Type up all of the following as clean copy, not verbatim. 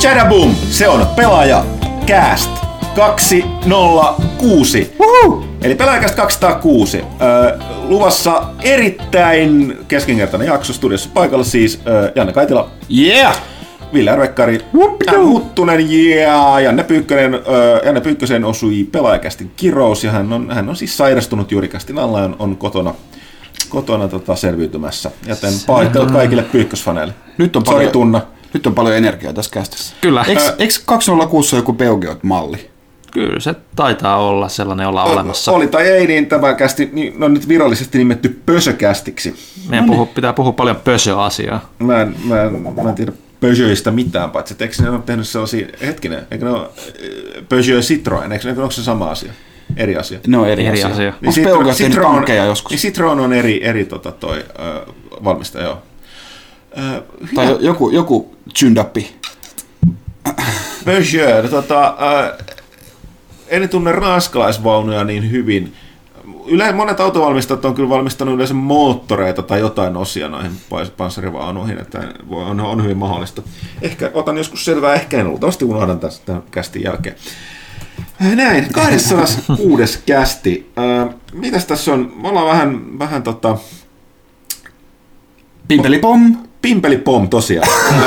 Chadaboom! Se on Pelaaja Cast 206. Woohoo! Eli Pelaajakäst 206. Luvassa erittäin keskinkertainen jakso. Studiossa paikalla siis Janne Kaitila. Yeah! Ville Arvekkari. Huttunen. Yeah! Janne Pyykkösen osui Pelaajakästin kirous. Ja hän on siis sairastunut juuri kästin alla ja on kotona selviytymässä. Joten pahoittelut kaikille Pyykkösfaneille. Nyt on paljon energiaa tässä kästissä. Kyllä. Eikö 206 ole joku Peugeot-malli? Kyllä se taitaa olla sellainen olla olemassa. Oli tai ei, niin tämä kästi on nyt virallisesti nimetty Pösökästiksi. Meidän pitää puhua paljon Pösö-asiaa. Mä en tiedä Peugeotista mitään, paitsi että eikö ne ole tehnyt sellaisia, eikö ne ole Peugeot Citroën, onko se sama asia? Eri asia. No eri asia. Niin onko Peugeot tehnyt tankkeja joskus? Niin Citroën on eri valmistaja, joo. Tai joku Tsyndappi. Peugeot, en tunne ranskalaisvaunuja niin hyvin. Monet autovalmistajat on kyllä valmistanut yleensä moottoreita tai jotain osia noihin panssarivaunuihin, että on hyvin mahdollista. Ehkä otan joskus selvää, ehkä en luultavasti unohdan tästä kästin jälkeen. Näin, 206. kästi. Mitäs tässä on? Me ollaan vähän Pimpelipom. Pimpelipom tosiaan.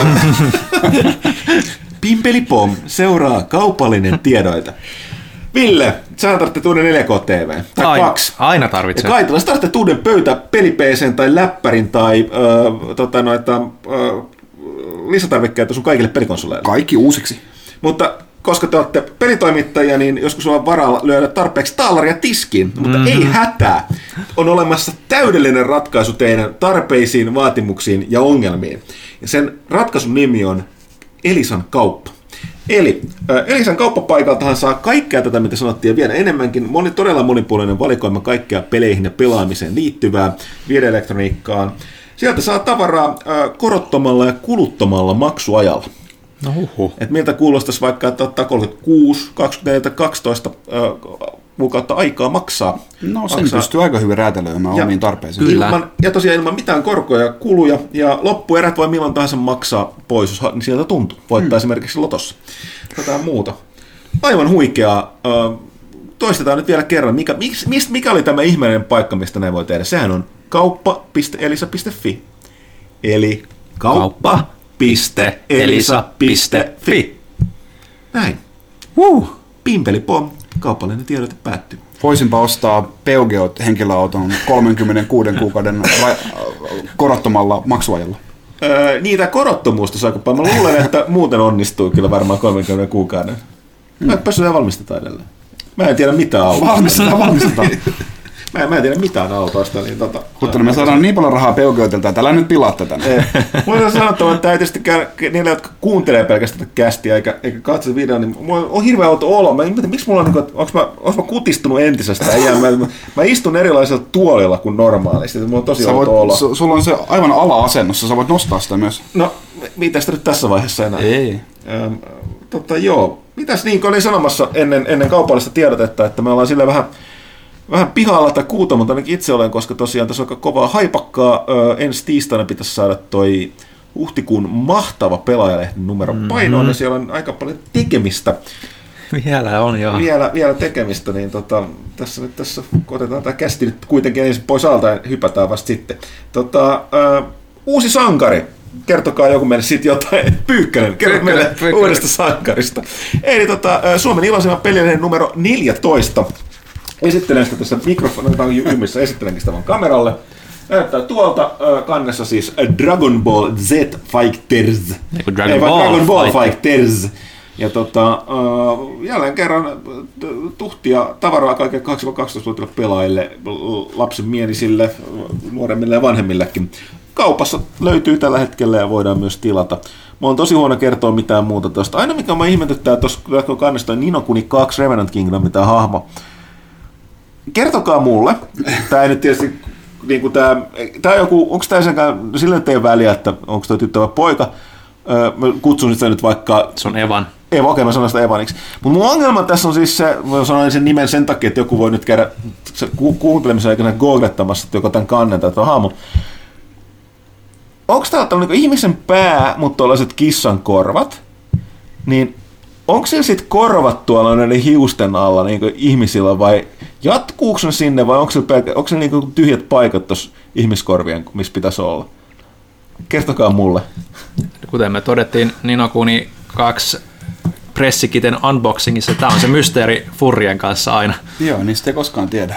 Pimpelipom seuraa kaupallinen tiedoita. Ville, sä tarvitset uuden 4K-TV. Tai 2. Aina tarvitsee. Ja Kaitila, sä tarvitset uuden peli-PC:n tai läppärin tai lisätarvikkeita sun kaikille pelikonsoleille. Kaikki uusiksi. Mutta koska te olette pelitoimittajia, niin joskus on varaa lyödä tarpeeksi taalaria tiskiin, mutta ei hätää. On olemassa täydellinen ratkaisu teidän tarpeisiin, vaatimuksiin ja ongelmiin. Ja sen ratkaisun nimi on Elisan kauppa. Eli Elisan kauppapaikaltahan saa kaikkea tätä, mitä sanottiin, ja vielä enemmänkin. Todella monipuolinen valikoima kaikkea peleihin ja pelaamiseen liittyvää, videoelektroniikkaan. Sieltä saa tavaraa korottomalla ja kuluttomalla maksuajalla. No Et miltä kuulostaisi vaikka, että ottaa 36, 24, 12 kuukautta aikaa maksaa. No sen pystyy aika hyvin räätälöimään omiin tarpeisiin. Ja tosiaan ilman mitään korkoja ja kuluja, ja loppuerät voi milloin tahansa maksaa pois, jos sieltä tuntuu. Voittaa esimerkiksi lotossa. Jotain muuta. Aivan huikeaa. Toistetaan nyt vielä kerran. Mikä oli tämä ihmeellinen paikka, mistä näin voi tehdä? Sehän on kauppa.elisa.fi. Eli kauppa.elisa.fi. Näin. Pimpelipom. Kaupallinen tiedote päättyy. Voisinpa ostaa Peugeot henkilöauton 36 kuukauden korottomalla maksuajalla. Niitä korottomuusta saa kupaa. Mä luulen, että muuten onnistuu kyllä varmaan 30 kuukauden. Pösöjä valmistetaan edelleen. Mä en tiedä mitään autosta. Valmistetaan. Mä en tiedä mitään autoista. Niin Huttunen, me saadaan niin paljon rahaa Peugeotilta, että älä nyt pilaa tätä. Mulla on sanottava, että tietysti niille, jotka kuuntelee pelkästään kästiä eikä katso videoa, niin mulla on hirveä outo olo. Miksi mulla on, onko mä kutistunut entisestään? Mä istun erilaisella tuolilla kuin normaalisti. Mulla on tosi outo olo. Sulla on se aivan ala-asennossa, sä voit nostaa sitä myös. No, mitä sitä nyt tässä vaiheessa enää? Ei. Joo. Mitäs niin, kun olin sanomassa ennen kaupallista tiedotetta, että me ollaan sille vähän pihalla tai kuuta, mutta ainakin itse olen, koska tosiaan tässä on aika kovaa haipakkaa. Ensi tiistaina pitäisi saada toi huhtikuun mahtava Pelaajalehden numero painoon, ja siellä on aika paljon tekemistä. Vielä on, joo. Vielä tekemistä, niin tässä otetaan tämä kästi nyt kuitenkin ensin pois alta ja hypätään vasta sitten. Uusi sankari. Kertokaa joku meille sitten jotain. Pyykkönen, kerro meille uudesta sankarista. Eli Suomen iloisemman Pelaajalehden numero 14. Esittelen sitä tässä mikrofonilla yhdessä, esittelenkin sitä vaan kameralle. Näyttää tuolta kannessa siis Dragon Ball Z Fighters. Dragon Ball Fighters. Ja jälleen kerran tuhtia tavaraa kaikille 12-vuotiaille pelaajille, lapsenmielisille, nuoremmille ja vanhemmillekin. Kaupassa löytyy tällä hetkellä ja voidaan myös tilata. Mä oon tosi huono kertoa mitään muuta tuosta. Aina mikä mä ihmetyttää tuossa kannesta on Ni no Kuni 2 Revenant Kingdom, mitä hahmo. Kertokaa mulle. Tää ei nyt tietysti niinku tää joku, onko tää senkään sillä ei väliä, että onko toi tyttö vai poika. Mä kutsun sitä nyt vaikka se on Evan. Okei, mä sanon sitä Evaniksi. Mutta mun ongelma tässä on siis se, mä sanoin sen nimen sen takia, että joku voi nyt käydä kuuntelemisen aikana googlettamassa, että joko tämän kannen tai tuon hahmon. Onko tää tällainen ihmisen pää, mutta tällaiset kissan korvat? niin onko se sitten korvat tuolla näiden hiusten alla niin ihmisillä vai jatkuuko ne sinne vai onko se niin tyhjät paikat tuossa ihmiskorvien, missä pitäisi olla? Kertokaa mulle. Kuten me todettiin Nino Kuni 2 pressikiten unboxingissa, tämä on se mysteeri furrien kanssa aina. Joo, niistä ei koskaan tiedä.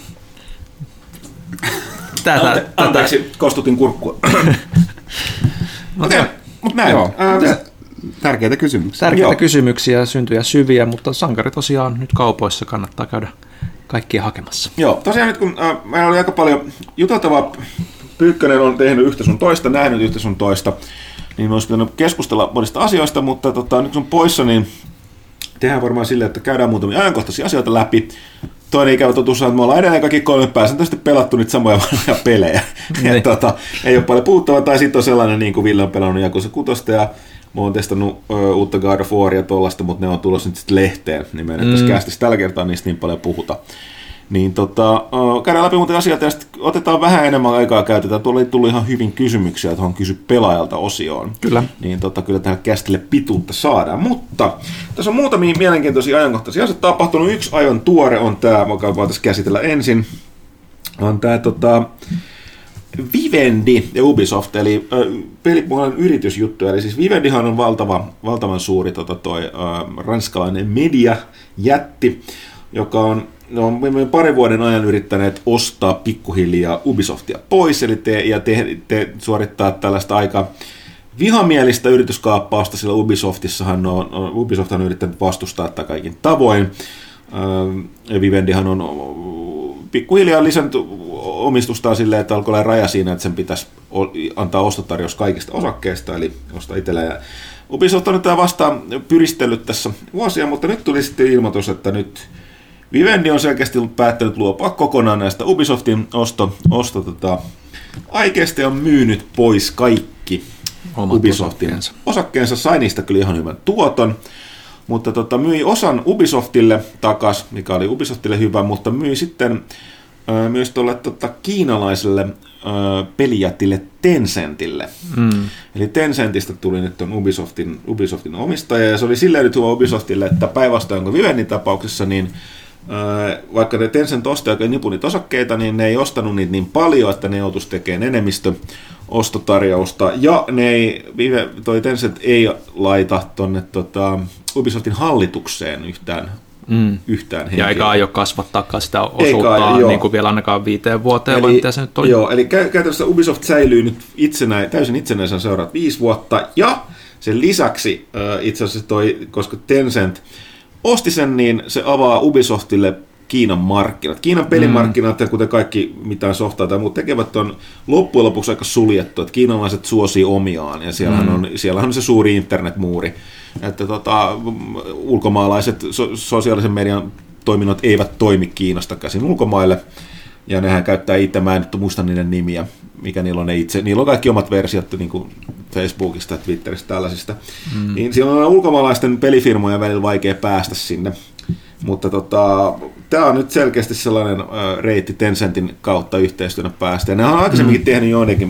Anteeksi, kostutin kurkkua. Okei, mutta näin. Joo. Tärkeitä kysymyksiä. Tärkeitä kysymyksiä, syntyjä syviä, mutta sankari tosiaan nyt kaupoissa kannattaa käydä kaikkia hakemassa. Joo, tosiaan nyt kun meillä oli aika paljon juteltavaa, Pyykkönen on tehnyt yhtä sun toista, nähnyt yhtä sun toista, niin olisi pitänyt keskustella monista asioista, mutta nyt sun poissa, niin tehdään varmaan silleen, että käydään muutamia ajankohtaisia asioita läpi. Toinen ikävä totuus on, että me ollaan edelleen kaikki 3 pääsääntöisesti pelattu niitä samoja vanhoja pelejä. Niin. Ei ole paljon puhuttavaa, tai sitten on sellainen, niin kuin Ville on pelannut Yakuza 6 ja mä oon testannut uutta God of Waria tuollaista, mutta ne on tulossa nyt sitten lehteen, niin meidän tässä kästissä tällä kertaa niistä niin paljon puhuta. Niin käydään läpi muuten asioita ja sitten otetaan vähän enemmän aikaa käytetään. Tuolla ei tullut ihan hyvin kysymyksiä tuohon kysy pelaajalta -osioon. Kyllä. Niin kyllä tähän kästille pituutta saadaan. Mutta tässä on muutamia mielenkiintoisia ajankohtaisia asioita. Tapahtunut yksi aivan tuore on tämä, joka voitaisiin käsitellä ensin. On tämä Vivendi ja Ubisoft, eli pelipuolen yritysjuttu. Eli siis Vivendihan on valtavan suuri ranskalainen mediajätti, joka on parin vuoden ajan yrittäneet ostaa pikkuhiljaa Ubisoftia pois, eli suorittaa tällaista aika vihamielistä yrityskaappausta, sillä Ubisoft on yrittänyt vastustaa tätä kaikin tavoin. Vivendihan on pikkuhiljaa lisännyt omistustaan silleen, että alkoi olla raja siinä, että sen pitäisi antaa ostotarjous kaikista osakkeista, eli ostaa itselleen. Ja Ubisoft on nyt vastaan pyristellyt tässä vuosia, mutta nyt tuli sitten ilmoitus, että Vivendi on selkeästi päättänyt luopua kokonaan näistä Ubisoftin aikeista ja on myynyt pois kaikki Ubisoftin osakkeensa. Sai niistä kyllä ihan hyvän tuoton, mutta myi osan Ubisoftille takaisin, mikä oli Ubisoftille hyvä, mutta myi sitten myös tuolle kiinalaiselle pelijätille Tencentille. Eli Tencentistä tuli nyt on Ubisoftin omistaja, ja se oli silleen nyt hyvä Ubisoftille, että päinvastoin kuin Vivendin tapauksessa, niin vaikka ne Tencent osti oikein nipunit osakkeita, niin ne ei ostanut niitä niin paljon, että ne joutuisi tekemään enemmistö ostotarjousta, ja toi Tencent ei laita tuonne Ubisoftin hallitukseen yhtään henkilöä. Ja eikä aio kasvattaakaan sitä osuuttaan niin kuin vielä ainakaan 5 vuoteen, vai mitä se nyt on? Joo, eli käytännössä Ubisoft säilyy nyt täysin itsenäisen seuraavat 5 vuotta, ja sen lisäksi itse asiassa koska Tencent osti sen, niin se avaa Ubisoftille Kiinan markkinat. Kiinan pelimarkkinat, kuten kaikki mitään softaa tai muut tekevät, on loppujen lopuksi aika suljettu, että kiinalaiset suosii omiaan, ja siellähän on se suuri internetmuuri, että ulkomaalaiset sosiaalisen median toiminnot eivät toimi Kiinasta käsin ulkomaille, ja nehän käyttää itse, mä en nyt muista niiden nimiä, mikä niillä on itse. Niillä on kaikki omat versiot niin kuin Facebookista, Twitteristä, tällaisista. Niin siellä on ulkomaalaisten pelifirmojen välillä vaikea päästä sinne. Mutta tämä on nyt selkeästi sellainen reitti Tencentin kautta yhteistyönä päästä. Ja ne on aikaisemminkin tehnyt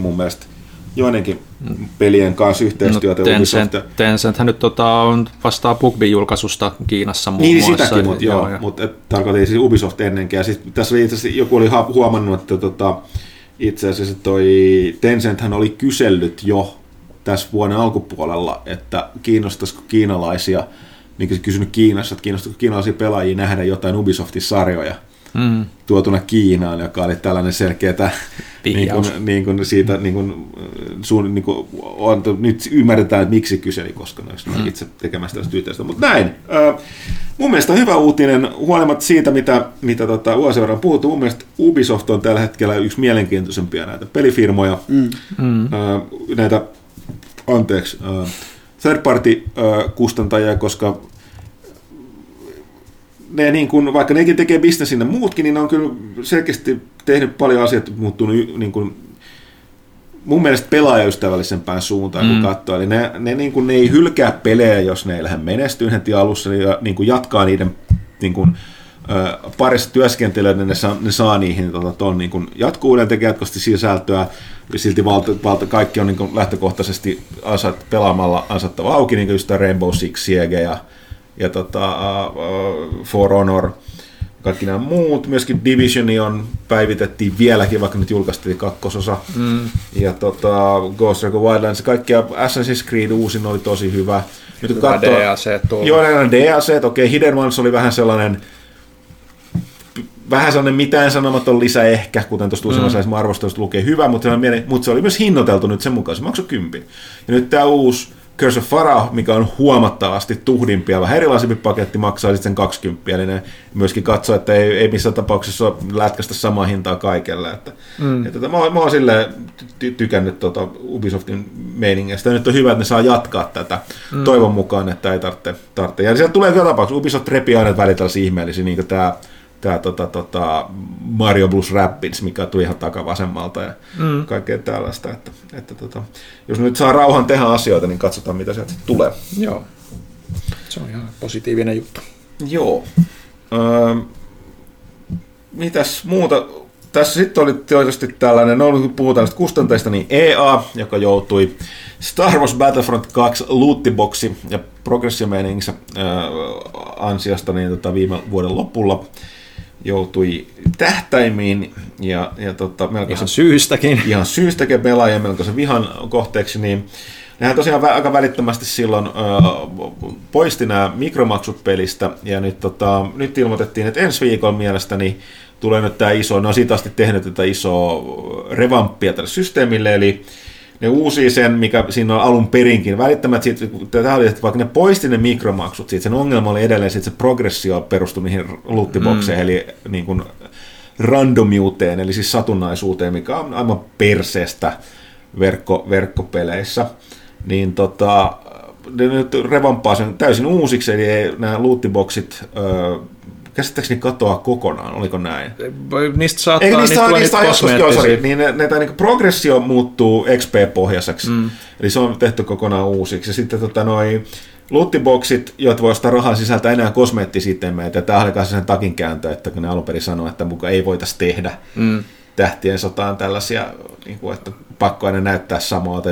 joidenkin pelien kanssa yhteistyötä. Tencenthän nyt vastaa PUBG-julkaisusta Kiinassa muun muassa. Niin sitäkin, mutta tarkoitin siis Ubisoft ennenkin. Ja siis tässä oli itse asiassa, joku oli huomannut, että itse asiassa toi Tencenthän oli kysellyt jo tässä vuoden alkupuolella, että kiinnostaisiko kiinalaisia, niin kuin kysynyt Kiinassa, että kiinnostaisiko kiinalaisia pelaajia nähdä jotain Ubisoftin sarjoja tuotuna Kiinaan, joka oli tällainen selkeä nyt ymmärretään, että miksi kyseli, koska ne olisivat itse tekemässä tällaista yhteistyötä. Mutta näin. Mun mielestä hyvä uutinen, huolimatta siitä, mitä vuosien on puhuttu. Mun mielestä Ubisoft on tällä hetkellä yksi mielenkiintoisempia näitä pelifirmoja, näitä third party kustantajia, koska ne niin kuin, vaikka nekin tekee bisnesin ja muutkin, niin ne on kyllä selkeästi tehnyt paljon asioita, muuttunut niin kuin, mun mielestä pelaajaystävällisempään suuntaan kun katsoo. Eli ne ei hylkää pelejä, jos ne ei lähde menestyyn heti alussa, niin kuin jatkaa niiden niin kuin, parissa työskentelyä, niin ne saa niihin niin kuin jatkuvuuden tekee jatkuvasti sisältöä, ja silti kaikki on niin kuin lähtökohtaisesti pelaamalla ansattava auki, niin kuin just Rainbow Six Siege ja For Honor, kaikki nämä muut. Myöskin Divisioni on päivitettiin vieläkin, vaikka nyt julkaistiin 2. Ja Ghost Recon Wildlands, kaikkia Assassin's Creed uusin oli tosi hyvä. Nyt kun katsoo, joo, nämä DLC, okei, Hidden Ones oli vähän sellainen mitään sanomaton lisä ehkä, kuten tuosta uusimman arvostelusta lukee hyvä, mutta se oli myös hinnoiteltu nyt sen mukaan, se maksoi 10. Ja nyt tämä uusi Curse of Pharaoh, mikä on huomattavasti tuhdimpi ja vähän erilaisempi paketti, maksaa sitten sen 20, eli ne myöskin katsoo, että ei missään tapauksessa lätkästä samaa hintaa kaikelle. Mä oon silleen tykännyt Ubisoftin meiningistä, ja nyt on hyvä, että ne saa jatkaa tätä toivon mukaan, että ei tarvitse. Ja sieltä tulee joka tapauksessa, Ubisoft repii aina välillä tällaisia ihmeellisiä, niin kuin tämä Mario Bros. Rabbids, mikä tuli ihan takavasemmalta ja kaikkea tällaista. Jos nyt saa rauhan tehdä asioita, niin katsotaan, mitä sieltä tulee. Joo, se on ihan positiivinen juttu. Joo. Mitäs muuta? Tässä sitten oli tietysti tällainen, kun puhutaan näistä kustanteista, niin EA, joka joutui Star Wars Battlefront 2 loottiboksi ja progressiomeiningissä ansiosta niin viime vuoden lopulla joutui tähtäimiin ja ihan syystäkin. Ihan syystäkin pelaajien melkoisen vihan kohteeksi, niin nehän tosiaan aika välittömästi silloin poisti nämä mikromaksut pelistä, ja nyt ilmoitettiin, että ensi viikolla mielestäni tulee nyt tämä iso, ne on siitä asti tehnyt tätä isoa revamppia tälle systeemille, eli ne uusii sen, mikä siinä on alun perinkin. Välittömättä siitä, että vaikka ne poisti ne mikromaksut, siitä sen ongelma oli edelleen, että se progressio perustui niihin loottibokseihin, eli niin kuin randomiuteen, eli siis satunnaisuuteen, mikä on aivan perseestä verkkopeleissä. Niin ne nyt revampaa sen täysin uusiksi, eli nämä lootiboksit käsittääkseni katoaa kokonaan, oliko näin? Niistä saattaa, niistä kosmeettisia. Niin niin progressio muuttuu XP-pohjaiseksi, eli se on tehty kokonaan uusiksi. Ja sitten lootiboksit, joita voi ostaa rahaa sisältää enää kosmeettisitemeitä, ja tämä oli sen takinkääntö, että kun ne alun perin sanoi, että mukaan ei voitaisi tehdä tähtien sotaan tällaisia, niin kuin, että pakko aina näyttää samalta.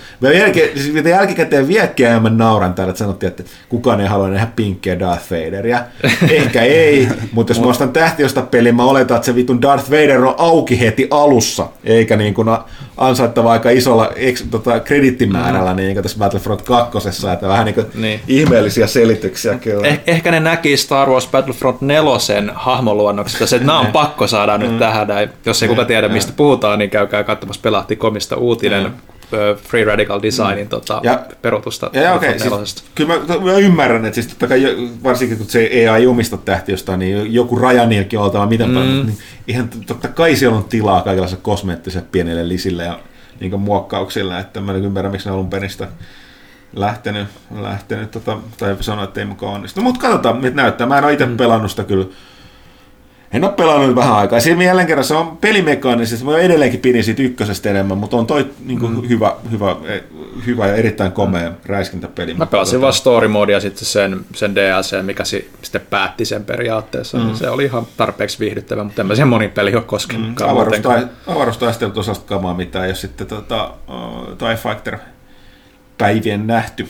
Jälkikäteen vieläkin mä nauran täällä, että sanottiin, että kukaan ei halua nähdä pinkkiä Darth Vaderia. Ehkä ei, mutta jos mä ostan tähtiosta peliin, mä oletan, että se vitun Darth Vader on auki heti alussa, eikä niin kuin ansaittava aika isolla kredittimäärällä, niin kuin tässä Battlefront 2, että vähän niin kuin ihmeellisiä selityksiä kyllä. Ehkä ne näki Star Wars Battlefront 4 hahmoluonnoksesta, että nämä on pakko saada nyt tähän. Jos ei kuka tiedä, mistä puhutaan, niin käykää katsomassa Pelahti.comista uutinen Free Radical Designin peruutusta. Okay, siis, kyllä mä ymmärrän, että siis totta kai, varsinkin kun se EA ei omista tähtiöstä, niin joku rajanilkin on oltava miten paljon, niin ihan totta kai siellä on tilaa kaikenlaisille kosmeettisille pienille lisille ja niin muokkauksille, että mä en ymmärrä, miksi ne alun peristä lähtenyt tai sanoa, että ei mukaan onnistu. Mutta katsotaan, miltä näyttää. Mä en ole itse pelannut sitä kyllä. En ole pelannut vähän aikaa. Siinä jälleen kerran se on pelimekaanisesti. Mä edelleenkin pidin siitä ykkösestä enemmän, mutta on toi niin kuin hyvä ja erittäin komea räiskintäpeli. Mä pelasin vaan story modea sitten sen DLC, mikä sitten päätti sen periaatteessa. Se oli ihan tarpeeksi viihdyttävä, mutta en mä sen monin peli ole koskenutkaan. Avaruustaistelut osasta kamaa mitään, jos sitten TIE Fighter päivien nähty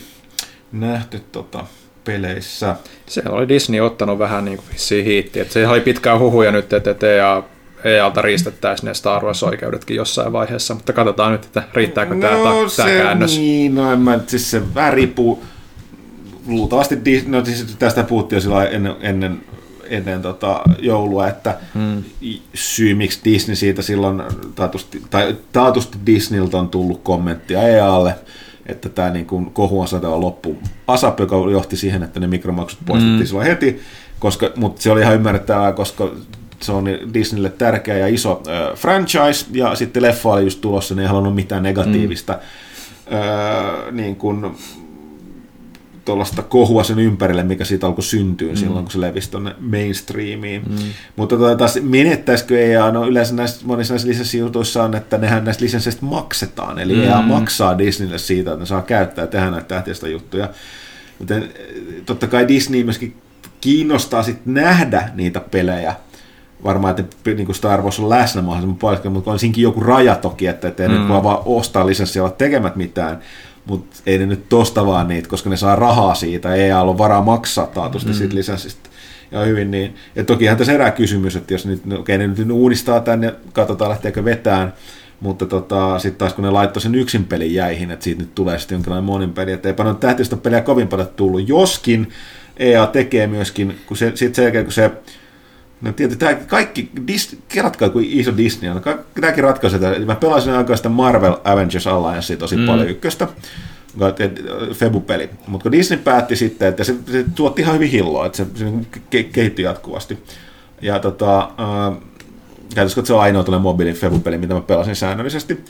peleissä. Se oli Disney ottanut vähän niin kuin hiittiä. Se oli pitkään huhuja nyt, että EA:lta riistettäisiin ne Star Wars-oikeudetkin jossain vaiheessa, mutta katsotaan nyt, että riittääkö tämä käännös. Siis se vähän riippuu. Luultavasti siis tästä puhuttiin jo silloin ennen joulua, että syy miksi Disney siitä silloin taatusti Disneyltä on tullut kommenttia EA:lle, että tämä niin kuin kohu on saatava loppuun. ASAP, joka johti siihen, että ne mikromaksut poistettiin silloin heti, mutta se oli ihan ymmärrettävää, koska se on Disneylle tärkeä ja iso franchise, ja sitten leffa oli just tulossa, niin ei halunnut mitään negatiivista niin kuin tuollaista kohua sen ympärille, mikä siitä alkoi syntyä silloin, kun se levisi tuonne mainstreamiin. Mutta taas menettäisikö EA, no yleensä monissa näissä lisenssijutuissa on, että nehän näistä lisensseistä maksetaan, eli EA maksaa Disneylle siitä, että ne saa käyttää ja tehdä näitä tähtiöstä juttuja. Joten totta kai Disney myöskin kiinnostaa sitten nähdä niitä pelejä. Varmaan, että niin Star Wars on läsnä mahdollisimman paljon, mutta on siinkin joku raja toki, että ei nyt vaan ostaa lisenssiä olla tekemät mitään, mutta ei ne nyt tosta vaan niitä, koska ne saa rahaa siitä, ei ole varaa maksaa taatusti siitä lisenssistä. Ja hyvin niin. Ja tokihan tässä herää kysymys, että jos nyt, ne nyt uudistaa tänne, katsotaan lähteekö vetään, mutta sitten taas kun ne laittoi sen yksin pelin jäihin, että siitä nyt tulee sitten jonkinlainen monin peli, että eipä noita tähtiöstä pelejä kovin paljon tullut, joskin EA tekee myöskin, kun sen jälkeen kun se, no tietysti tämä kaikki, keratkaa kuin iso Disney on, tämäkin ratkaisee, mä pelasin aikaa sitä Marvel Avengers Alliancea tosi paljon ykköstä, Febu-peli, mutta kun Disney päätti sitten, että se tuotti ihan hyvin hilloa, että se kehittyi jatkuvasti, ja käytössä se on ainoa tällainen mobiilin Febu-peli, mitä mä pelasin säännöllisesti.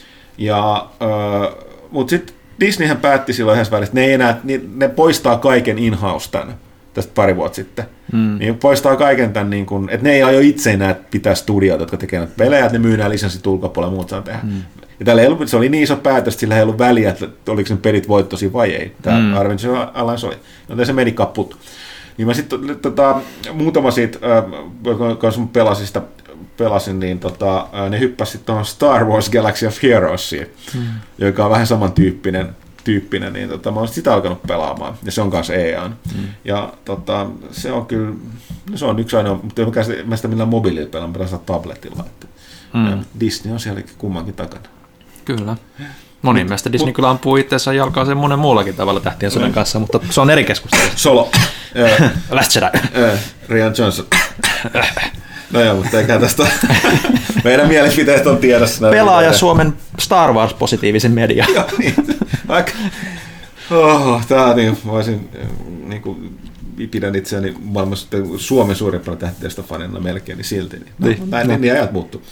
Mutta sitten Disneyhän päätti silloin yhdessä välissä, että ne poistaa kaiken in-house tänne, tästä pari vuotta sitten. Niin poistaa kaiken tämän, niin kun, että ne ei aio itse enää pitää studioita, jotka tekee näitä pelejä, että ne myy nämä lisenssit ulkopuolella ja muut saa tehdä. Ja tällä se oli niin iso päätös, että sillä ei ollut väliä, että oliko sen pelit voittoisia vai ei. Tämä Avengers Alliance oli. Joten se meni kaput. Niin mä sitten muutama siitä, kun pelasin, niin ne hyppäsivät tuohon Star Wars Galaxy of Heroesiin, joka on vähän samantyyppinen, niin mä olen sitä alkanut pelaamaan, ja se on kanssa EA:n. Ja se on kyllä, se on yksi ainoa, mutta mä sitä millään mobiililla pelaan, pelaan tabletilla. Disney on sielläkin kummankin takana. Kyllä. Monin mielestä Disney kyllä ampuu itseensä jalkaa sen monen muullakin tavalla Tähtien sodan kanssa, mutta se on eri keskustelu. Solo. Last Jedi. Rian Johnson. No joo, mutta eikä tästä meidän mielipiteet on tiedossa. Pelaaja Suomen Star Wars positiivisen media. Joo, niin. Tää niin, mä olisin niin pidän itseäni maailmassa Suomen suurimpana tähteestä fanina melkein, niin silti. Niin ajat muuttuu.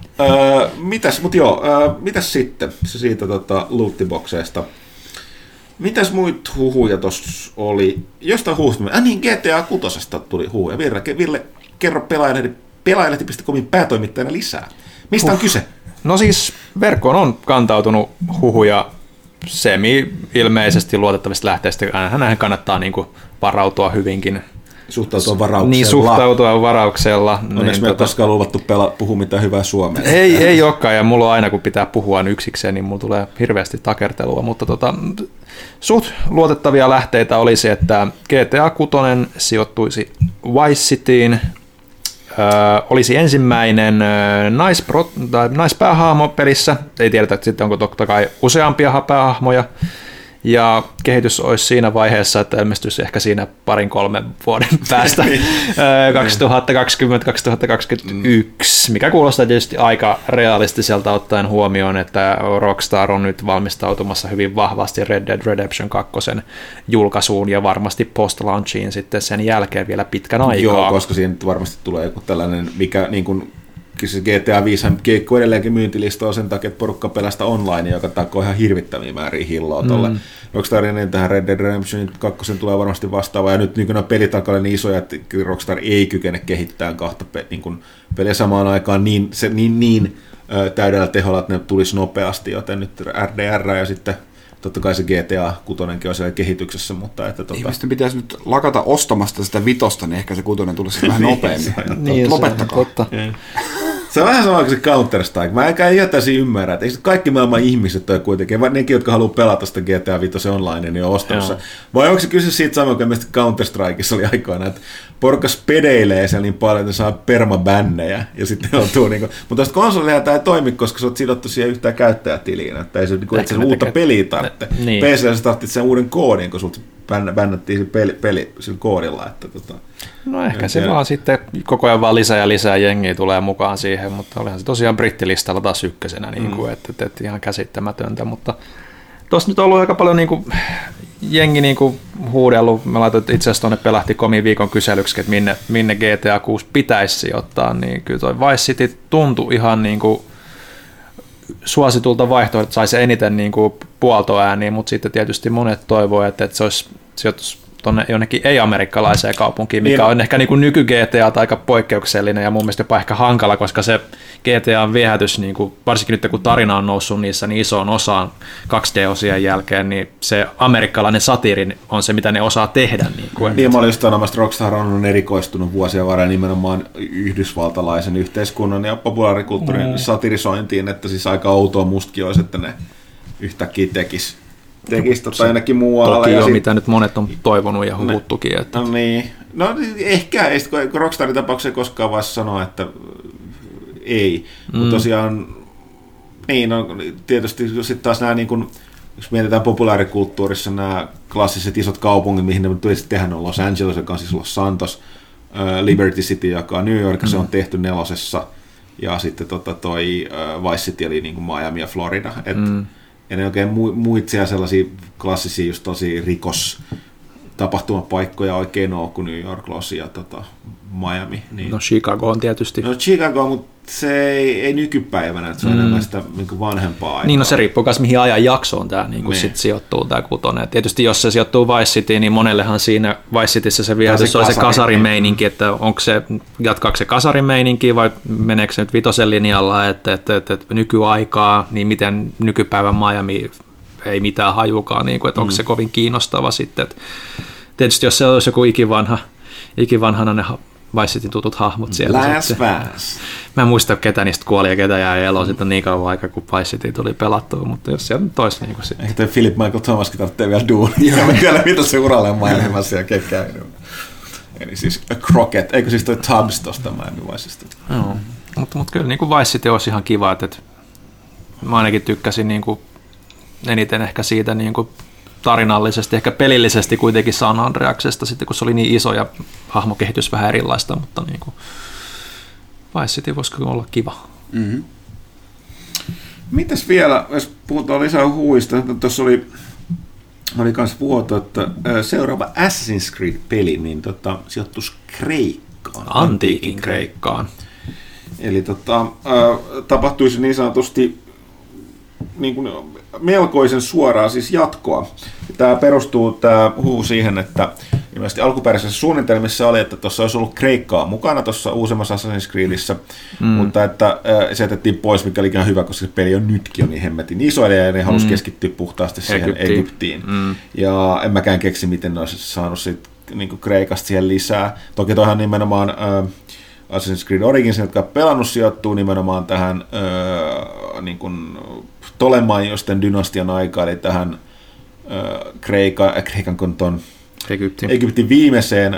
Mitäs sitten se siitä lootibokseista? Mitäs muut huhuja tuossa oli? Jostain huhusta, GTA 6 tuli huhuja. Ville, kerro pelaajalehti.comin päätoimittajana lisää. Mistä on kyse? No siis verkkoon on kantautunut huhuja semi-ilmeisesti luotettavista lähteistä. Hänhän kannattaa niinku varautua hyvinkin. Suhtautua varauksella. Niin, suhtautua varauksella. Onneksi me ei koskaan luvattu puhua mitään hyvää suomea. Ei olekaan, ja mulla on aina, kun pitää puhua yksikseen, niin mulla tulee hirveästi takertelua. Mutta suht luotettavia lähteitä oli se, että GTA 6 sijoittuisi Vice Cityin, olisi ensimmäinen naispäähahmo pelissä. Ei tiedetä, että sitten onko totta kai useampia päähahmoja. Ja kehitys olisi siinä vaiheessa, että ilmestyisi ehkä siinä 2-3 vuoden päästä 2020-2021, mikä kuulostaa tietysti aika realistiselta ottaen huomioon, että Rockstar on nyt valmistautumassa hyvin vahvasti Red Dead Redemption 2 julkaisuun ja varmasti post-launchiin sitten sen jälkeen vielä pitkän aikaa. Joo, koska siinä varmasti tulee joku tällainen, mikä niin kuin GTA 5 keikkuu edelleenkin myyntilistoa sen takia, että porukka pelästä online, joka takoo ihan hirvittäviä määriä hilloa tuolle. Rockstarin niin tähän Red Dead Redemption 2 tulee varmasti vastaava, ja nyt nykyään pelit alkaa olla niin isoja, että Rockstar ei kykene kehittämään kahta peliä samaan aikaan niin täydellä teholla, että ne tulisi nopeasti, joten nyt RDR ja sitten totta kai se GTA 6 on siellä kehityksessä, mutta että ihmisten pitäisi nyt lakata ostamasta sitä vitosta, niin ehkä se 6 tulisi vähän nopeammin. Niin, lopettakaa. Se on vähän sama kuin se Counter-Strike. Mä enkä ihan täysin ymmärrä, että kaikki maailman ihmiset on kuitenkin, nekin, jotka haluaa pelata sitä GTA 5 online, niin on ostamassa. Vai onko se kyse siitä samaa kuin Counter-Strikeissa oli aikoina, että porukka spedeilee siellä niin paljon, että saa permabännejä, ja sitten joutuu niinku, mutta tuosta konsolilla tämä ei toimi, koska sä oot sidottu siihen yhtään käyttäjätiliin, että ei se niinku itse uutta peliä tarvitse. Niin. PC:llä sä tarvitsit sen uuden koodin, kun sulta bännättiin peli sillä koodilla, että No ehkä se vaan sitten koko ajan vaan lisää jengiä tulee mukaan siihen, mutta olihan se tosiaan brittilistalla taas ykkösenä, niin kuin, että ihan käsittämätöntä, mutta tuossa nyt on ollut aika paljon niin kuin, jengi niin kuin, huudellut, mä laitoin itse asiassa tuonne Pelahti.comin viikon kyselyksi, että minne GTA 6 pitäisi sijoittaa, niin kyllä toi Vice City tuntui ihan niin kuin, suositulta vaihtoehdolta, saisi eniten niin kuin, puoltoääniä, mutta sitten tietysti monet toivoo, että se olisi sijoitus tuonne jonnekin ei-amerikkalaiseen kaupunkiin, mikä on ehkä niin kuin nyky-GTA aika poikkeuksellinen ja mun mielestä jopa ehkä hankala, koska se GTA:n viehätys, niin kuin, varsinkin nyt kun tarina on noussut niissä niin isoon osaan 2D-osien jälkeen, niin se amerikkalainen satiiri on se, mitä ne osaa tehdä. Niin mä olin just sanomassa, että Rockstar on erikoistunut vuosien varrella nimenomaan yhdysvaltalaisen yhteiskunnan ja populaarikulttuurin satirisointiin, että siis aika outoa mustakin olisi, että ne yhtäkkiä tekisi ainakin muualla. Toki jo, mitä nyt monet on toivonut ja huhuttukin. Että. No niin. No ehkä ei, kun Rockstarin tapauksessa ei koskaan vaan sanoa, että ei. Mutta tosiaan, niin, no, tietysti sitten taas nämä, niin kun, jos mietitään populaarikulttuurissa nämä klassiset isot kaupungit, mihin ne tulisi tehdä, on Los Angeles, joka on siis Los Santos, Liberty City, joka on New York, se on tehty 4, ja sitten toi Vice City eli niin kuin Miami ja Florida. Ja ne oikein muitsia sellaisia klassisia just tosi tapahtumapaikkoja oikein ole kuin New York, Los ja Miami. Niin. No Chicago on tietysti. No Chicago, mutta se ei nykypäivänä, että se on enemmän sitä niin vanhempaa aikaa. Niin, no se riippuu myös mihin ajan jaksoon tämä niin sit sijoittuu tämä 6. Tietysti jos se sijoittuu Vice Cityin, niin monellehan siinä Vice Cityssä se viehätys on se kasarimeininki, että onko se, jatkaako se kasarimeininki vai meneekö se nyt 5 linjalla, että nykyaikaa, niin miten nykypäivän Miami ei mitään hajukaan, niin kuin, että onko se kovin kiinnostava sitten. Että tietysti jos se olisi joku ikivanhana ne Vice Cityn tutut hahmot siellä. Mä en muista, ketä niistä kuoli ja ketä jäi eloon sitten niin kauan aikaa, kun Vice City tuli pelattua, mutta jos siellä nyt olisi niin kuin sitten. Ehkä Philip Michael Thomaskin tarvitsee vielä duunia. Ja mä tiedän, mitä se uralle on maailmassa ja ketkä. Eli siis Crockett, eikö siis toi Tubbs tosta Miami Viceista? Joo, mutta kyllä niin kuin Vice City olisi ihan kiva, että mä ainakin tykkäsin niin kuin eniten ehkä siitä niin kuin tarinallisesti, ehkä pelillisesti kuitenkin San Andreasesta, sitten kun se oli niin iso ja hahmokehitys vähän erilaista, mutta niin kuin Vice City voisi olla kiva. Mm-hmm. Mitäs vielä, jos puhutaan lisää huuista, tuossa oli myös vuoto, että seuraava Assassin's Creed-peli niin sijoittuisi Kreikkaan. Antiikin Kreikkaan. Eli tapahtuisi niin sanotusti niin kuin melkoisen suoraa siis jatkoa. Tämä perustuu tämä siihen, että ilmeisesti alkuperäisessä suunnitelmissa oli, että tuossa olisi ollut Kreikkaa mukana tuossa uusimmassa Assassin's Creedissä, mutta että se jätettiin pois, mikä oli ihan hyvä, koska se peli on nytkin on niin hemmetin iso, ja ne halusi keskittyä puhtaasti siihen Egyptiin. Ja en mäkään keksi, miten ne olisi saanut sit, niin kuin Kreikasta siihen lisää. Toki toihan nimenomaan Assassin's Creed Origins, jotka on pelannut, sijoittuu nimenomaan tähän niin kuin Ptolemaiosten dynastian aikaan, eli tähän Kreikan kun ton Egyptin viimeiseen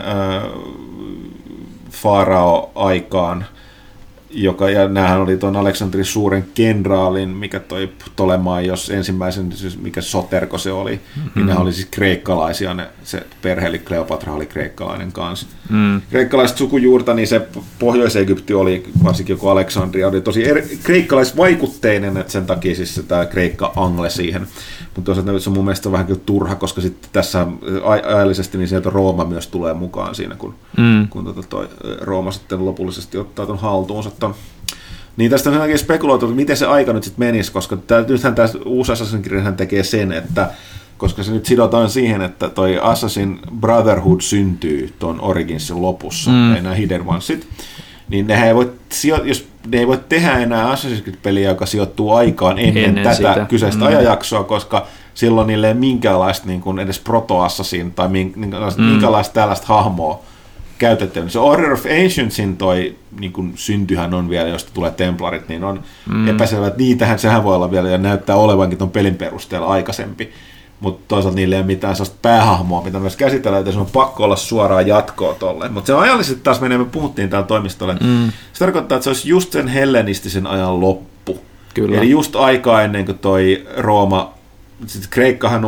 farao-aikaan, ja näähän oli tuon Aleksanterin suuren kenraalin, mikä toi Ptolemaios ensimmäisen, mikä Soterko se oli, niin ne oli siis kreikkalaisia, se perhe, eli Kleopatra oli kreikkalainen kanssa. Kreikkalaiset sukujuurta, niin se Pohjois-Egypti oli, varsinkin joku Aleksandria, oli tosi kreikkalaisvaikutteinen, että sen takia siis tämä Kreikka-angle siihen. Mutta toisaalta se on mun mielestä vähän kyllä turha, koska sitten tässä ajallisesti niin sieltä Rooma myös tulee mukaan siinä, kun toi Rooma sitten lopullisesti ottaa ton haltuunsa. Niin tästä on oikein spekuloitu, että miten se aika nyt sitten menisi, koska nythän tämä uusi Assassin's Creed tekee sen, että koska se nyt sidotaan siihen, että toi Assassin Brotherhood syntyy tuon Originsin lopussa, ei nämä Hidden Onesit, niin ne ei voi tehdä enää Assassin's Creed-peliä, joka sijoittuu aikaan ennen tätä sitä kyseistä ajanjaksoa, koska silloin niille ei minkäänlaista niin kuin edes proto-assassin tai minkäänlaista tällaista hahmoa käytetty. Se Order of Ancientsin toi niin kuin syntyhän on vielä, josta tulee templarit, niin on epäselvä, että niitähän sehän voi olla vielä ja näyttää olevankin ton pelin perusteella aikaisempi. Mutta toisaalta niille ei ole mitään sellaista päähahmoa, mitä myös käsitellään, että se on pakko olla suoraan jatkoa tolleen. Mutta se ajallisesti taas me puhuttiin täällä toimistolle. Se tarkoittaa, että se olisi just sen hellenistisen ajan loppu. Kyllä. Eli just aikaa ennen kuin toi Rooma, Kreikkahan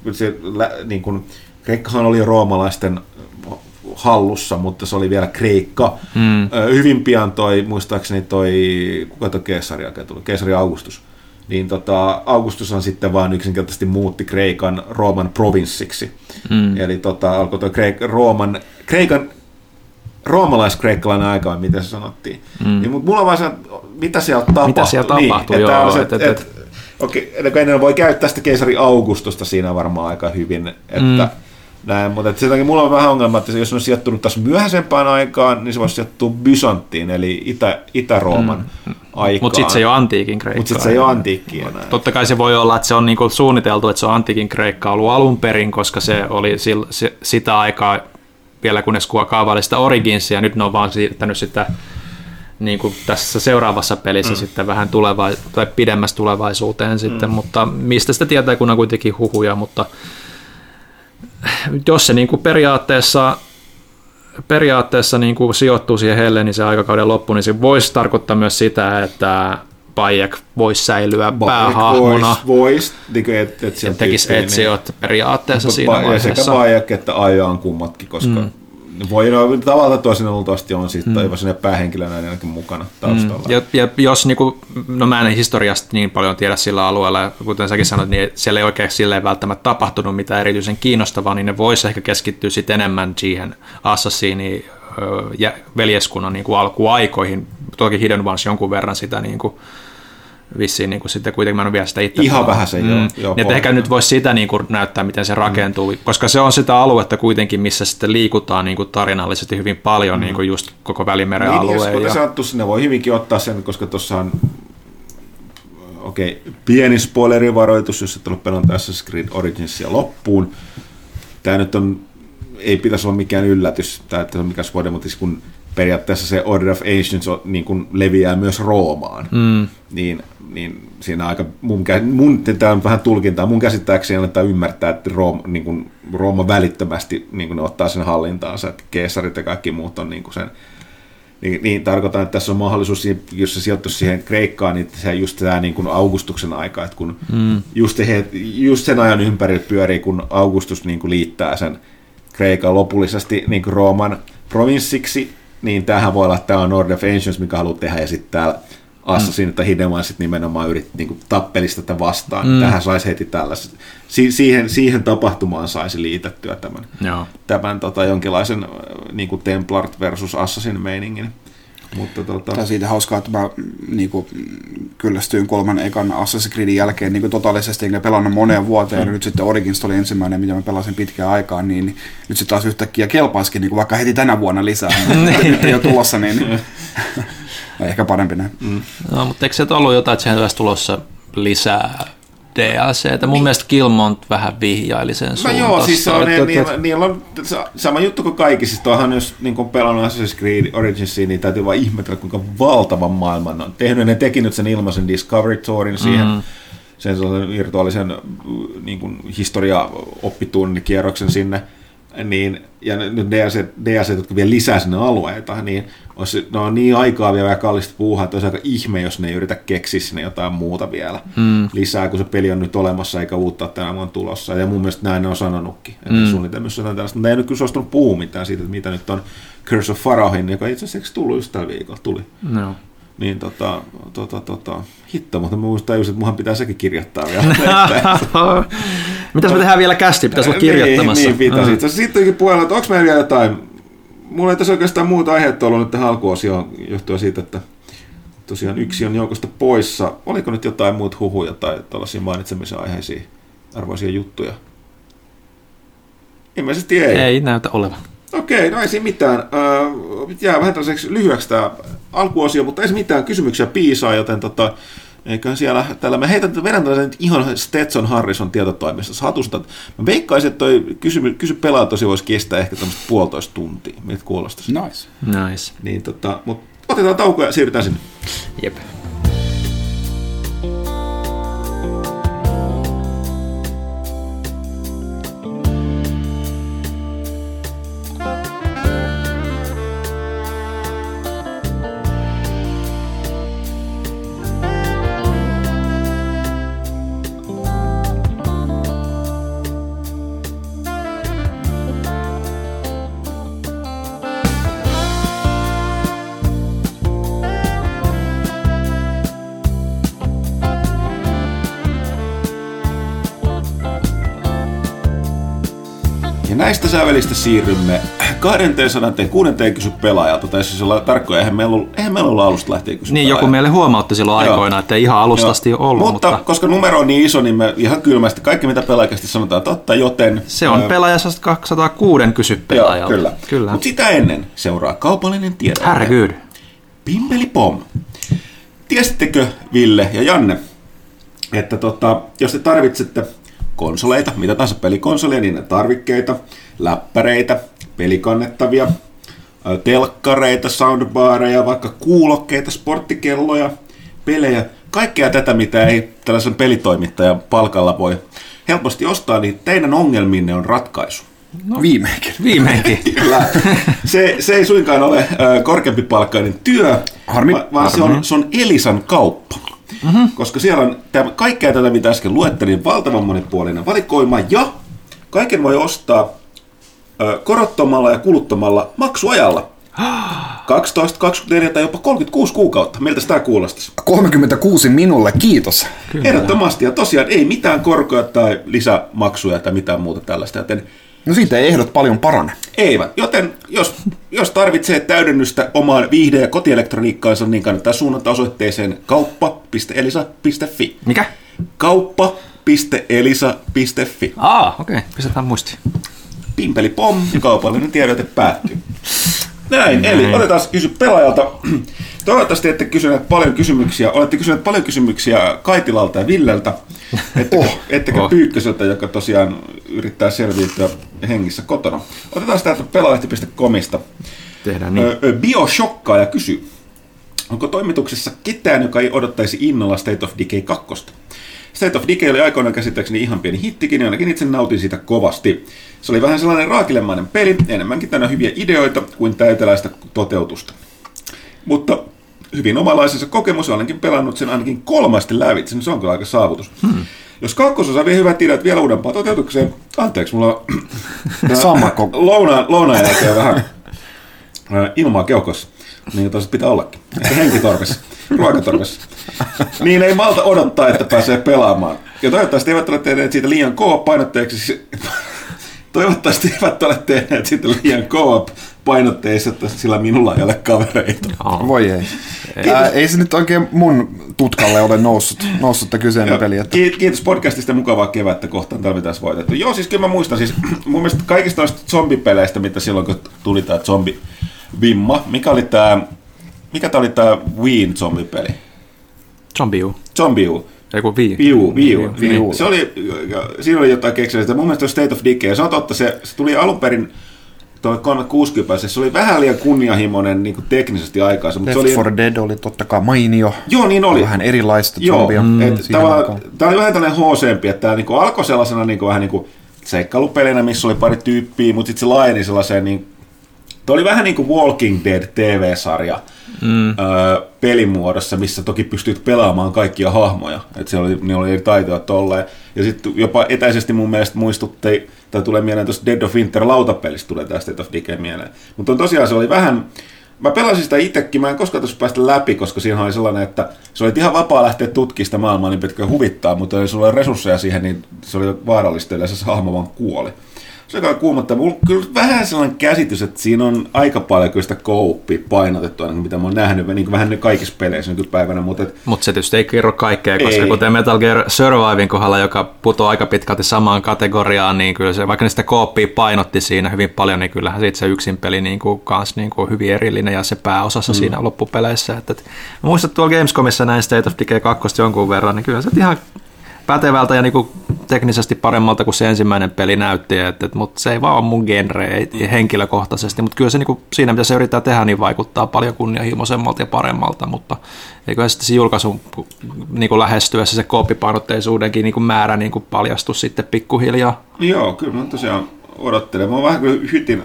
oli roomalaisten hallussa, mutta se oli vielä Kreikka. Hyvin pian muistaakseni kuka toi keisari Augustus. Niin Augustushan sitten vaan yksinkertaisesti muutti Kreikan Rooman provinssiksi. Eli alkoi tuo roomalais-kreikkalainen aika, vai miten se sanottiin. Niin, mutta mulla on vaan se, mitä siellä tapahtui. Mitä siellä tapahtui, niin, joo. Okei, ennen voi käyttää sitä keisari Augustusta siinä varmaan aika hyvin, että näin, mutta sen takia mulla on vähän ongelma, että jos ne olisi sijoittunut taas myöhäisempään aikaan, niin se voisi sijoittua Byzanttiin, eli Itä-Rooman aikaan. Mutta sitten se ei ole antiikin Kreikkaa. Mutta sitten se ei ole antiikkia enää. Totta kai se voi olla, että se on niinku suunniteltu, että se on antiikin Kreikkaa ollut alun perin, koska se oli sitä aikaa vielä kunnes kaavaili sitä Originsia, ja nyt ne on vaan siirtänyt sitä niin kuin tässä seuraavassa pelissä sitten vähän tai pidemmässä tulevaisuuteen sitten, mutta mistä sitä tietää, kun on kuitenkin huhuja, mutta jos se niin kuin periaatteessa niin kuin sijoittuu siihen Hellenisen aikakauden loppuun, niin se voisi tarkoittaa myös sitä, että Bayek voisi säilyä päähahmona. Voisi, ja tekisi Etsiot periaatteessa siinä vaiheessa. Sekä Bayek että Aja on kummatkin, koska voi tavalla toisin luultavasti on sitten toivo sinne päähenkilönä ainakin mukana taustalla. Ja jos, no mä en historiasta niin paljon tiedä sillä alueella, kuten säkin sanoit, niin siellä ei oikein silleen välttämättä tapahtunut mitään erityisen kiinnostavaa, niin ne voisi ehkä keskittyä sitten enemmän siihen Assassiniin veljeskunnan niin kuin alkuaikoihin. Toki Hidden Ones jonkun verran sitä niin kuin vissiin niin kuin sitten kuitenkin mä en ole vielä sitä itse. Ihan vähän se, joo. Että ehkä nyt voisi sitä niin kuin näyttää, miten se rakentuu, koska se on sitä aluetta kuitenkin, missä sitten liikutaan niin kuin tarinallisesti hyvin paljon niin kuin just koko Välimeren alueen. Niin, jos sanottu, sinne voi hyvinkin ottaa sen, koska tuossa on pieni spoilerivaroitus, jos et ole pelannut Assassin's Creed Originsia loppuun. Tämä nyt ei pitäisi olla mikään yllätys, tai että se on mikään spoiler, mutta kun periaatteessa se Order of Ancients niin kun leviää myös Roomaan, niin siinä aika, tämä on vähän tulkintaa, mun käsittääkseni annetaan ymmärtää, että Rooma välittömästi niin kun ottaa sen hallintaansa, että keesarit ja kaikki muut on niin kuin sen, niin tarkoitan, että tässä on mahdollisuus, jos se sijoittuisi siihen Kreikkaan, niin se just tämä niin kuin Augustuksen aika, että kun just sen ajan ympärillä pyörii, kun Augustus niin kuin liittää sen Kreikan lopullisesti niin kuin Rooman provinssiksi, niin tämähän voi olla, että tämä on Order of Ancients, mikä haluaa tehdä, ja sitten täällä Assassin tai Hidden Ones nimenomaan yritti niin tappelista tätä vastaan. Tähän saisi heti tällaisen. Siihen tapahtumaan saisi liitettyä tämän jonkinlaisen niin kuin Templart versus Assassin meiningin. Tämä on siitä hauskaa, että mä kyllästyin 3 ekan Assassin's Creedin jälkeen totaalisesti, enkä pelannut moneen vuoteen, ja nyt sitten Origins oli ensimmäinen, mitä mä pelasin pitkään aikaan, niin nyt sitten taas yhtäkkiä kelpaisikin, vaikka heti tänä vuonna lisää, nyt ei ole tulossa, niin ehkä parempi näin. No, mutta eikö se ollut jotain, että siihen olisi tulossa lisää DLCtä? Mun mielestä Killmont vähän vihjaili sen suuntaan. Joo, siis niillä on sama juttu kuin kaikki. Siis tuohan, jos niin pelannut Assassin's Creed Originsia, niin täytyy vaan ihmetellä, kuinka valtavan maailman on tehnyt. Ne teki nyt sen ilmaisen Discovery Tourin siihen, sen virtuaalisen niin kuin historia-oppitunnikierroksen sinne. Niin, ja nyt DLC, jotka vielä lisää sinne alueita, niin ne on niin aikaa vielä kallista puuhaa, että olisi aika ihme, jos ne ei yritä keksiä sinne jotain muuta vielä lisää, kun se peli on nyt olemassa eikä uutta tänä vuonna tulossa. Ja mun mielestä näin ne on sanonutkin, että suunnitelmissa jotain tällaista. Mutta ei nyt kyllä suostunut puhumaan mitään siitä, että mitä nyt on Curse of Pharaohin, joka itse asiassa tullut just tällä viikolla. Tuli. No. Niin hitto, mutta mä tajusin, että munhan pitää sekin kirjoittaa vielä. Mitäs me tehdään vielä kästi? Pitäisi olla kirjoittamassa. Niin pitäisi. Sittenkin puolella, että onko meillä vielä jotain? Mulla ei tässä oikeastaan muuta aihetta ollut nyt tähän alkuosioon johtuen siitä, että tosiaan yksi on joukosta poissa. Oliko nyt jotain muut huhuja tai tällaisia mainitsemisen aiheisiin arvoisia juttuja? Ilmeisesti ei. Ei näytä olevan. Okei, no ei siinä mitään. Jää vähän tällaiseksi lyhyeksi tämä alkuosio, mutta ei se mitään, kysymyksiä piisaa, joten eiköhän siellä, täällä mä vedän tällaisen ihan Stetson Harrison tietotoimissa hatusta. Mä veikkaisin, että toi kysy pelaa tosi voisi kestää ehkä tämmöistä 1,5 tuntia. Miltä kuulostaisi? Nice. Niin, mutta otetaan tauko ja siirrytään sinne. Jep. Näistä sävelistä siirrymme 206 kysy pelaajalta, tai siis ollaan tarkkoja, eihän meillä ollut alusta lähtien kysy niin, pelaajalta. Joku meille huomautti silloin aikoina, että ei ihan alusta asti ole ollut. Mutta koska numero on niin iso, niin me ihan kylmästi kaikki mitä pelaajakästi sanotaan totta, joten... Se on pelaajassa 206 kysy pelaajalta. Joo, kyllä. Mutta sitä ennen seuraa kaupallinen tiedote. Herregud. Pimpeli pom. Tiesittekö, Ville ja Janne, että jos te tarvitsette konsoleita, mitä tahansa pelikonsoleja, niin ne tarvikkeita, läppäreitä, pelikannettavia, telkkareita, soundbareja, vaikka kuulokkeita, sporttikelloja, pelejä, kaikkea tätä, mitä ei tällaisen pelitoimittajan palkalla voi helposti ostaa, niin teidän ongelminne on ratkaisu. No, viimeinkin. Kyllä. Se ei suinkaan ole korkeampipalkkainen työ, vaan se on Elisan kauppa. Mm-hmm. Koska siellä on kaikkea tätä, mitä äsken luettelin, valtavan monipuolinen valikoima, ja kaiken voi ostaa korottomalla ja kuluttomalla maksuajalla. 12, 24 tai jopa 36 kuukautta. Miltä tämä kuulostaisi? 36 minulle, kiitos. Kyllä. Ehdottomasti, ja tosiaan ei mitään korkoja tai lisämaksuja tai mitään muuta tällaista, joten... No siitä ei ehdot paljon parane. Eivät, joten jos tarvitsee täydennystä omaan viihde- ja kotielektroniikkaansa, niin kannattaa suunnata osoitteeseen kauppa.elisa.fi. Mikä? Kauppa.elisa.fi. Okei. Pistetään muistiin. Pimpeli pom, ja kaupallinen tiedote päättyy. Näin, eli otetaan kysy pelaajalta. Toivottavasti ette kysyneet paljon kysymyksiä. Olette kysyneet paljon kysymyksiä Kaitilalta ja Villeltä, ettekä Pyykköseltä, joka tosiaan yrittää selviytyä hengissä kotona. Otetaan täältä pelaalehti.comista. Tehdään niin. Bioshokkaa ja kysyy. Onko toimituksessa ketään, joka ei odottaisi innolla State of Decay 2? State of Decay oli aikoinaan käsittääkseni ihan pieni hittikin, ja ainakin itse nautin siitä kovasti. Se oli vähän sellainen raakilemainen peli, enemmänkin täynnä hyviä ideoita kuin täyteläistä toteutusta. Mutta hyvin omalaisensa kokemus, olenkin pelannut sen ainakin 3 lävitse, niin se on kyllä aika saavutus. Jos kakkososa vie hyvät ideat vielä uudempaan toteutukseen, anteeksi, mulla on lounaan jälkeen vähän ilmaa keuhkossa, niin tosiaan pitää ollakin. Henkitorvessa, ruokatorvessa. Niin ei malta odottaa, että pääsee pelaamaan. Ja toivottavasti eivät ole tehneet siitä liian co-op-painotteeksi. Toivottavasti eivät ole tehneet siitä liian co-op-painotteisesti, sillä minulla ei ole kavereita. Voi ei. Ei se nyt oikein mun tutkalle ole noussut kyseinen peli. Että... Kiitos podcastista, mukavaa kevättä kohtaan talvi taas voitettu. Joo, siis kyllä mä muistan, siis mun mielestä kaikista noista zombipeleistä, mitä silloin kun tuli tää zombi-vimma, mikä oli tää Wiin zombipeli? Zombie U. Eiku Wii. Se oli, siinä oli jotain keksiä. Mun mielestä State of Decay, se on totta, se tuli alun perin 360, se oli vähän liian kunnianhimoinen niin kuin teknisesti aikaisen. Left 4 Dead oli totta kai mainio. Joo, niin oli. Vähän erilaista zombia. Tämä oli vähän tällainen hooseempi, että tämä niin alkoi sellaisena niin vähän niin kuin seikkailupelinä, missä oli pari tyyppiä, mutta sitten se laajeni sellaiseen, niin, tämä oli vähän niin kuin Walking Dead TV-sarja. Pelimuodossa, missä toki pystyt pelaamaan kaikkia hahmoja. Että ne oli eri taitoja tolleen. Ja sitten jopa etäisesti mun mielestä muistutti, tai tulee mieleen tuossa Dead of Winter -lautapelistä tulee tämä State of Decay mieleen. Mutta tosiaan se oli vähän, mä pelasin sitä itsekin, mä en koskaan tuossa päästä läpi, koska siinä oli sellainen, että se oli ihan vapaa lähteä tutkimaan sitä maailmaa niin pitkään huvittaa, mutta jos sulla oli resursseja siihen, niin se oli vaarallista, yleensä se hahmo vaan kuoli. Se on kuumottava. Mulla on kyllä vähän sellainen käsitys, että siinä on aika paljon kyllä sitä co-opia painotettu, ainakin mitä mä oon nähnyt, niin vähän ne kaikissa peleissä nykypäivänä. Mutta se tietysti ei kerro kaikkea, koska kuten Metal Gear Survivin kohdalla, joka putoaa aika pitkälti samaan kategoriaan, niin kyllä se, vaikka ne sitä co-opia painotti siinä hyvin paljon, niin kyllähän siitä se yksin peli niin kuin, kans, niin kuin hyvin erillinen ja se pääosassa siinä loppupeleissä. Että mä muistan tuolla Gamescomissa näin State of Decay 2 jonkun verran, niin kyllä se ihan pätevältä ja niinku teknisesti paremmalta kuin se ensimmäinen peli näytti, mutta se ei vaan ole mun genre henkilökohtaisesti, mutta kyllä se niinku, siinä mitä se yrittää tehdä, niin vaikuttaa paljon kunnianhimoisemmalta ja paremmalta, mutta eikö sitten se julkaisun niinku lähestyessä se kooppipainotteisuudenkin niinku määrä niinku paljastu sitten pikkuhiljaa? Joo, kyllä mä tosiaan odottelen. Mä vähän kyllä hytin,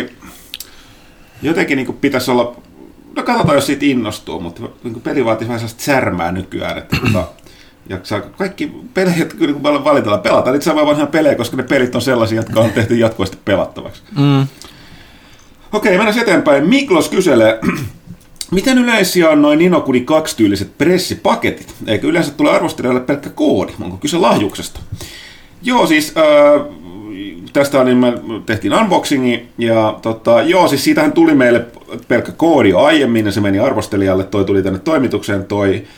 jotenkin niinku pitäisi olla, no katsotaan jos siitä innostuu, mutta niinku peli vaatii vähän sellaista särmää nykyään, että ja kaikki pelejä, kun valitellaan, pelataan niitä samaa vanhaa pelejä, koska ne pelit on sellaisia, jotka on tehty jatkuvasti pelattavaksi. Okei, mennään eteenpäin. Miklos kyselee, miten yleisiä on noin Ni no Kuni 2-tyyliset pressipaketit? Eikö yleensä tule arvostelijoille pelkkä koodi? Onko kyse lahjuksesta? Joo, siis tästä niin me tehtiin unboxingi, ja siis siitähän tuli meille pelkkä koodi jo aiemmin, ja se meni arvostelijalle, tuli tänne toimitukseen,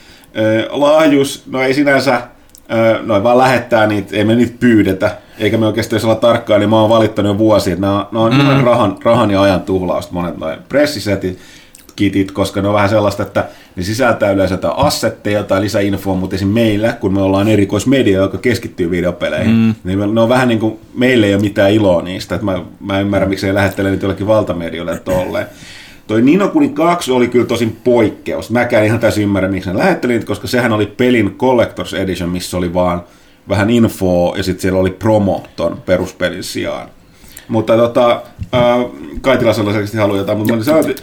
lahjus, no ei sinänsä, noin vaan lähettää niitä, ei me niitä pyydetä, eikä me oikeastaan olla tarkkaan, niin mä oon valittanut jo vuosia, että nämä on rahan ja ajan tuhlausta, monet noin pressisetit, kitit, koska ne on vähän sellaista, että ne sisältää yleensä jotain assetteja tai lisäinfoa, mutta esim. Meillä, kun me ollaan erikoismedia, joka keskittyy videopeleihin, niin ne on vähän niin kuin, meille ei ole mitään iloa niistä, että mä ymmärrän, miksi ei lähettele niitä jollekin valtamedioille tolleen. Toi Ni no Kuni 2 oli kyllä tosin poikkeus. Mäkään ihan täysin ymmärrän, miksi ne lähetteli niitä, koska sehän oli pelin Collector's Edition, missä oli vaan vähän infoa ja sitten siellä oli promo ton peruspelin sijaan. Mutta Kaitila selkeästi haluaa jotain, mutta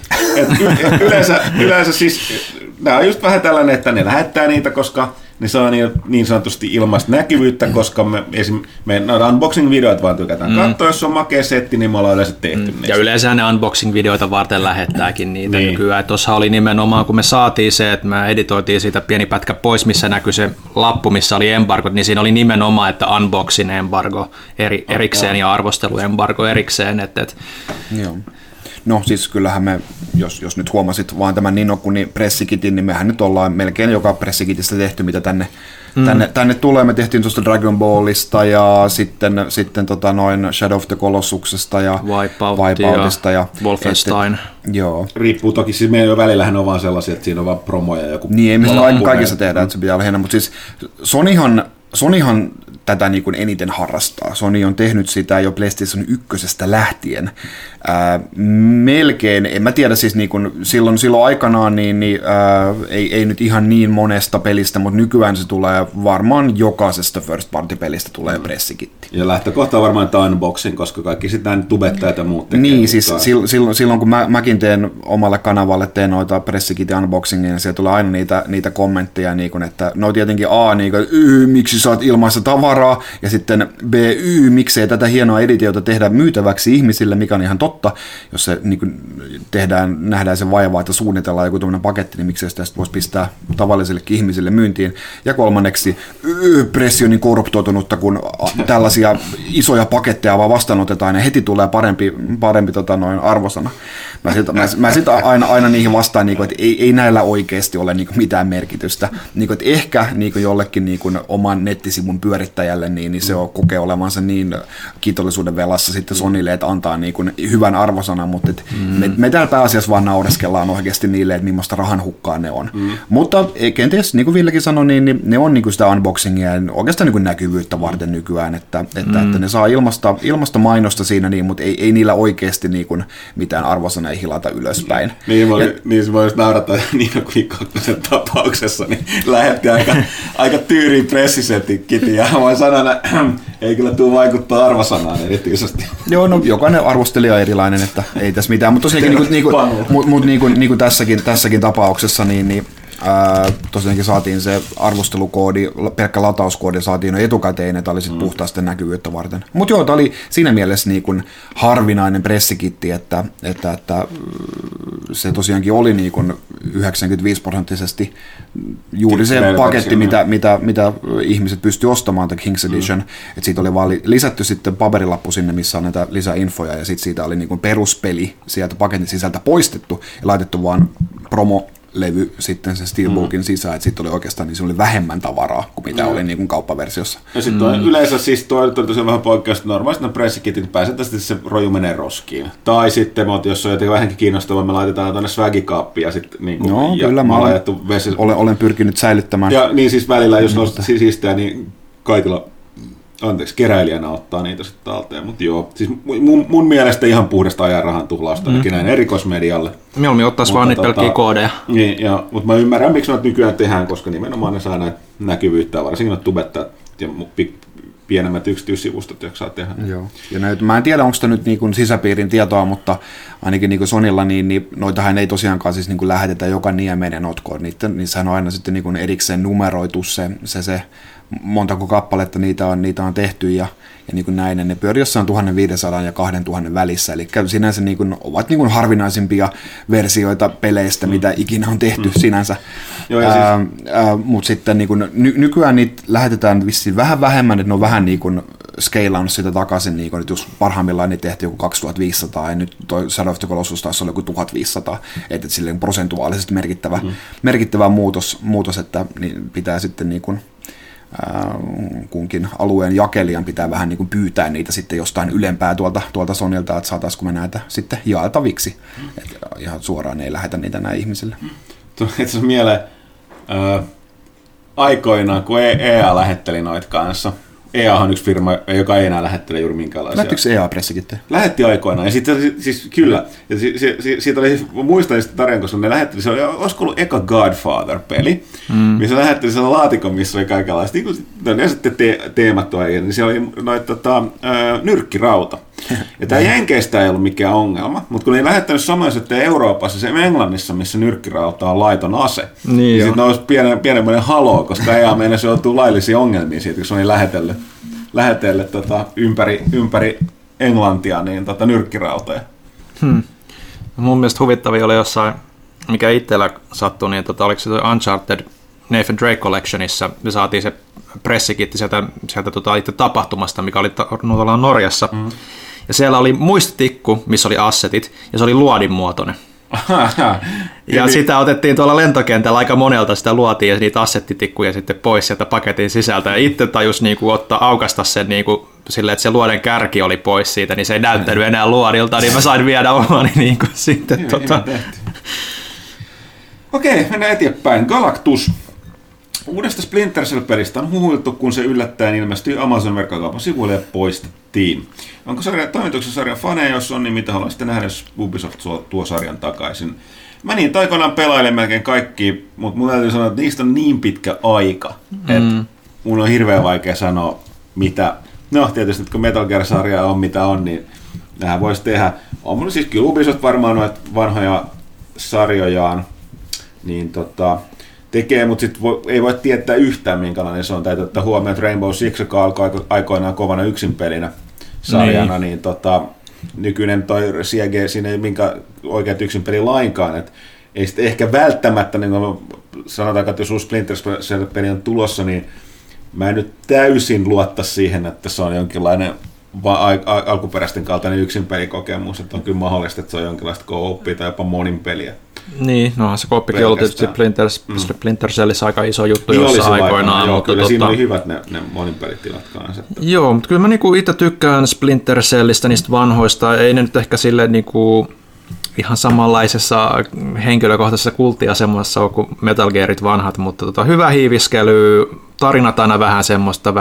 yleensä siis nämä on just vähän tällainen, että ne lähettää niitä, koska ne saa niin sanotusti ilmaista näkyvyyttä, koska me noita unboxing-videoita vaan tykätään katsoa, jos on makea setti, niin me ollaan yleensä tehty niistä. Ja yleensä ne unboxing-videoita varten lähettääkin niitä nykyään. Tuossa oli nimenomaan, kun me saatiin se, että me editoitiin siitä pieni pätkä pois, missä näkyi se lappu, missä oli embargot, niin siinä oli nimenomaan, että unboxing embargo erikseen ja arvosteluembargo erikseen. Joo. No siis kyllähän me, jos nyt huomasit vaan tämän Ni no Kuni pressikitin, niin mehän nyt ollaan melkein joka pressikitistä tehty, mitä tänne tulee. Me tehtiin tuosta Dragon Ballista ja sitten Shadow of the Colossuksesta ja Wipeoutista ja Wolfenstein. Joo. Riippuu toki, siis meidän välillähän on vaan sellaisia, että siinä on vaan promoja ja joku. Niin, ei me kaikissa tehdä, että se pitää olla hieno, mutta siis Sonyhan tätä niin kuin eniten harrastaa. Sony on tehnyt sitä jo PlayStation 1 lähtien. Melkein, en mä tiedä siis niin kuin silloin aikanaan, ei nyt ihan niin monesta pelistä, mutta nykyään se tulee varmaan jokaisesta first party pelistä tulee pressikitti. Ja lähtökohta on varmaan tämä unboxing, koska kaikki sitten näin tubettajat ja muut tekee. Niin, siis silloin kun mäkin teen omalle kanavalle noita pressikitin unboxingia, niin siellä tulee aina niitä kommentteja, niin kuin, että no tietenkin A, niin kuin, miksi saat ilmaista tavaraa, ja sitten B, miksei tätä hienoa editiota tehdä myytäväksi ihmisille, mikä on ihan totta, jos se niin kuin nähdään se vaivaa, että suunnitellaan joku tämmöinen paketti, niin miksei sitä voisi pistää tavallisillekin ihmisille myyntiin. Ja kolmanneksi, pressi on niin korruptoitunutta, kun tällaisia isoja paketteja vaan vastaanotetaan, ja heti tulee parempi arvosana. Mä sitten aina niihin vastaan, niin kuin, että ei näillä oikeasti ole niin kuin mitään merkitystä. Niin kuin, että ehkä niin kuin jollekin niin kuin oman nettisivun pyörittäjälle, niin se on kokee olevansa niin kiitollisuuden velassa sitten Sonylle, että antaa niin kuin hyvän arvosanan, mutta me täällä pääasiassa vaan naureskellaan oikeasti niille, että millaista rahan hukkaa ne on. Mutta kenties, niin kuin Villekin sanoi, niin ne on niin kuin sitä unboxingia ja oikeastaan niin kuin näkyvyyttä varten nykyään, että ne saa ilmasta mainosta siinä, niin, mutta ei niillä oikeasti niin kuin mitään arvosanaa hilata ylöspäin. Niin se voi just naurata Ni no Kuni 2 tapauksessa, niin lähetti aika tyyriin pressisetin kiti, ja voin sanoa, että ei kyllä tule vaikuttaa arvosanaan erityisesti. Joo, no jokainen arvostelija on erilainen, että ei tässä mitään, mutta tosiaankin niin kuin tässäkin tapauksessa, niin tosiaankin saatiin se arvostelukoodi, pelkkä latauskoodi saatiin jo etukäteen, että oli sitten puhtaasti näkyvyyttä varten. Mutta joo, tämä oli siinä mielessä niin kuin harvinainen pressikitti, että se tosiaankin oli niin kuin 95% juuri se paketti, mitä ihmiset pystyivät ostamaan, tämä King's Edition. Että siitä oli vaan lisätty sitten paperilappu sinne, missä on näitä lisäinfoja, ja sitten siitä oli niin kuin peruspeli sieltä paketin sisältä poistettu ja laitettu vaan promolevy sitten sen Steelbookin sisään, että sitten oli oikeastaan niin se oli vähemmän tavaraa kuin mitä oli niin kuin kauppaversiossa. Ja sitten yleensä siis toi tosiaan vähän poikkeus, että normaalisti pressikitit pääsetään se roju menee roskiin. Tai sitten, jos on jotenkin vähänkin kiinnostavaa, me laitetaan tuonne swagikaappiin ja sitten niin kuin, kyllä mä olen pyrkinyt säilyttämään. Ja niin siis välillä, jos on siistää, niin Kaitila keräilijänä ottaa niitä sitten talteen, mutta joo, siis mun mielestä ihan puhdasta ajan rahan tuhlausta ainakin näin erikoismedialle. Mieluummin ottaisi vaan niitä pelkkiä koodeja. Niin, mutta mä ymmärrän, miksi noita nykyään tehdään, koska nimenomaan ne saa näitä näkyvyyttä, varsinkin noita tubettajat ja pienemmät yksityissivustot, jotka saa tehdä. Joo. Ja mä en tiedä, onko tämä nyt niin kuin sisäpiirin tietoa, mutta ainakin niin kuin Sonylla, niin noitahan ei tosiaankaan siis niin kuin lähetetä joka niemeen ja notkoon. Niissähän on aina sitten niin kuin erikseen numeroitu se montako kappaletta niitä on tehty ja niin kuin näin, ne pyörii jossain 1500 ja 2000 välissä, eli sinänsä niin kuin, ovat niin kuin harvinaisimpia versioita peleistä, mitä ikinä on tehty sinänsä. Mutta sitten niin kuin, nykyään niitä lähetetään vissiin vähän vähemmän, että ne on vähän niin kuin skeilannut sitä takaisin, niin nyt jos parhaimmillaan niin tehtiin joku 2500, ja nyt toi Shadow of the Colossus taisi olla joku 1500, että silleen prosentuaalisesti merkittävä muutos, että niin pitää sitten niin kuin, kunkin alueen jakelijan pitää vähän niin kuin pyytää niitä sitten jostain ylempää tuolta Sonylta, että saataisiko me näitä sitten jaeltaviksi. Että ihan suoraan ei lähetä niitä näin ihmisille. Tuli itse asiassa mieleen aikoinaan, kun EA lähetteli noita kanssa. EA on yksi firma, joka ei enää lähettele juuri minkäänlaisia. Lähettikö EA-pressikin te? Lähetti aikoinaan. Ja sitten siis kyllä. Ja siitä oli, muistan sitä tarinan, koska ne lähetteli, se oli, olisiko ollut eka Godfather-peli, missä lähetteli sen laatikon, missä oli kaikenlaista. Niin kuin ne sitten teemattu aiemmin, niin siellä oli noita nyrkkirauta. Ja tämä Jenkeistä ei ollut mikään ongelma, mutta kun ne ei lähettänyt samoin sitten Euroopassa, se Englannissa, missä nyrkkirauta on laiton ase, niin sitten nousi pienemmöinen haloo, koska EA meinasi joutuu laillisiin ongelmiin siitä, kun se oli lähetellyt ympäri Englantia niin nyrkkirautoja. Mun mielestä huvittavia oli jossain, mikä itsellä sattui, niin oliko se Uncharted Nathan Drake Collectionissa, me saatiin se pressikitti sieltä itse tapahtumasta, mikä oli Norjassa. Ja siellä oli muistitikku, missä oli assetit, ja se oli luodin muotoinen. Ja sitä otettiin tuolla lentokentällä aika monelta, sitä luotiin ja niitä assettitikkuja sitten pois sieltä paketin sisältä. Ja itse tajus aukasta sen silleen, että se luoden kärki oli pois siitä, niin se ei näyttänyt enää luodilta, niin mä sain viedä omani sitten. Okei, mennään eteenpäin. Galactus. Uudesta Splinter Cell-pelistä on huhuiltu, kun se yllättäen ilmestyi Amazon-verkkokaupan sivuille ja poistettiin. Onko toimituksen sarjan faneja, jos on, niin mitä haluaisitte nähdä, jos Ubisoft tuo sarjan takaisin? Mä niin aikoinaan pelailen melkein kaikki, mutta mun täytyy sanoa, että niistä on niin pitkä aika, että mun on hirveän vaikea sanoa, mitä... No tietysti, että kun Metal Gear-sarja on mitä on, niin nämähän voisi tehdä. On mun siis kyllä Ubisoft varmaan noita vanhoja sarjojaan, niin tekee, mutta sitten ei voi tietää yhtään minkälainen se on. Täytyy ottaa huomioon, että Rainbow Six, joka alkoi aikoinaan kovana yksinpelinä sarjana, niin nykyinen toi CG, siinä ei minkä oikeat yksinpeli lainkaan. Et ei sitten ehkä välttämättä, niin sanotaan, että jos uusi Splinter Cell-peli on tulossa, niin mä en nyt täysin luotta siihen, että se on jonkinlainen alkuperäisten kaltainen yksinpelikokemus, että on kyllä mahdollista, että se on jonkinlaista co-opia tai jopa monin peliä. Niin, no se co-oppikin ollut tietysti Splinter Cellissä aika iso juttu jossain aikoinaan. Joo, kyllä siinä oli hyvät ne monin pelitilat kanssa. Joo, mutta kyllä mä itse tykkään Splinter Cellistä, niistä vanhoista. Ei ne nyt ehkä silleen ihan samanlaisessa henkilökohtaisessa kulttiasemassa ole kuin Metal Gearit vanhat, mutta hyvä hiiviskely, tarinat aina vähän semmoista,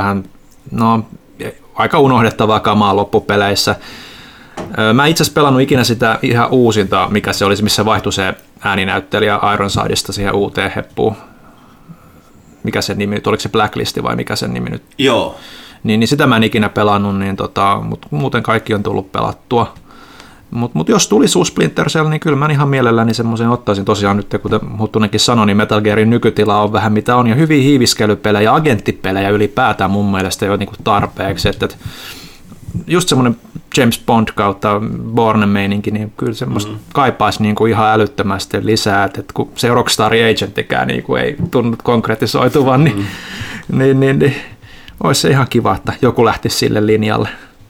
aika unohdettavaa kamaa loppupeleissä. Mä itse asiassa pelannut ikinä sitä ihan uusinta, mikä se olisi, missä vaihtui se ääninäyttelijä Ironsideista siihen uuteen heppuun. Mikä sen nimi nyt, oliko se Blacklisti vai mikä sen nimi nyt? Joo. Niin sitä mä en ikinä pelannut, mutta muuten kaikki on tullut pelattua. Mutta jos tulisi uusi Splinter Cell, niin kyllä mä ihan mielelläni semmoisen ottaisin. Tosiaan nyt, kuten Huttunenkin sanoi, niin Metal Gearin nykytila on vähän mitä on, ja hyviä hiiviskelypelejä, agenttipelejä ylipäätään mun mielestä jo tarpeeksi. Että just semmoinen James Bond kautta Bourne-meininki, niin kyllä semmoista kaipaisi ihan älyttömästi lisää, että kun se Rockstar Agenttikään ei tunnu konkretisoituvan, niin olisi se ihan kiva, että joku lähtisi sille linjalle.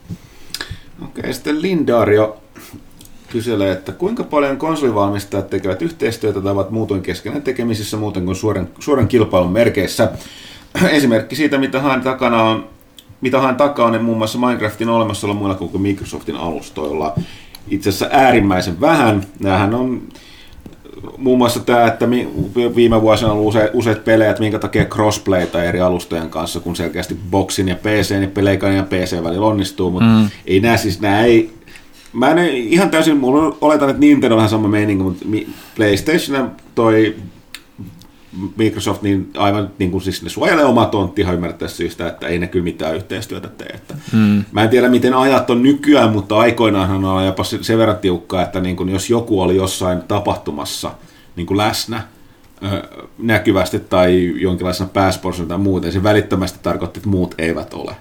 Okei, sitten Lindario kyselee, että kuinka paljon konsolivalmistajat tekevät yhteistyötä tai ovat muutoin keskenään tekemisissä muuten kuin suoran kilpailun merkeissä. Esimerkki siitä, mitä haen takaa on muun muassa Minecraftin olemassaolo muilla kuin Microsoftin alustoilla. Itse asiassa äärimmäisen vähän. Nämähän on muun muassa tämä, että viime vuosina on ollut useat pelejä, että minkä takia crossplayta eri alustojen kanssa, kun selkeästi boxin ja PC, niin Pleikan ja PC välillä onnistuu, mutta ei nämä ei... Mä en ihan täysin, oletan, että Nintendo on vähän sama meininki, mutta PlayStation toi Microsoft, niin aivan niin kuin siis ne suojelee omaa tonttia ihan ymmärrettävästi syystä, että ei ne kyllä mitään yhteistyötä tee. Mä en tiedä, miten ajat on nykyään, mutta aikoinaanhan on jopa sen verran tiukkaa, että niin kuin jos joku oli jossain tapahtumassa niin kuin läsnä näkyvästi tai jonkinlaisena pääsporsina tai muuten, se välittömästi tarkoitti, että muut eivät ole.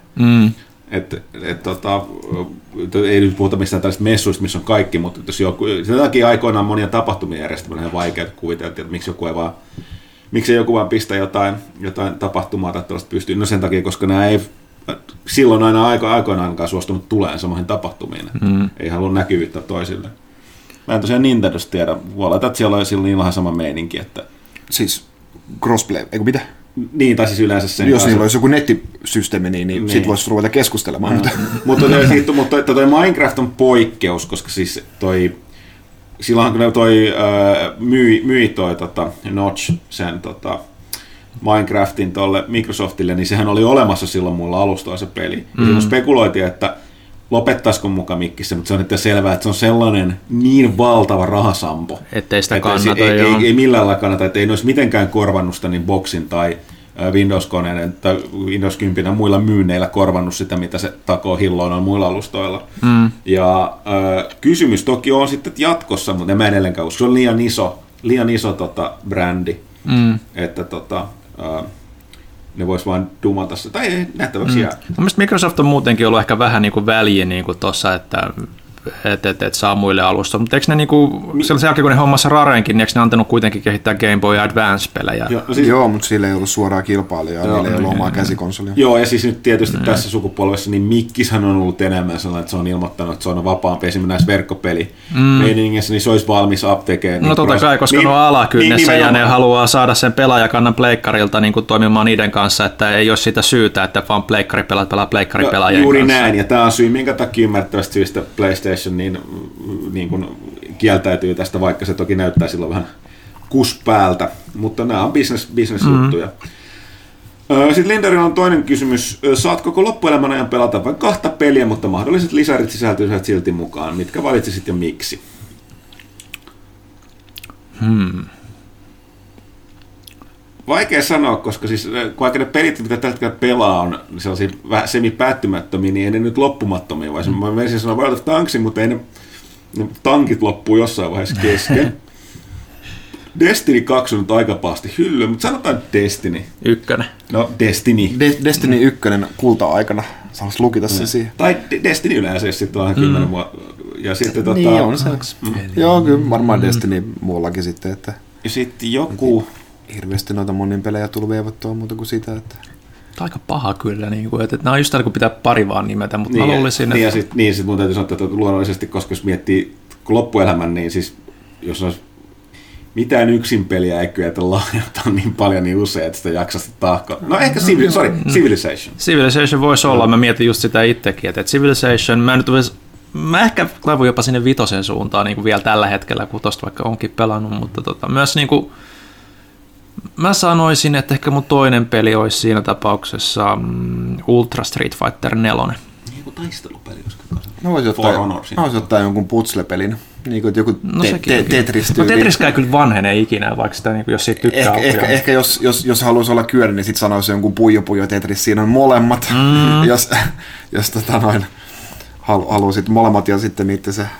Ei nyt puhuta mistään tällaista messuista, missä on kaikki, mutta jos joku, sen takia aikoinaan monia tapahtumia järjestämään on vaikea kuvitella, että miksi joku vaan pistää jotain tapahtumaa tai tällaista pystyy. No sen takia, koska nämä ei silloin aina aikoinaan suostunut tulemaan samoihin tapahtumiin. Ei halua näkyvyyttä toisille. Mä en tosiaan Nintendosta tiedä. Voi olla, että siellä on silloin vähän sama meininki. Että... Siis crossplay, eikö mitä? Niin, tai siis yleensä sen. Jos niillä olisi joku nettisysteemi, niin siitä voisi ruveta keskustelemaan. Mutta toi Minecraft on poikkeus, koska siis silloinhan kun ne myi toi Notch sen Minecraftin tolle Microsoftille, niin sehän oli olemassa silloin muilla alustoilla se peli. Ja silloin spekuloitiin, että lopettaisiko muka Mikkissä, mutta se on nyt selvää, että se on sellainen niin valtava rahasampo. Ettei sitä kannata. Ei millään lailla kannata, että ei ne olisi mitenkään korvannut sitä niin Boxin tai Windows-koneiden tai Windows 10 ja muilla myynneillä korvannut sitä, mitä se takoo hilloin on muilla alustoilla. Ja kysymys toki on sitten jatkossa, mutta mä edelleenkään usko. Se on liian iso brändi, että ne vois vaan dumata se, tai ei nähtäväksi jää. Mielestäni Microsoft on muutenkin ollut ehkä vähän niin kuin väliä niin kuin tuossa, että saa muille alusta. Mutta eikö ne sen jälkeen, kun ne hommassa Rarenkin, niin eikö ne antanut kuitenkin kehittää Game Boy Advance-pelejä? Joo, mutta sillä ei ollut suoraa kilpailijaa, niillä ei ollut omaa käsikonsolia. Joo, ja siis nyt tietysti tässä sukupolvessa, niin Mikkishän on ollut enemmän sellainen, että se on ilmoittanut, että se on vapaampi esimerkiksi näissä verkkopeli-meiningissä, niin se olisi valmis aptekeen. No totta kai, koska ne on alakynnessä ja ne haluaa saada sen pelaajakannan pleikkarilta niin kuin toimimaan niiden kanssa, että ei ole sitä syytä, että vaan pleikkaripelaat pelaa pleikkaripeläjien juuri kanssa. Juuri näin, ja tämä on syy, minkä takia ymmärrettävästi syystä PlayStation niin kuin kieltäytyy tästä, vaikka se toki näyttää silloin vähän kuspäältä, mutta nämä on business-juttuja. Sitten Lindarilla on toinen kysymys. Saat koko loppuelämän ajan pelata vain 2 peliä, mutta mahdolliset lisärit sisältyisivät silti mukaan. Mitkä valitsisit ja miksi? Vaikea sanoa, koska siis vaikka ne pelit, mitä tällä hetkellä pelaa, on sellaisia vähän semipäättymättömiä, niin ei ne nyt loppumattomia. Mä menisin sanoa World of Tanksin, mutta ei ne tankit loppuu jossain vaiheessa kesken. Destiny 2 on nyt aika pahasti hyllyä, mutta sanotaan Destiny. 1. No, Destiny. Destiny 1 kulta-aikana. Saanko lukita sen siihen? Tai Destiny yleensä, jos sitten on 10 vuotta. Ja sitten niin on se. Joo, kyllä varmaan Destiny muuallakin sitten. Että ja sitten joku... Hirveästi noita monin pelejä tullut veivattua muuta kuin sitä, että... Tämä on aika paha kyllä, niin kuin, että nämä on just tällä, kun pitää pari vaan nimetä, mutta mä luulisin, että... Niin, ja sitten mun täytyy sanoa, että luonnollisesti, koska jos miettii loppuelämän, niin siis jos olisi mitään yksin peliä ei kyetä lahjoittaa niin paljon niin usein, että sitä jaksaisi tahkoa. No ehkä Civilization. Civilization voisi olla, mä mietin just sitä itsekin, että Civilization, mä ehkä kaivun jopa sinne 5 suuntaan niin kuin vielä tällä hetkellä, kun tosta vaikka onkin pelannut, mutta myös niin kuin mä sanoisin, että ehkä mun toinen peli olisi siinä tapauksessa Ultra Street Fighter 4. Joku taistelupeli, koska mä voisin ottaa jonkun putslepelin. Niin kuin joku Tetris-tyyli. No Tetriskään ei kyllä vanhene ikinä, vaikka sitä, niin kuin, jos siitä tykkää. Ehkä jos haluaisi olla kyöri, niin sitten sanoisi jonkun Pujo Tetris. Siinä on molemmat. Jos haluaisit molemmat ja sitten niitä se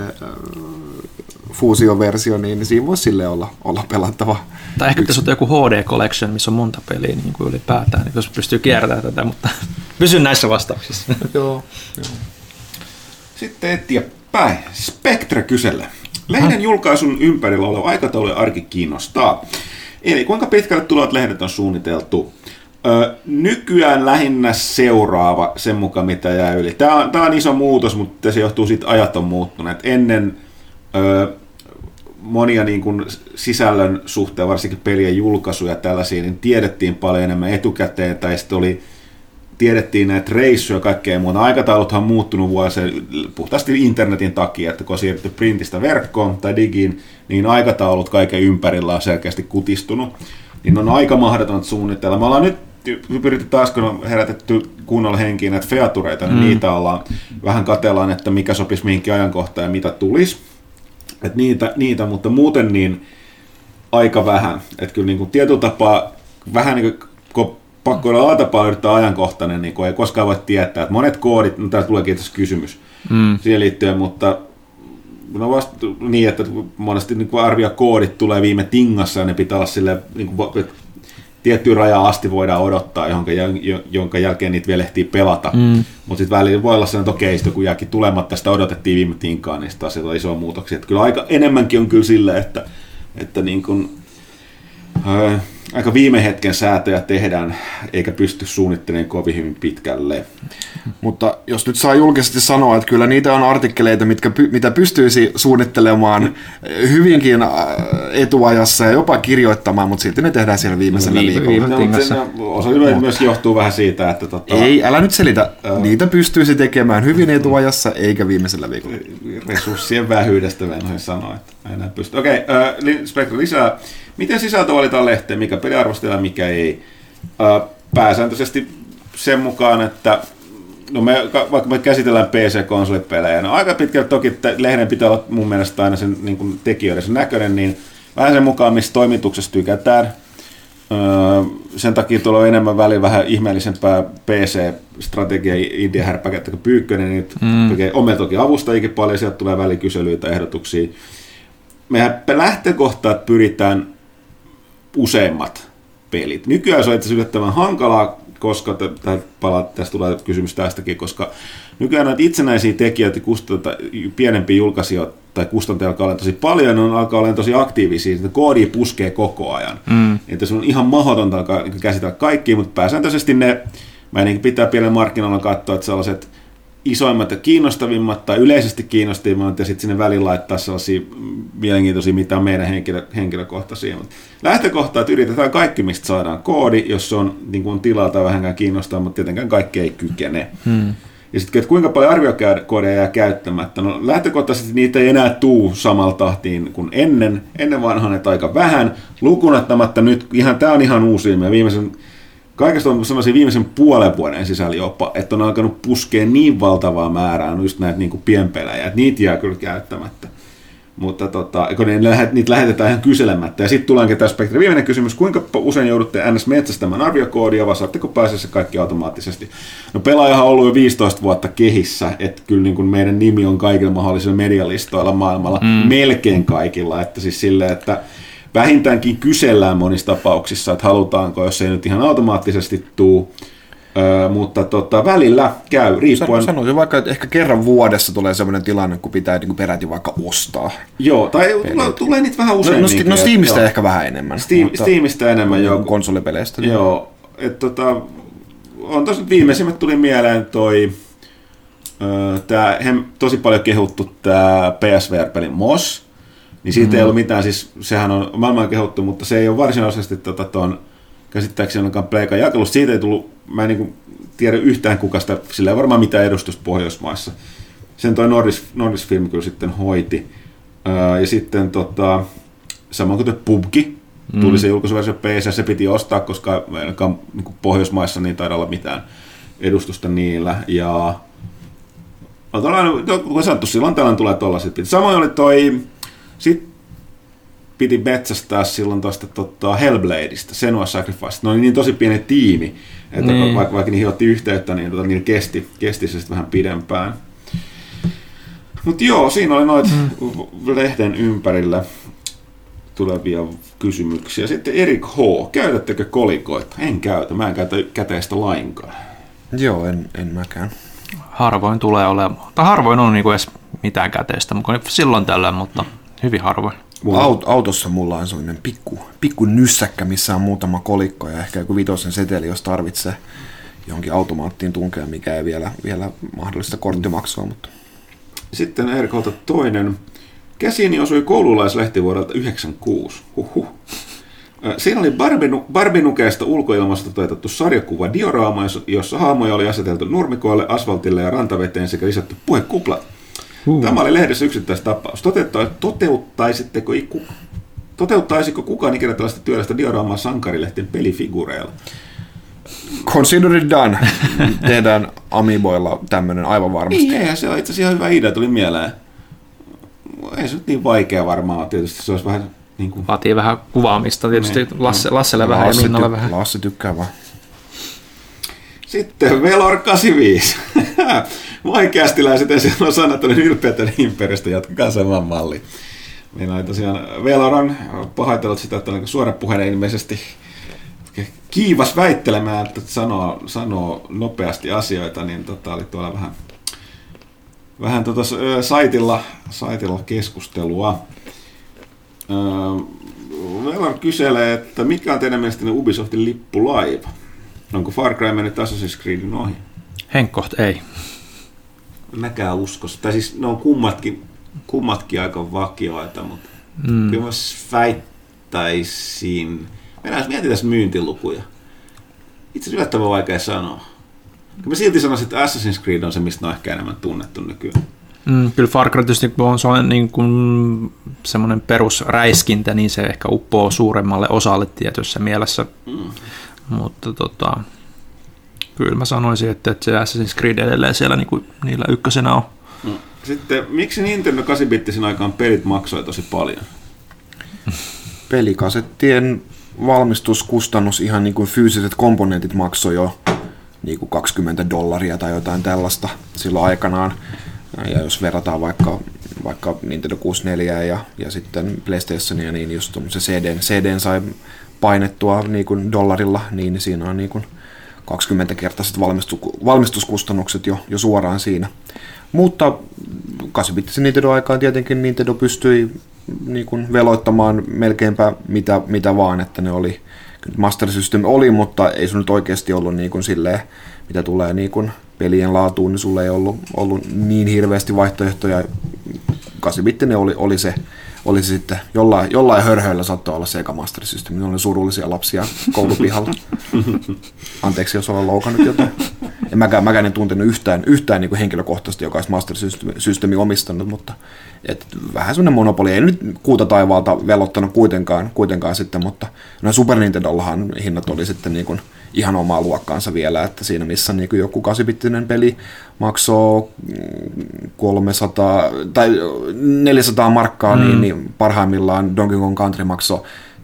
fuusioversio, niin siinä voisi silleen olla pelattava. Tai ehkä pitäisi ottaa joku HD Collection, missä on monta peliä niin kuin ylipäätään, niin jos pystyy kiertämään tätä, mutta pysyn näissä vastauksissa. Joo. Sitten eteenpäin. Spectre kyselee. Lehden julkaisun ympärillä oleva aikataulu ja arki kiinnostaa. Eli kuinka pitkälle tulevat lehdet on suunniteltu? Nykyään lähinnä seuraava sen mukaan, mitä jää yli. Tämä on iso muutos, mutta se johtuu siitä, ajat on muuttuneet. Ennen monia niin kuin sisällön suhteen, varsinkin pelien julkaisuja ja tällaisia, niin tiedettiin paljon enemmän etukäteen, tai sitten tiedettiin näitä reissuja ja kaikkea muuta. Aikatauluthan on muuttunut vuosien puhtaasti internetin takia, että kun on siirrytty printistä verkkoon tai digiin, niin aikataulut kaiken ympärillä on selkeästi kutistunut. Niin on aika mahdotonta suunnitella. Me ollaan nyt pyritty taas, kun on herätetty kunnolla henkiin näitä featureita, niin niitä ollaan vähän katellaan, että mikä sopisi mihinkin ajankohtaan ja mitä tulisi. Että niitä, mutta muuten niin aika vähän. Että kyllä niin kuin tietyllä tapaa vähän niin kuin pakko olla tapaa yrittää ajankohtainen, niin ei koskaan voi tietää. Että monet koodit, no täällä tuleekin tässä kysymys siihen liittyen, mutta no vasta niin, että monesti niin arviokoodit tulee viime tingassa ja ne pitää olla silleen, niin kuin, tiettyyn rajaan asti voidaan odottaa, jonka jälkeen niitä vielä ehtii pelata. Mutta sitten välillä voi olla sellainen, että okei, kun jääkin tulematta, sitä odotettiin viime tinkaan, niin sitä on isoja muutoksia. Että kyllä aika enemmänkin on kyllä silleen, että niin kuin, aika viime hetken säätöjä tehdään, eikä pysty suunnittelemaan kovin hyvin pitkälle. Mutta jos nyt saa julkisesti sanoa, että kyllä niitä on artikkeleita, mitä pystyisi suunnittelemaan hyvinkin etuajassa ja jopa kirjoittamaan, mutta silti ne tehdään siellä viimeisellä viikolla. Osa myös johtuu vähän siitä, että... Ei, älä nyt selitä. Niitä pystyisi tekemään hyvin etuajassa, eikä viimeisellä viikolla. Resurssien vähyydestä en osaa sanoa, että enää pysty. Okei, Spektro lisää. Miten sisältö valitaan lehteen, mikä peli arvostetaan, mikä ei? Pääsääntöisesti sen mukaan, että vaikka me käsitellään PC-konsolipelejä, aika pitkälti toki lehden pitää olla mun mielestä aina sen niin kuin tekijöiden sen näköinen, niin vähän sen mukaan, missä toimituksessa tykätään. Sen takia tulee enemmän väliin vähän ihmeellisempää PC-strategia idea-härpäkettä kuin Pyykkönen, niin tekee toki avustajikin paljon, sieltä tulee välikyselyitä, ehdotuksia. Mehän lähtökohtaat pyritään useimmat pelit. Nykyään se on itse yllättävän hankalaa, koska tästä tulee kysymys tästäkin, koska nykyään näitä itsenäisiä tekijöitä, pienempiä julkaisijoita tai kustantajia alkaa olla tosi paljon, ne alkaa olla tosi aktiivisia, että koodia puskee koko ajan. Että se on ihan mahdotonta alkaa käsitellä kaikkia, mutta pääsääntöisesti ne, mä pitää pienen markkinoilla katsoa, että sellaiset isoimmat ja kiinnostavimmat tai yleisesti kiinnostavimmat ja sitten sinne väliin laittaa sellaisia mielenkiintoisia, mitä on meidän henkilökohtaisia. Lähtökohtaa, että yritetään kaikki, mistä saadaan koodi, jos se on niin kuin tilaa tai vähänkään kiinnostaa, mutta tietenkään kaikki ei kykene. Ja sitten, että kuinka paljon arviokoodeja jää käyttämättä. No lähtökohtaisesti niitä ei enää tuu samalla tahtiin kuin ennen. Ennen vanhaan, että aika vähän. Lukunottamatta nyt, tämä on ihan uusia. Kaikesta on sellaisia viimeisen puolen vuoden sisällä jopa, että on alkanut puskea niin valtavaa määrää just näitä niin kuin pienpelejä, että niitä jää kyllä käyttämättä. Mutta kun niitä lähetetään ihan kyselemättä. Ja sitten tullaankin tämä Spektrin viimeinen kysymys, kuinka usein joudutte NS metsästämään arviokoodia, vai saatteko pääsee se kaikki automaattisesti? No pelaajahan on ollut jo 15 vuotta kehissä, että kyllä niin kuin meidän nimi on kaikilla mahdollisilla medialistoilla maailmalla, melkein kaikilla, että siis silleen, että vähintäänkin kysellään monissa tapauksissa, että halutaanko, jos ei nyt ihan automaattisesti tule, mutta välillä käy, riippuen. Sanoisin vaikka, että ehkä kerran vuodessa tulee sellainen tilanne, kun pitää niin kuin peräti vaikka ostaa. Joo, tai tulee niitä vähän useamminkin. No Steamista ehkä vähän enemmän. Steamista enemmän, joo. Konsolipeleistä. Joo, että on tosi viimeisimmät tuli mieleen tämä tosi paljon kehuttu tämä PSVR-pelin Moss. Niin siitä ei ollut mitään, siis sehän on maailman kehuttu, mutta se ei ole varsinaisesti tuon käsittääkseni ainakaan Pleikan jakelusta. Siitä ei tullut, mä en niin tiedä yhtään kukasta, sillä ei varmaan mitään edustusta Pohjoismaissa. Sen toi Nordisk Film kyllä sitten hoiti. Ja sitten samoin kuin PUBG, tuli se julkaisuversio PC, se piti ostaa, koska ainakaan niin Pohjoismaissa niin taida olla mitään edustusta niillä. Ja kun sanottu, silloin tällainen tulee tollaiset. Samoin oli sitten piti metsästää silloin tuosta Hellbladeista, Senua's Sacrifice. Ne oli niin tosi pieni tiimi, että vaikka niihin otti yhteyttä, niin niillä kesti se vähän pidempään. Mutta joo, siinä oli noita lehden ympärillä tulevia kysymyksiä. Sitten Erik H. Käytättekö kolikoita? En käytä. Mä en käytä käteistä lainkaan. Joo, en mäkään. Harvoin tulee olemaan. Tai harvoin on niinku edes mitään käteistä, mutta silloin tällöin, mutta hyvin harvoin. Autossa mulla on sellainen pikku nyssäkkä, missä on muutama kolikko ja ehkä joku 5 seteli, jos tarvitsee johonkin automaattiin tunkea, mikä ei vielä mahdollista korttimaksua. Mutta. Sitten Erik H. toinen. Käsiini osui koululaislehti vuodelta 1996. Siinä oli Barbinukeesta ulkoilmasta toteutettu sarjakuva dioraama, jossa hahmoja oli aseteltu nurmikoille, asfaltille ja rantaveteen sekä lisätty puhekuplat. Tämä oli lehdessä yksittäistapaus. Toteuttaisiko kukaan ikinä tällaista työlästä dioraamaa sankarilehten pelifigureilla? Consider it done. Tehdään Amiiboilla tämmöinen aivan varmasti. Eihän se on itse asiassa ihan hyvä idea, tuli mieleen. Ei se nyt niin vaikea varmaan, tietysti se olisi vähän niin kuin. Vaatii vähän kuvaamista, tietysti Lasselle vähän ja Minnalle vähän. Lassi tykkää vaan. Sitten Velor 85. Vaikeastiläiset ensin on sanonut, että olen ylpeätä Imperistä, jatkakaa saman malliin. Niin oli tosiaan Velor on pahoitellut sitä, että suorapuheinen ilmeisesti kiivas väittelemään, että sanoo nopeasti asioita, niin oli tuolla vähän saitilla keskustelua. Velar kyselee, että mikä on teidän mielestänne Ubisoftin lippulaiva? Onko Far Cry mennyt Assassin's Creedin ohi? Henkkoht ei. Mäkään uskos. Tai siis ne on kummatkin aika vakioita, mutta kyllä mä väittäisin. Mennään mietitään myyntilukuja. Itse asiassa yllättävän vaikea sanoa. Mä silti sanoisin, että Assassin's Creed on se, mistä on ehkä enemmän tunnettu nykyään. Kyllä Far Cry tietysti on niin kuin semmoinen perusräiskintä, niin se ehkä uppoo suuremmalle osalle tietyssä mielessä. Mutta kyllä mä sanoisin, että se Assassin's Creed edelleen siellä niin kuin niillä ykkösenä on. Sitten miksi Nintendo 8-bittisen aikaan pelit maksoi tosi paljon? Pelikasettien valmistuskustannus, ihan niin kuin fyysiset komponentit maksoi jo niin kuin $20 tai jotain tällaista silloin aikanaan. Ja jos verrataan vaikka Nintendo 64 ja sitten PlayStationia, niin just tuommoisen CDn sai painettua niin kuin dollarilla, niin siinä on niin kuin 20-kertaiset valmistuskustannukset jo suoraan siinä. Mutta 8-bittisen Nintendo-aikaan tietenkin Nintendo pystyi niin kuin veloittamaan melkeinpä mitä vaan, että ne oli, Master System oli, mutta ei se nyt oikeasti ollut niin kuin silleen, mitä tulee niin kuin pelien laatuun, niin sulla ei ollut niin hirveästi vaihtoehtoja. 8-bittinen oli se sitten jollain hörhöillä saattoi olla se eka Master System. Ne oli surullisia lapsia koulupihalla. Anteeksi, jos olen loukannut jotain. Mäkään en tuntenut yhtään niin kuin henkilökohtaisesti, joka olisi Master Systemi omistanut, mutta vähän semmoinen monopoli. Ei nyt kuuta taivaalta velottanut kuitenkaan sitten, mutta no Super Nintendollahan hinnat oli sitten niin kuin ihan omaa luokkaansa vielä, että siinä missä niin kuin joku 8-bittinen peli maksoi 300 tai 400 markkaa, niin parhaimmillaan Donkey Kong Country maksoi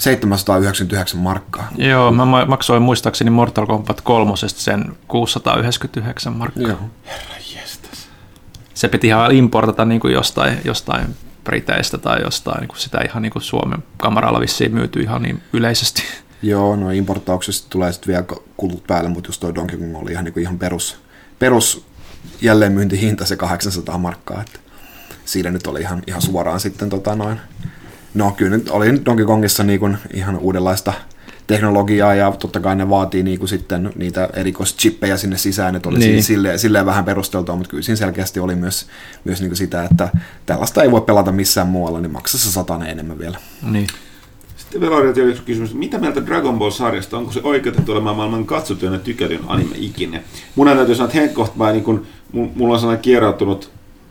799 markkaa. Joo, mä maksoin muistaakseni Mortal Kombat 3 sen 699 markkaa. Joo. Herra jestas. Se piti ihan importata niin kuin jostain Briteistä tai jostain, niin kuin sitä ihan niin kuin Suomen kamaralla vissiin myyty ihan niin yleisesti. Joo, no importtauksesta tulee sitten vielä kulut päälle, mutta just toi Donkey Kong oli ihan perus jälleenmyyntihinta se 800 markkaa, että siinä nyt oli ihan suoraan sitten no kyllä nyt oli Donkey Kongissa niin kuin ihan uudenlaista teknologiaa ja totta kai ne vaatii niin kuin sitten niitä erikoischippejä sinne sisään, että oli niin. silleen vähän perusteltua, mutta kyllä siinä selkeästi oli myös niin kuin sitä, että tällaista ei voi pelata missään muualla, niin maksaa se 100 enemmän vielä. Niin. Sitten Velorilta oli yksi kysymys, mitä mieltä Dragon Ball-sarjasta, onko se oikeutettu olemaan maailman katsottujen ja tykätyn anime ikinä? Mun täytyy sanoa, että henkkohtaa, niin kun mulla on sellainen kierroutunut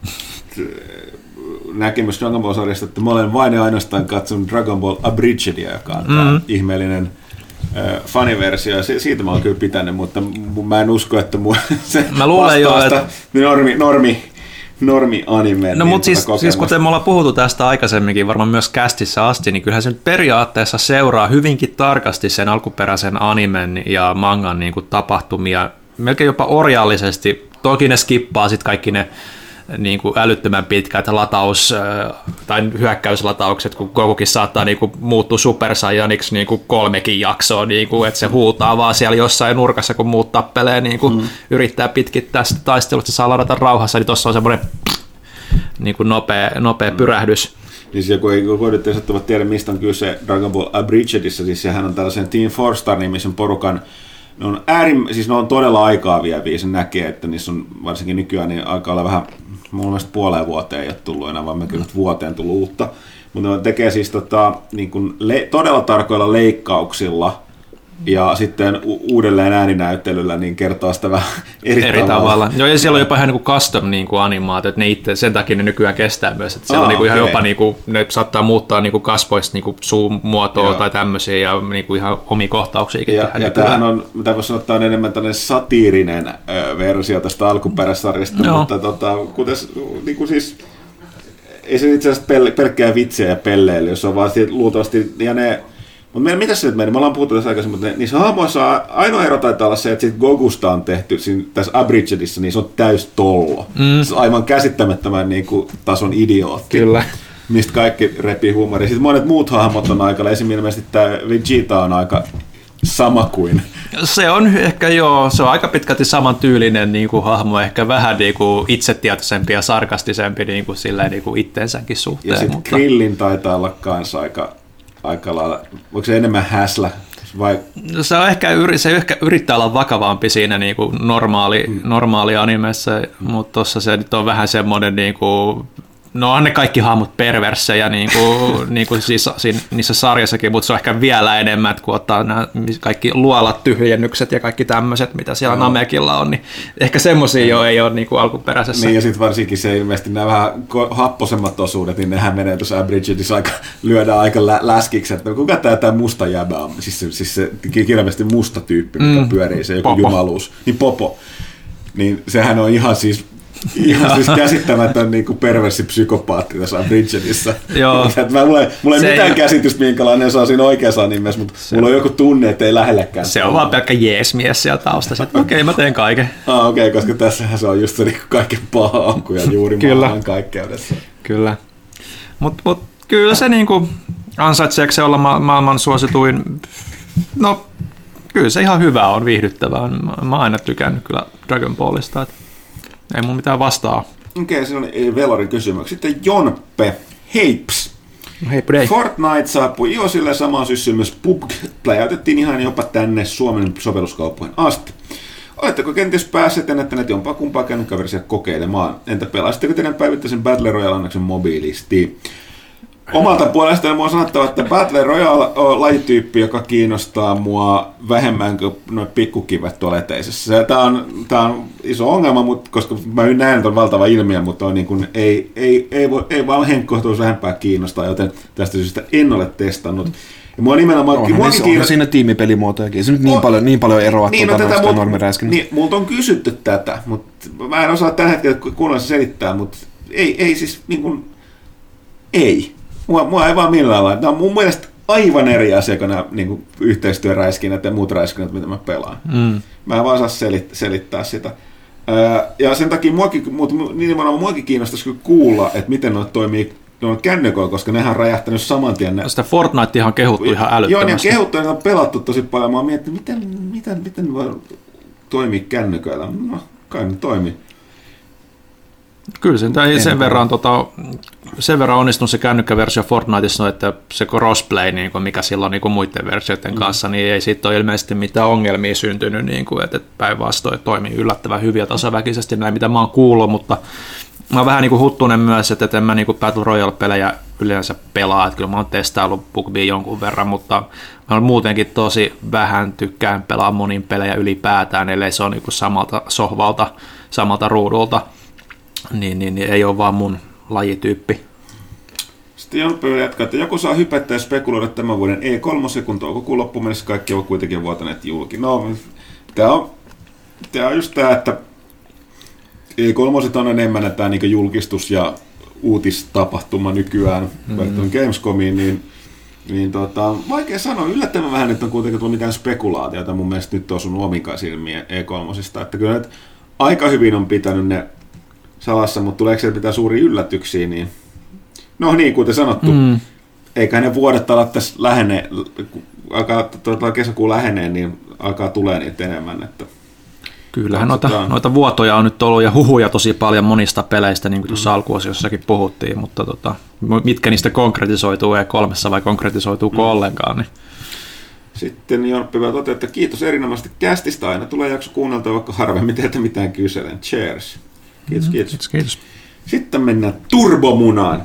näkemys Dragon Ball-sarjasta, että mä olen vain ja ainoastaan katsonut Dragon Ball Abridgedia, joka on ihmeellinen faniversio, siitä mä oon kyllä pitänyt, mutta mä en usko, että se mä luulen jo, että normi-anime. No mutta siis kuten me ollaan puhuttu tästä aikaisemminkin, varmaan myös kästissä asti, niin kyllähän se nyt periaatteessa seuraa hyvinkin tarkasti sen alkuperäisen animen ja mangan niin kuin tapahtumia, melkein jopa orjallisesti. Toki ne skippaa sitten kaikki ne niin kuin älyttömän pitkät lataus- tai hyökkäyslataukset, kun Gokukin saattaa niin kuin muuttua Super Saiyaniksi niin kuin 3 jaksoa, niin kuin, että se huutaa vaan siellä jossain nurkassa, kun muut tappelee, niin kuin yrittää pitkittää sitä taistelua, että se saa ladata rauhassa, niin tuossa on semmoinen niin kuin nopea pyrähdys. Niin siellä, kun ei kohditteessa tiedä, mistä on kyse Dragon Ball Abridgedissa, siis sehän on tällaisen Team 4-Star-nimisen porukan. Ne on todella aikaa vieviä, se näkee, että niissä on varsinkin nykyään niin alkaa olla vähän, mun mielestä puoleen vuoteen ei ole tullut enää, vaan melkein vuoteen tullut uutta. Mutta ne tekee siis niin kuin todella tarkoilla leikkauksilla ja sitten uudelleen ääninäyttelyllä niin kertoo sitä vähän eri tavalla. Joo, ja siellä on jopa ihan niin kuin custom niin kuin animaatio, että ne itse, sen takia ne nykyään kestää myös, että siellä on niin kuin ihan jopa niin kuin, ne saattaa muuttaa niin kuin kasvoista niin kuin suun muotoa tai tämmöisiä ja niin kuin ihan omia kohtauksiakin. Ja tämähän on, mitä voisi sanoa, että on enemmän tämmöinen satiirinen versio tästä alkuperäissarjasta, mutta niin kuin siis ei se itse asiassa pelkkää vitsiä ja pelleily, jos on vaan luultavasti, ja ne. Mutta mitä se nyt meni? Me ollaan puhuttu tässä aikaisemmin, mutta niissä hahmoissa ainoa ero taitaa olla se, että siitä Gokusta on tehty tässä Abridgedissa, niin se on täys tollo. Se on aivan käsittämättömän niin kuin, tason idiootti. Kyllä. Mistä kaikki repii huumoria. Sitten monet muut hahmot on aika, esimerkiksi tämä Vegeta on aika sama kuin. Se on ehkä se on aika pitkälti saman tyylinen niin kuin hahmo, ehkä vähän niin kuin itsetietoisempi ja sarkastisempi niin kuin, silleen, niin kuin itteensäkin suhteen. Ja sitten Krillin taitaa olla kanssa aika aika lailla, onko se enemmän häslä? Vai? Se ehkä yrittää olla vakavampi siinä niin kuin normaali animessa, mutta tuossa se nyt on vähän semmoinen, niin kuin, no on ne kaikki hahmot perversejä niin kuin siis niissä sarjassakin, mutta se on ehkä vielä enemmän, kun ottaa nämä kaikki luolat, tyhjennykset ja kaikki tämmöiset, mitä siellä Namekilla on, niin ehkä semmoisia jo ei ole niin kuin alkuperäisessä. Niin ja sitten varsinkin se ilmeisesti nämä vähän happosemmat osuudet, niin nehän menee tuossa Abridgedissa lyödään aika läskiksi, että kuka tämä musta jäbä on, siis se kirjallisesti musta tyyppi, mikä pyörii, se joku Popo. jumaluus, niin Popo, niin sehän on ihan siis käsittämätön niin perverssi psykopaatti tässä Abridgedissa. Mulla ei mitään käsitystä, minkälainen se on siinä oikeassa nimessä, mutta mulla on joku tunne, että ei lähellekään. Se on vaan pelkkä jeesmies siellä taustassa. Okei, mä teen kaiken. Okei, koska tässähän se on just se niin kaiken paha alku ja juuri maailman kaikkeudessa. Kyllä. Mut kyllä se niinku ansaitseeko se olla maailman suosituin? No, kyllä se ihan hyvä on, viihdyttävää. Mä oon aina tykännyt kyllä Dragon Ballista. Ei mun mitään vastaa. Okei, se oli Velorin kysymys. Sitten Jonppe Heips. Heippu. Fortnite saapui iOSille samaan syssyyn myös PUBG. Pläjäytettiin ihan jopa tänne Suomen sovelluskauppoihin asti. Oletteko kenties päässeet ennättäneet jompaa kumpaa kännykkäversiota kokeilemaan? Entä pelaisitteko teidän päivittäisen Battle Royale-annoksen mobiilistiin? Omalta puolestani mua on sanottava, että Battle Royale on lajityyppi, joka kiinnostaa mua vähemmän kuin noin pikkukivet tuolla eteisessä. Tämä on iso ongelma, koska mä näen, että on valtava ilmiö, mutta on niin kuin, ei vaan henkkohtuus vähempää kiinnostaa, joten tästä syystä en ole testannut. Ja mua nimenomaan... On siinä tiimipelimuotojakin. Ei se nyt niin paljon eroa noista normiräiskinnästä. Niin, multa on kysytty tätä, mutta mä en osaa tällä hetkellä kunnolla selittää, mutta ei siis niin kuin... Ei. Mua ei vaan millään lailla. Tämä on mun mielestä aivan eri asia kuin nämä niin yhteistyöräiskinnät ja muut räiskinnät, mitä mä pelaan. Mä en vaan saa selittää sitä. Ja sen takia muakin kiinnostaisi kuulla, että miten ne toimii kännyköillä, koska nehän on räjähtänyt saman tien. Sitä Fortnitea on kehuttu ihan älyttömästi. Joo, niin kehuttu ja on pelattu tosi paljon. Mä oon miettinyt, miten voi toimia kännyköillä. No, kai ne toimii. Kyllä sen verran onnistunut se kännykkäversio Fortniteissa, että se crossplay, niin kuin mikä silloin niin kuin muiden versioiden kanssa, niin ei siitä ole ilmeisesti mitään ongelmia syntynyt, niin kuin, että päinvastoin toimii yllättävän hyvin ja tasaväkisesti, näin mitä mä oon kuullut, mutta mä oon vähän niin kuin huttunen myös, että en mä niin kuin Battle Royale-pelejä yleensä pelaa, että kyllä mä oon testaillut PUBGia jonkun verran, mutta mä muutenkin tosi vähän tykkään pelaa monin pelejä ylipäätään, ellei se on niin kuin samalta sohvalta, samalta ruudulta. Niin ei ole vaan mun lajityyppi. Sitten Jonpöydä jatkaa, että joku saa hypättää ja spekuloida tämän vuoden E3, kun toukokuun loppuun mennessä kaikki ovat kuitenkin vuotaneet julki. No, tämä on just tämä, että E3 on enemmän tämä niin julkistus- ja uutistapahtuma nykyään verrattuna Gamescomiin, niin vaikea sanoa. Yllättävän vähän nyt on kuitenkin tullut mitään spekulaatiota mun mielestä nyt osunut omikaan silmiä E3. Että kyllä aika hyvin on pitänyt ne salassa, mutta tuleeko sieltä pitää suuria yllätyksiä, niin no niin, kuten sanottu, eikä ne vuodet ala tässä lähenee, kun alkaa kesäkuun lähenee, niin alkaa tulee niitä enemmän. Että kyllähän noita vuotoja on nyt ollut ja huhuja tosi paljon monista peleistä, niin kuin tuossa alkuosiossakin puhuttiin, mutta mitkä niistä konkretisoituu E3 vai konkretisoituuko ollenkaan, niin sitten Jonppi vielä toteaa, että kiitos erinomaisesti kästistä, aina tulee jakso kuunneltua, vaikka harvemmin teiltä mitään kyselen. Cheers. Kiitos. Sitten mennään turbomunaan.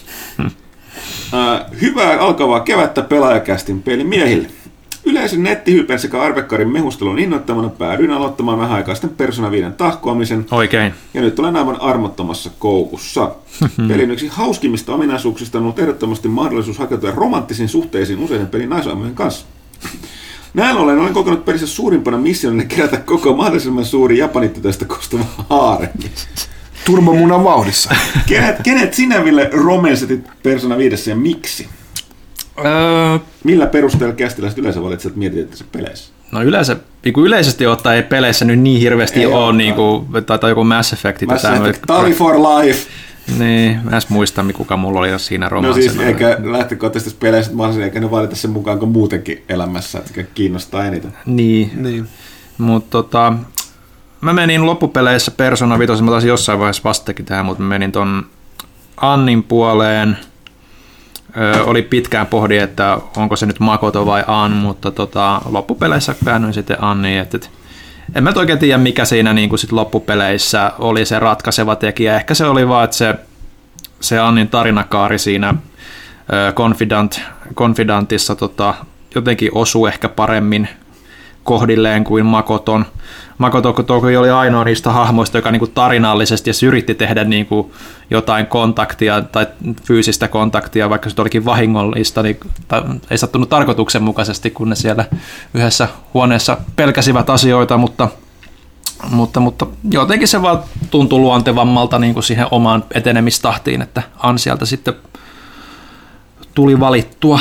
Hyvää alkavaa kevättä pelaajakästin pelimiehille. Yleisen nettihypen sekä arvekkarin mehustelun innoittamana päädyin aloittamaan vähän aikaa sitten Persona 5 tahkoamisen. Oikein. Ja nyt olen aivan armottomassa koukussa. Pelin yksi hauskimmista ominaisuuksista on ollut ehdottomasti mahdollisuus hakeutua romanttisiin suhteisiin useiden pelin naisaamojen kanssa. Näin ollen olen kokenut pelissä suurimpana missionina kerätä koko mahdollisimman suuri japanittytöistä koostuva haare. Turbomunan vauhdissa. Kenet sinä, Ville, romansetit Persona 5 ja miksi? Millä perusteella kästiläiset yleensä valitset mietitessä peleissä? No yleisesti ottaen ei peleissä nyt niin hirveästi ole, niin kuin, tai joku Mass Effect. Tali for life. Niin, mä en muista, kuka mulla oli siinä romansina. No siis eikä lähtökohtaisesti peleissä, eikä ne valita sen mukaan kuin muutenkin elämässä, että kiinnostaa eniten. Niin. Mutta mä menin loppupeleissä Persona 5, mä taisin jossain vaiheessa vastakin tähän, mutta mä menin ton Annin puoleen Oli pitkään pohdin, että onko se nyt Makoto vai An, mutta loppupeleissä käännyin sitten Anniin. En mä oikein tiedä, mikä siinä niin kuin sit loppupeleissä oli se ratkaiseva tekijä. Ehkä se oli vaan, että se Annin tarinakaari siinä Confidantissa jotenkin osui ehkä paremmin kohdilleen kuin Makoton. Makoto toki oli ainoa niistä hahmoista, joka niin kuin tarinallisesti yritti tehdä niin kuin jotain kontaktia tai fyysistä kontaktia, vaikka se olikin vahingollista, niin ei sattunut tarkoituksenmukaisesti, kun ne siellä yhdessä huoneessa pelkäsivät asioita, mutta jotenkin se vaan tuntui luontevammalta niin kuin siihen omaan etenemistahtiin, että An sieltä sitten tuli valittua.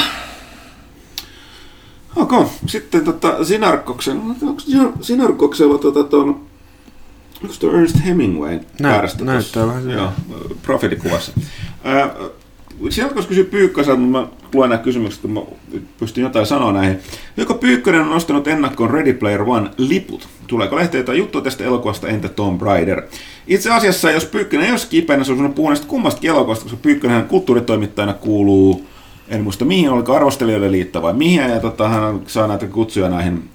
Okei, sitten Sinarkoksella, onko tuo Ernest Hemingway väärästä? Näyttää vähän. Joo, profiilikuvassa. Sinarkos kysyy Pyykköseltä, mutta mä luen nämä kysymykset, kun mä pystyn jotain sanoa näihin. Joko Pyykkönen on ostanut ennakkoon Ready Player One -liput? Tuleeko lehteen jotain juttua tästä elokuvasta, entä Tomb Raider? Itse asiassa, jos Pyykkönen ei olisi kipeänä, se olisi puhunut kummastakin elokuvasta, koska Pyykkönen kulttuuritoimittajana kuuluu, en muista mihin, oliko Arvostelijoiden liitto vai mihin, ja hän saa näitä kutsuja näihin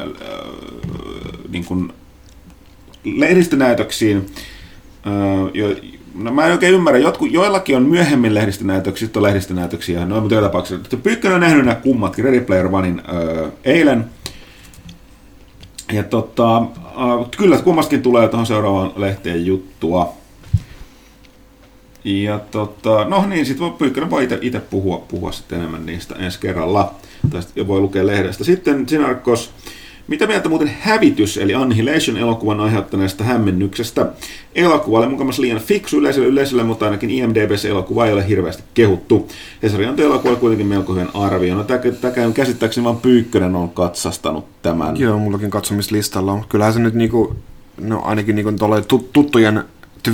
niin kuin lehdistönäytöksiin. No, mä en oikein ymmärrä, joillakin on myöhemmin lehdistönäytöksiä, sitten on lehdistönäytöksiä, no mutta joka tapauksessa. Pyykkönen on nähnyt nämä kummatkin, Ready Player Onein eilen. Ja kyllä kummastakin tulee tuohon seuraavaan lehteen juttua. Ja no niin, sitten Pyykkönen voi itse puhua sitten enemmän niistä ensi kerralla. Tai voi lukea lehdestä. Sitten Sinarkos, mitä mieltä muuten Hävitys, eli Annihilation elokuvan aiheuttaneesta hämmennyksestä? Elokuva oli mukamassa liian fiksu yleisölle, mutta ainakin IMDb:ssä elokuva ei ole hirveästi kehuttu. Hesari antoi elokuva kuitenkin melko hyvän arvion. No, tämä käsittääkseni vaan Pyykkönen on katsastanut tämän. Joo, mullakin katsomislistalla on. Kyllähän se nyt niinku, no ainakin niinku tuttujen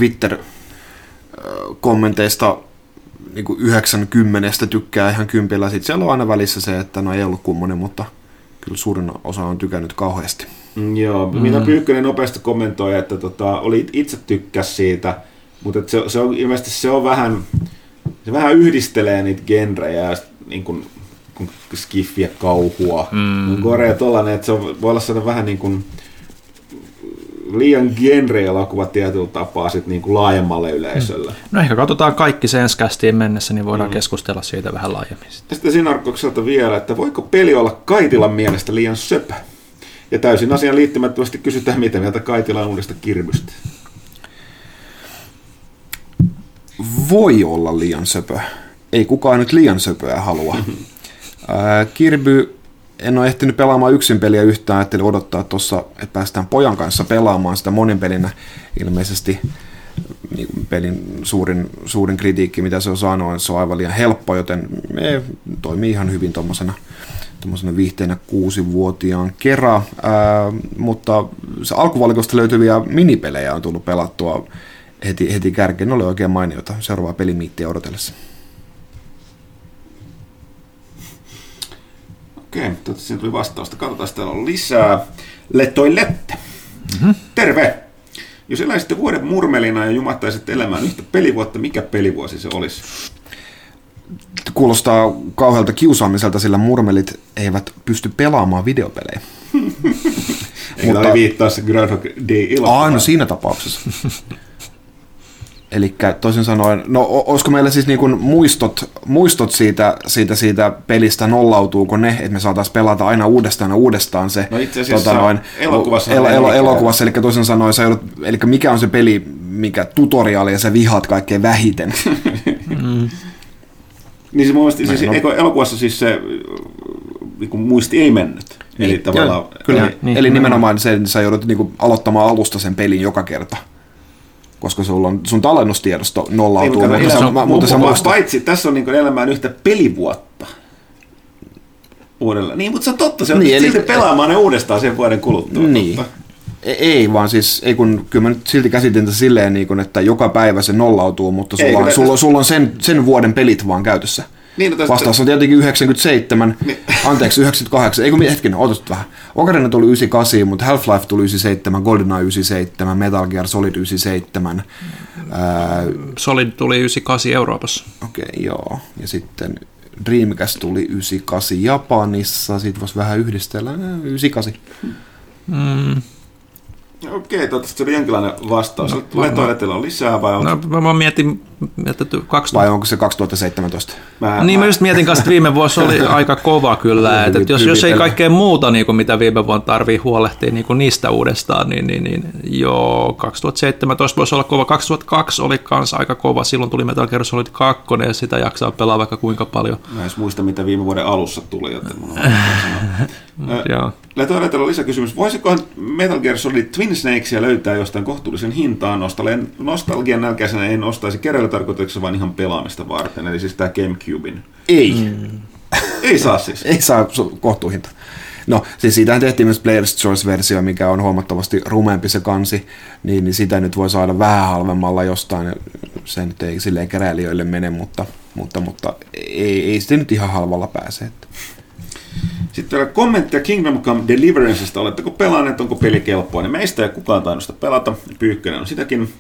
Twitter-kommenteista niinku 90 tykkää ihan kympillä. Sitten siellä on aina välissä se, että no ei ollut kummonen, mutta kyllä suurin osa on tykännyt kauheasti. Joo, mitä Pyykkönen nopeasti kommentoi, että oli itse tykkäs siitä, mutta se on ilmeisesti se vähän yhdistelee niitä genrejä, niin kuin skiffiä, kauhua, korea tollainen, että se voi olla sellainen vähän niin kuin liian genre-elokuva tietyllä tapaa sit niin kuin laajemmalle yleisölle. No ehkä katsotaan kaikki sen ensi mennessä, niin voidaan keskustella siitä vähän laajemmin. Sitten Sinarkokselta vielä, että voiko peli olla Kaitilan mielestä liian söpö? Ja täysin asian liittymättömästi kysytään, mitä mieltä Kaitila on uudesta Kirbystä. Voi olla liian söpö. Ei kukaan nyt liian söpöä halua. Kirby, en ole ehtinyt pelaamaan yksin peliä yhtään, ajattelin odottaa tuossa, että päästään pojan kanssa pelaamaan sitä monin pelinä. Ilmeisesti niin pelin suurin kritiikki, mitä se on saanut, on, se on aivan liian helppo, joten me toimii ihan hyvin tuommoisena viihteenä 6-vuotiaan kerran, mutta se alkuvalikosta löytyviä minipelejä on tullut pelattua heti kärkeen. Ne oli oikein mainioita seuraavaa pelimiittiä odotellessa. Okei, siinä tuli vastausta. Katsotaan, täällä on lisää. Lette. Terve! Jos eläisitte vuoden murmelina ja jumattaisitte elämään yhtä pelivuotta, mikä pelivuosi se olisi? Kuulostaa kauhealta kiusaamiselta, sillä murmelit eivät pysty pelaamaan videopelejä. Mutta oli viittaa se Groundhog Day-elokuva. No siinä tapauksessa. Eli toisin sanoen, no olisiko meillä siis niin kuin muistot siitä pelistä, nollautuuko ne, että me saataisiin pelata aina uudestaan se. No itse asiassa elokuvassa, eli toisin sanoen, eli mikä on se peli, mikä tutoriaali ja sä vihaat kaikkein vähiten. Niin se mun mielestä, siis elokuvassa siis se niin muisti ei mennyt. Niin, eli tavallaan... Kyllä, eli nimenomaan sä joudut niin kuin aloittamaan alusta sen pelin joka kerta. Koska sun tallennustiedosto nollautuu. Paitsi tässä on niin elämään yhtä pelivuotta uudelleen. Niin, mutta se on totta. Se on niin, silti pelaamaan ne uudestaan sen vuoden kuluttua. Niin. Ei vaan siis, kyllä mä nyt silti käsitin tätä silleen, että joka päivä se nollautuu, mutta sulla on sen vuoden pelit vaan käytössä. Niin, vastaus on tietenkin 97, anteeksi 98, eikö hetkinen, odotat vähän. Ocarina tuli 98, mutta Half-Life tuli 97, GoldenEye 97, Metal Gear Solid 97. Solid tuli 98 Euroopassa. Okei, joo. Ja sitten Dreamcast tuli 98 Japanissa, siitä voisi vähän yhdistellä 98. Okei, toivottavasti se oli jonkinlainen vastaus. Letoiletella on lisää vai on? No, mä mietin, että vai onko se 2017? Mä just mietin kanssa, että viime vuosi oli aika kova kyllä. Että jos ei kaikkea muuta, niin kuin mitä viime vuonna tarvii huolehtia niin kuin niistä uudestaan, niin joo, 2017 voisi olla kova. 2002 oli kanssa aika kova. Silloin tuli Metal Gear Solid 2 ja sitä jaksaa pelaa vaikka kuinka paljon. Mä en muista, mitä viime vuoden alussa tuli, joten mun on Letoiletella on lisäkysymys. Voisikohan Metal Gear Solid Twin Snakesia löytää jostain kohtuullisen hintaan? Nostalgian nälkäisenä en ostaisi keräilytarkoituksessa, vaan ihan pelaamista varten. Eli siis tämä GameCubein. Ei. Ei saa siis. Ei saa kohtuuhinta. No, siis siitähän tehtiin myös Player's Choice-versio, mikä on huomattavasti rumempi se kansi, niin sitä nyt voi saada vähän halvemmalla jostain. Se nyt ei silleen keräilijöille mene, mutta ei sitä nyt ihan halvalla pääse. Sitten vielä kommenttia Kingdom Come Deliveranceista. Oletteko pelanneet, onko peli kelpoa? Niin meistä ei kukaan tainnut sitä pelata. Pyykkönen on sitäkin.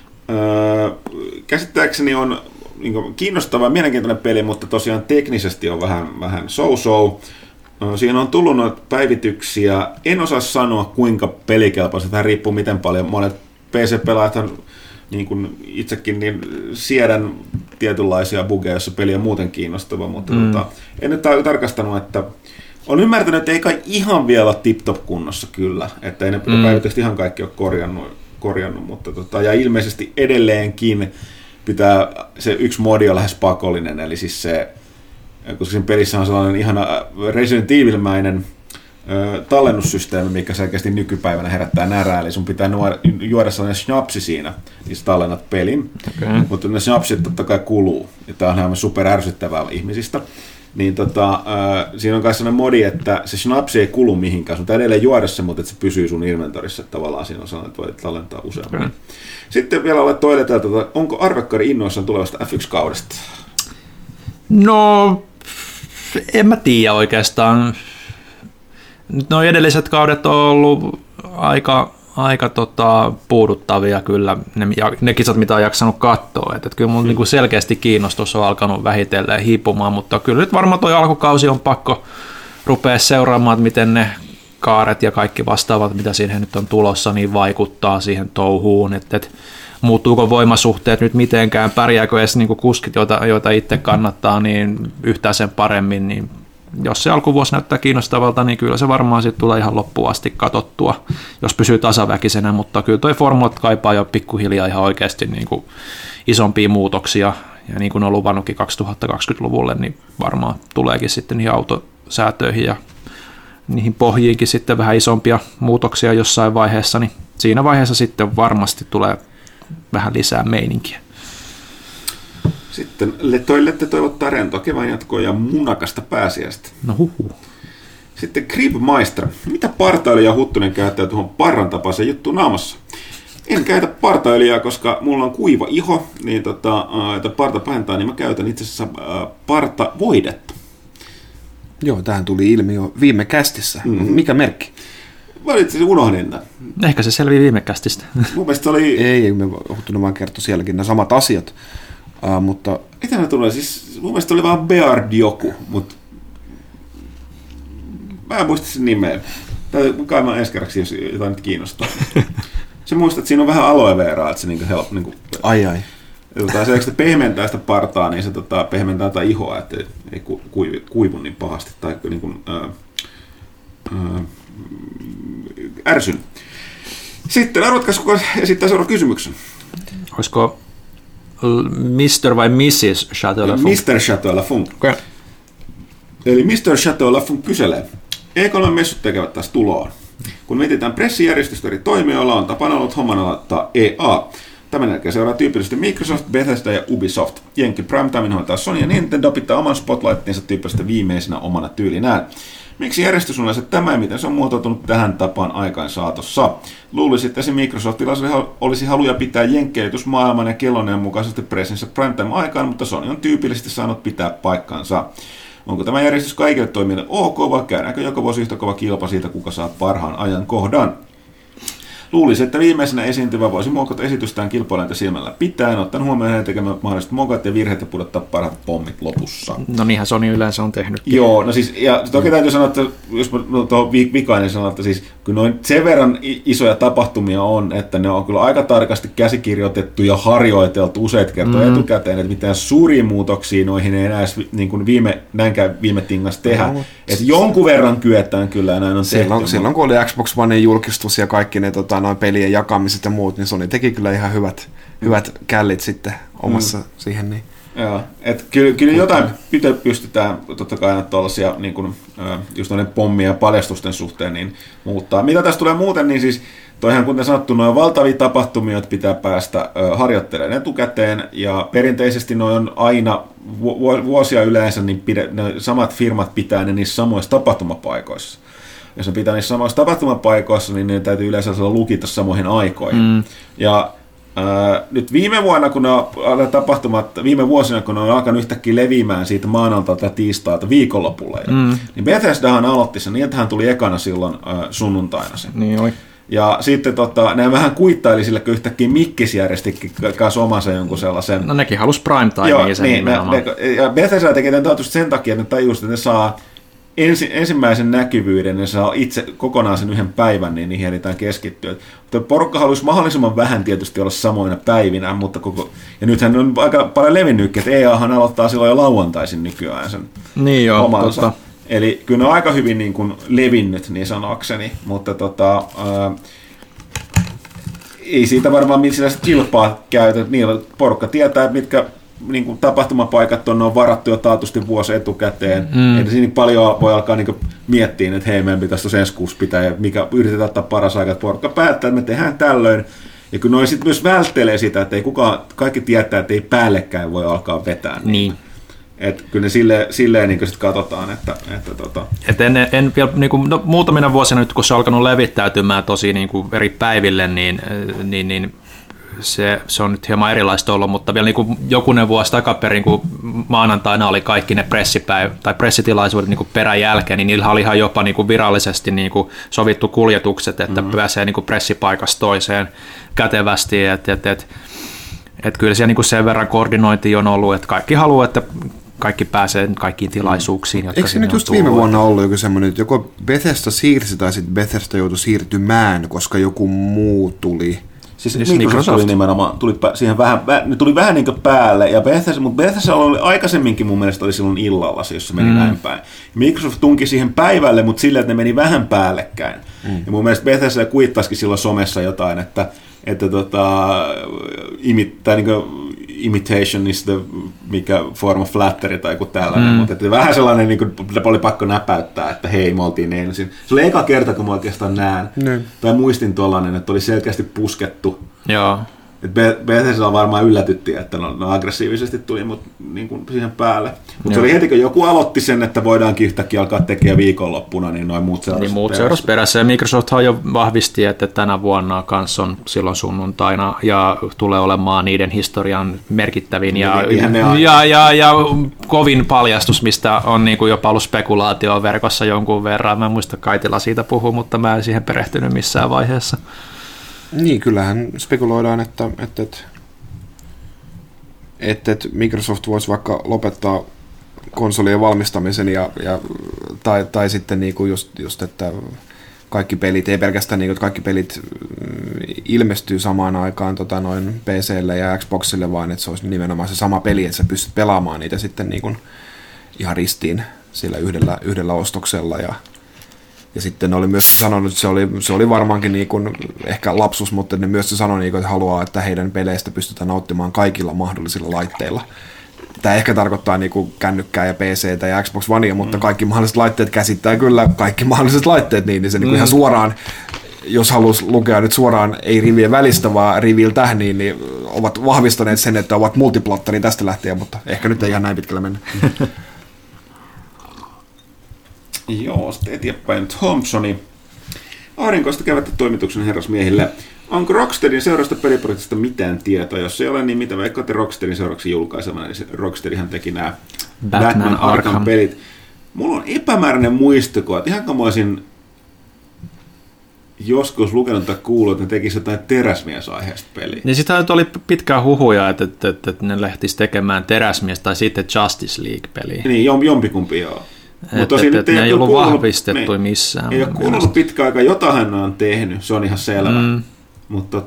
Käsittääkseni on niin kiinnostava ja mielenkiintoinen peli, mutta tosiaan teknisesti on vähän so-so. Siinä on tullut noita päivityksiä. En osaa sanoa, kuinka pelikelpoista. Tämä riippuu miten paljon. Monet PC-pelaajathan, niin kuin itsekin, niin siedän tietynlaisia bugeja, joissa peli on muuten kiinnostava, mutta en nyt tarkastanut, että on ymmärtänyt, että ei kai ihan vielä ole tip-top kunnossa kyllä, että ei ne päivitykset ihan kaikki ole korjannut, mutta ja ilmeisesti edelleenkin pitää se yksi modi on lähes pakollinen, eli siis se, koska siinä pelissä on sellainen ihana Resident Evil-mäinen tallennussysteemi, mikä selkeästi nykypäivänä herättää närää, eli sun pitää juoda sellainen schnapsi siinä, niin sä tallennat pelin, mutta ne schnapsit totta kai kuluu, ja tää on ihan super ärsyttävää ihmisistä, niin siinä on myös sellainen modi, että se schnapsi ei kulu mihinkään, sun pitää edelleen juoda se, mutta että se pysyy sun inventorissa, että tavallaan siinä on sellainen, että voit tallentaa useammin. Sitten vielä olet toiletelta, onko Arvekkari innoissaan tulevasta F1-kaudesta? No, en mä tiedä oikeastaan. No edelliset kaudet on ollut aika puuduttavia kyllä, ne kisat mitä on jaksanut katsoa, että kyllä mun niinku selkeästi kiinnostus on alkanut vähitellen hiipumaan, mutta kyllä nyt varmaan toi alkukausi on pakko rupea seuraamaan, että miten ne kaaret ja kaikki vastaavat, mitä siihen nyt on tulossa, niin vaikuttaa siihen touhuun, että muuttuuko voimasuhteet nyt mitenkään, pärjääkö edes niinku kuskit, joita itse kannattaa, niin yhtään sen paremmin, niin jos se alkuvuosi näyttää kiinnostavalta, niin kyllä se varmaan sitten tulee ihan loppuun asti katsottua, jos pysyy tasaväkisenä, mutta kyllä toi Formulat kaipaa jo pikkuhiljaa ihan oikeasti niin kuin isompia muutoksia, ja niin kuin on luvannutkin 2020-luvulle, niin varmaan tuleekin sitten niihin autosäätöihin ja niihin pohjiinkin sitten vähän isompia muutoksia jossain vaiheessa, niin siinä vaiheessa sitten varmasti tulee vähän lisää meininkiä. Sitten Letoilette toivottaa rentoa kevään jatkoa ja munakasta pääsiäistä. No huhu. Sitten Creepmeister. Mitä partailija Huttunen käyttää tuohon parran tapaisen juttuun naamassa? En käytä partaöljyä, koska mulla on kuiva iho, niin että parta pahentaa, niin mä käytän itse asiassa partavoidetta. Joo, tähän tuli ilmi jo viime kästissä. Mikä merkki? Valitsin unohdin tämän. Ehkä se selvii viime kästistä. Mun mielestä oli... Ei, me Huttunen vaan kertoi sielläkin nämä samat asiat. Mutta... Mitä ne tulee? Siis mun mielestä oli vaan Beard joku, mutta mä en muista sen nimeä. Kai mä ensi kerraksi, jos jotain nyt kiinnostaa. Se muistaa, että siinä on vähän aloe veraa, että se niinku Ai. Se pehmentää sitä partaa, niin se pehmentää tätä ihoa, että ei kuivu niin pahasti tai niinku, ärsyn. Sitten arvatkaas, kuka esittää seuraavan kysymyksen. Olisiko Mr. vai Mrs. Chateau Lafont? Mr. Chateau Lafont. Okay. Eli Mr. Chateau Lafont kyselee. E3-messut tekevät taas tuloon. Kun mietitään pressijärjestystä eri toimijoilla, on tapana ollut hommana laittaa EA. Tämän jälkeen seuraa tyypillisesti Microsoft, Bethesda ja Ubisoft. Jenkki Primetimein hoitaa Sony ja Nintendo pitää oman spotlightinsa tyypillisesti viimeisenä omana tyylinään. Miksi järjestys on yleensä tämä ja miten se on muotoutunut tähän tapaan aikaan saatossa? Luulisi, että Microsoftilla olisi haluja pitää jenkkeilytysmaailman ja kelloneen mukaisesti pressinsä primetime-aikaan, mutta Sony on tyypillisesti saanut pitää paikkansa. Onko tämä järjestys kaikille toimijoille ok, vai käydäänkö joka vuosi yhtä kova kilpa siitä, kuka saa parhaan ajankohdan? Luulisi, että viimeisenä esiintyvä voisi muokata esitystään kilpailijoita silmällä pitäen, ottaen huomioon hänen tekemään mahdolliset mokat ja virheet ja pudottaa parhaat pommit lopussa. No niinhän Sony yleensä on tehnyt. Joo, no siis, ja toki täytyy sanoa, että jos mä tuohon vikainen sanon, että siis kyllä noin sen verran isoja tapahtumia on, että ne on kyllä aika tarkasti käsikirjoitettu ja harjoiteltu useat kertoja etukäteen, että mitään suuria muutoksia noihin ei enää niin kuin viime tingas tehdä. Että jonkun verran kyetään kyllä näin on tehty. Silloin kun oli Xbox Onein julkistus ja kaikki ne noin pelien jakamiset ja muut, niin Sony teki kyllä ihan hyvät källit sitten omassa siihen. Niin. Joo, että kyllä jotain pystytään totta kai aina tuollaisia niin kuin, just noiden pommia ja paljastusten suhteen niin muuttaa. Mitä tässä tulee muuten, niin siis toihan kuten sanottu, noin valtavia tapahtumia, joita pitää päästä harjoittelemaan etukäteen, ja perinteisesti noin on aina vuosia yleensä, niin samat firmat pitää ne niissä samoissa tapahtumapaikoissa. Jos ne pitää niissä samoissa tapahtumapaikoissa, niin ne täytyy yleensä lukita samoihin aikoihin. Ja nyt viime vuosina, kun ne on alkanut yhtäkkiä leviämään siitä maanantailta ja tiistailta viikonlopulla, niin Bethesdahan aloitti sen, niin että hän tuli ekana silloin sunnuntaina sen. Niin oli. Ja sitten ne vähän kuittaili sillä, kun yhtäkkiä Mikkis järjestikin kanssa omansa jonkun sellaisen. No nekin halusi primetimea sen nimenomaan. Ja Bethesda teki tämän sen takia, että ne tajusivat, että ne saa ensimmäisen näkyvyyden, ne saa itse kokonaan sen yhden päivän, niin niihin ehditään keskittyä. Mutta porukka haluaisi mahdollisimman vähän tietysti olla samoina päivinä, mutta ja nythän on aika paljon levinnytkin, että EAhan aloittaa silloin jo lauantaisin nykyään sen omansa. Eli kyllä ne on aika hyvin niin kuin levinnyt, niin sanoakseni, mutta ei siitä varmaan missään kilpaa käytä. Niillä porukka tietää, mitkä niin kuin tapahtumapaikat on varattu jo taatusti vuosi etukäteen. Eli siinä paljon voi alkaa niin kuin miettiä, että hei, meidän pitäisi tuossa ensi kuussa pitää, ja mikä yritetään ottaa paras aika, että porukka päättää, että me tehdään tällöin. Ja kun noi sitten myös välttelee sitä, että ei kaikki tietää, että ei päällekkäin voi alkaa vetää. Niin. Että kyllä ne silleen niin sitten katsotaan, että Et en vielä niin kuin, muutamina vuosina nyt, kun se on alkanut levittäytymään tosi niin kuin eri päiville, niin se on nyt hieman erilaista ollut, mutta vielä niin kuin jokunen vuosi takaperin, kun maanantaina oli kaikki ne pressitilaisuudet niin kuin perän jälkeen, niin niillä oli ihan jopa niin kuin virallisesti niin kuin sovittu kuljetukset, että pääsee niin kuin pressipaikasta toiseen kätevästi, että kyllä siellä niin kuin sen verran koordinointi on ollut, että kaikki haluaa, että kaikki pääsee kaikkiin tilaisuuksiin. Eikö se nyt just viime vuonna ollut joku semmoinen, että joko Bethesda siirsi tai sitten Bethesda joutui siirtymään, koska joku muu tuli? Siis Microsoft tuli nimenomaan, tuli vähän niin kuin päälle, ja Bethesda oli aikaisemminkin mun mielestä oli silloin illalla, jos se meni näin päin. Microsoft tunki siihen päivälle, mutta silleen, että ne meni vähän päällekkäin. Ja mun mielestä Bethesda kuittasikin silloin somessa jotain, että imitation is the mikä form of flattery tai joku tällainen, mutta että vähän sellainen niin kuin, oli pakko näpäyttää, että hei, me oltiin ensin. Se oli eka kerta, kun mä oikeastaan näen, tai muistin tuollainen, että oli selkeästi puskettu. Joo. Bethesda varmaan yllätyttiin, että no aggressiivisesti tuli niin kuin siihen päälle. Mutta se oli heti, kun joku aloitti sen, että voidaankin yhtäkkiä alkaa tekemään viikonloppuna, niin noin muut seurasi perässä. Ja Microsofthan jo vahvisti, että tänä vuonna kanssa on silloin sunnuntaina ja tulee olemaan niiden historian merkittävin ja kovin paljastus, mistä on niin kuin jopa ollut spekulaatio verkossa jonkun verran. Mä en muista, Kaitila siitä puhuu, mutta mä en siihen perehtynyt missään vaiheessa. Niin, kyllähän spekuloidaan, että Microsoft voisi vaikka lopettaa konsolien valmistamisen tai sitten niinku just että kaikki pelit, ei pelkästään niinku, että kaikki pelit ilmestyy samaan aikaan noin PC:lle ja Xboxille, vaan että se olisi nimenomaan se sama peli, että sä pystyt pelaamaan niitä sitten niinku ihan ristiin sillä yhdellä ostoksella ja sitten ne oli myös sanonut, että se oli varmaankin niin kuin, ehkä lapsus, mutta ne myös sanoi, niin kuin, että haluaa, että heidän peleistä pystytään nauttimaan kaikilla mahdollisilla laitteilla. Tämä ehkä tarkoittaa niin kuin kännykkää ja PC:tä ja Xbox Onea, mutta kaikki mahdolliset laitteet käsittää kyllä kaikki mahdolliset laitteet, niin se niin kuin ihan suoraan jos haluaisi lukea nyt suoraan ei rivien välistä, vaan riviltä, niin ovat vahvistaneet sen, että ovat multiplattari tästä lähtien, mutta ehkä nyt ei ihan näin pitkällä mennä. Joo, sitten eteenpäin Thompsoni. Aurinkoista kevättä toimituksen herrasmiehille. Onko Rocksteadin seuraavasta peliprojektista mitään tietoa? Jos ei ole, niin mitä veikkaatte Rocksteadin seuraavaksi julkaisemana? Niin Rocksteadihan teki nämä Batman Arkham pelit. Mulla on epämääräinen muistiko, että ihan kun mä olisin joskus lukenut tai kuullut, että ne tekisi jotain teräsmiesaiheesta peliä. Niin sitä oli pitkään huhuja, että ne lähtisi tekemään teräsmies tai sitten Justice League-peliä. Niin, jompikumpi joo. Mutta ne ei ollut vahvistettu missään. Ei ole kuulunut pitkä aika, jotain hän on tehnyt, se on ihan selvä. Mutta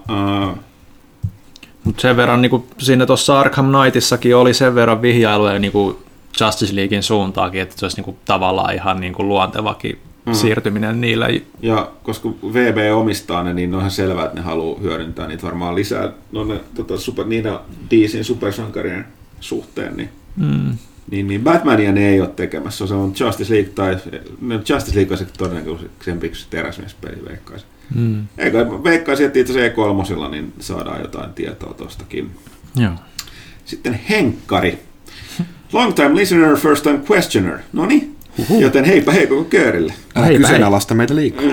sen verran, niin kuin siinä tuossa Arkham Knightissakin oli sen verran vihjailuja niin kuin Justice Leaguein suuntaakin, että se olisi niin kuin tavallaan ihan niin kuin luontevakin siirtyminen niillä. Ja koska VB omistaa ne, niin on ihan selvää, että ne haluaa hyödyntää niitä varmaan lisää niiden DC:n supersankarien suhteen. Niin Batmania ne ei ole tekemässä, se on Justice League tai Justice League on se todennäköisempi teräsmiespeli veikkaisin. Eikö veikkaisin, että itse asiassa E3 niin saadaan jotain tietoa tostakin. Joo. Sitten Henkkari. Long time listener, first time questioner. Noniin. Joten heipä hei koko köörille. Kyseenalaista meitä liikaa.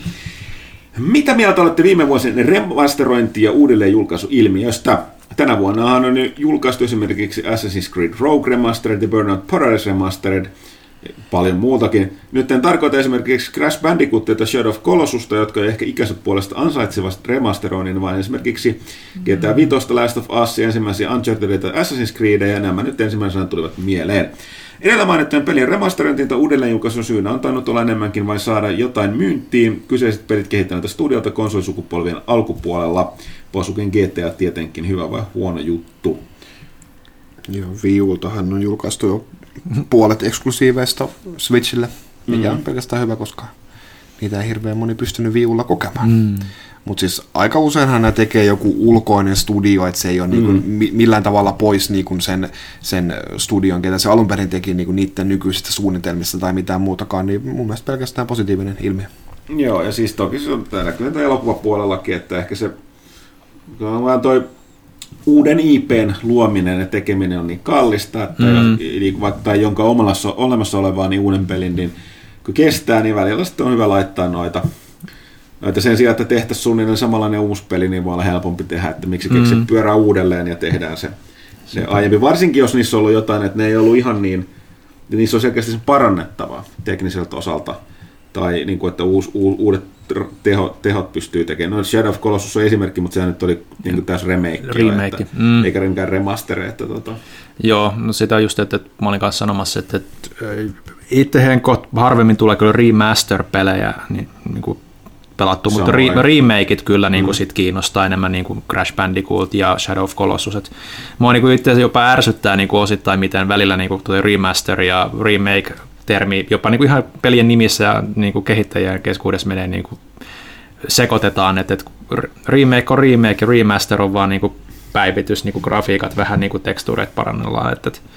Mitä mieltä olette viime vuosien remasterointi- ja uudelleenjulkaisuilmiöstä? Tänä vuonnahan on julkaistu esimerkiksi Assassin's Creed Rogue Remastered ja Burnout Paradise Remastered, paljon muutakin. Nyt en tarkoita esimerkiksi Crash Bandicootia tai Shadow of Colossusta, jotka ehkä ikänsä puolesta ansaitsevat remasteroinnin, vaan esimerkiksi GTA 5, Last of Us, ensimmäisiä Uncharted ja Assassin's Creed, ja nämä nyt ensimmäisenä tulivat mieleen. Edellä mainittujen pelien remasterointiin tai uudelleenjulkaisun syynä on tainnut olla enemmänkin vain saada jotain myyntiin. Kyseiset pelit kehittäneitä studiolta konsolisukupolvien alkupuolella. Posuken GTA tietenkin hyvä vai huono juttu. Joo, Wii Ultahan on julkaistu jo puolet eksklusiiveista Switchille, mikä on pelkästään hyvä, koska niitä ei hirveän moni pystynyt Wii Ulla kokemaan. Mutta siis aika useinhan nämä tekee joku ulkoinen studio, että se ei ole niinku millään tavalla pois niinku sen studion, ketä se alun perin teki niinku niiden nykyisistä suunnitelmista tai mitään muutakaan, niin mun mielestä pelkästään positiivinen ilmiö. Joo, ja siis toki se on näkyy elokuvapuolellakin, että ehkä se vaan toi uuden IPn luominen ja tekeminen on niin kallista, että tai jonka olemassa olevaa niin uuden pelin, niin kun kestää, niin välillä sitten on hyvä laittaa noita sen sijaan, että tehtäisiin suunnilleen samanlainen uusi peli, niin voi olla helpompi tehdä, että miksi keksiä pyörää uudelleen ja tehdään se aiemmin. Varsinkin, jos niissä on ollut jotain, että ne ei ollut ihan niin, niissä on selkeästi se parannettavaa tekniseltä osalta, tai niin kuin, että uudet tehot pystyy tekemään. No, Shadow of Colossus on esimerkki, mutta sehän nyt oli niin täys remake. Eikä rinkään remaster. Joo, no sitä just, että mä olin kanssa sanomassa, että itse harvemmin tulee kyllä remaster-pelejä, niin kuin pelattu, mutta remakeit kyllä niin kuin sit kiinnostaa enemmän niin kuin Crash Bandicoot ja Shadow of Colossus. Mua niin itse asiassa jopa ärsyttää niin kuin osittain, miten välillä niin kuin remaster ja remake-termi jopa niin kuin ihan pelien nimissä ja niin kuin kehittäjien keskuudessa menee niin kuin sekoitetaan, että remake on remake ja remaster on vaan niin kuin päivitys, niin kuin grafiikat, vähän niin kuin tekstuureet parannellaan.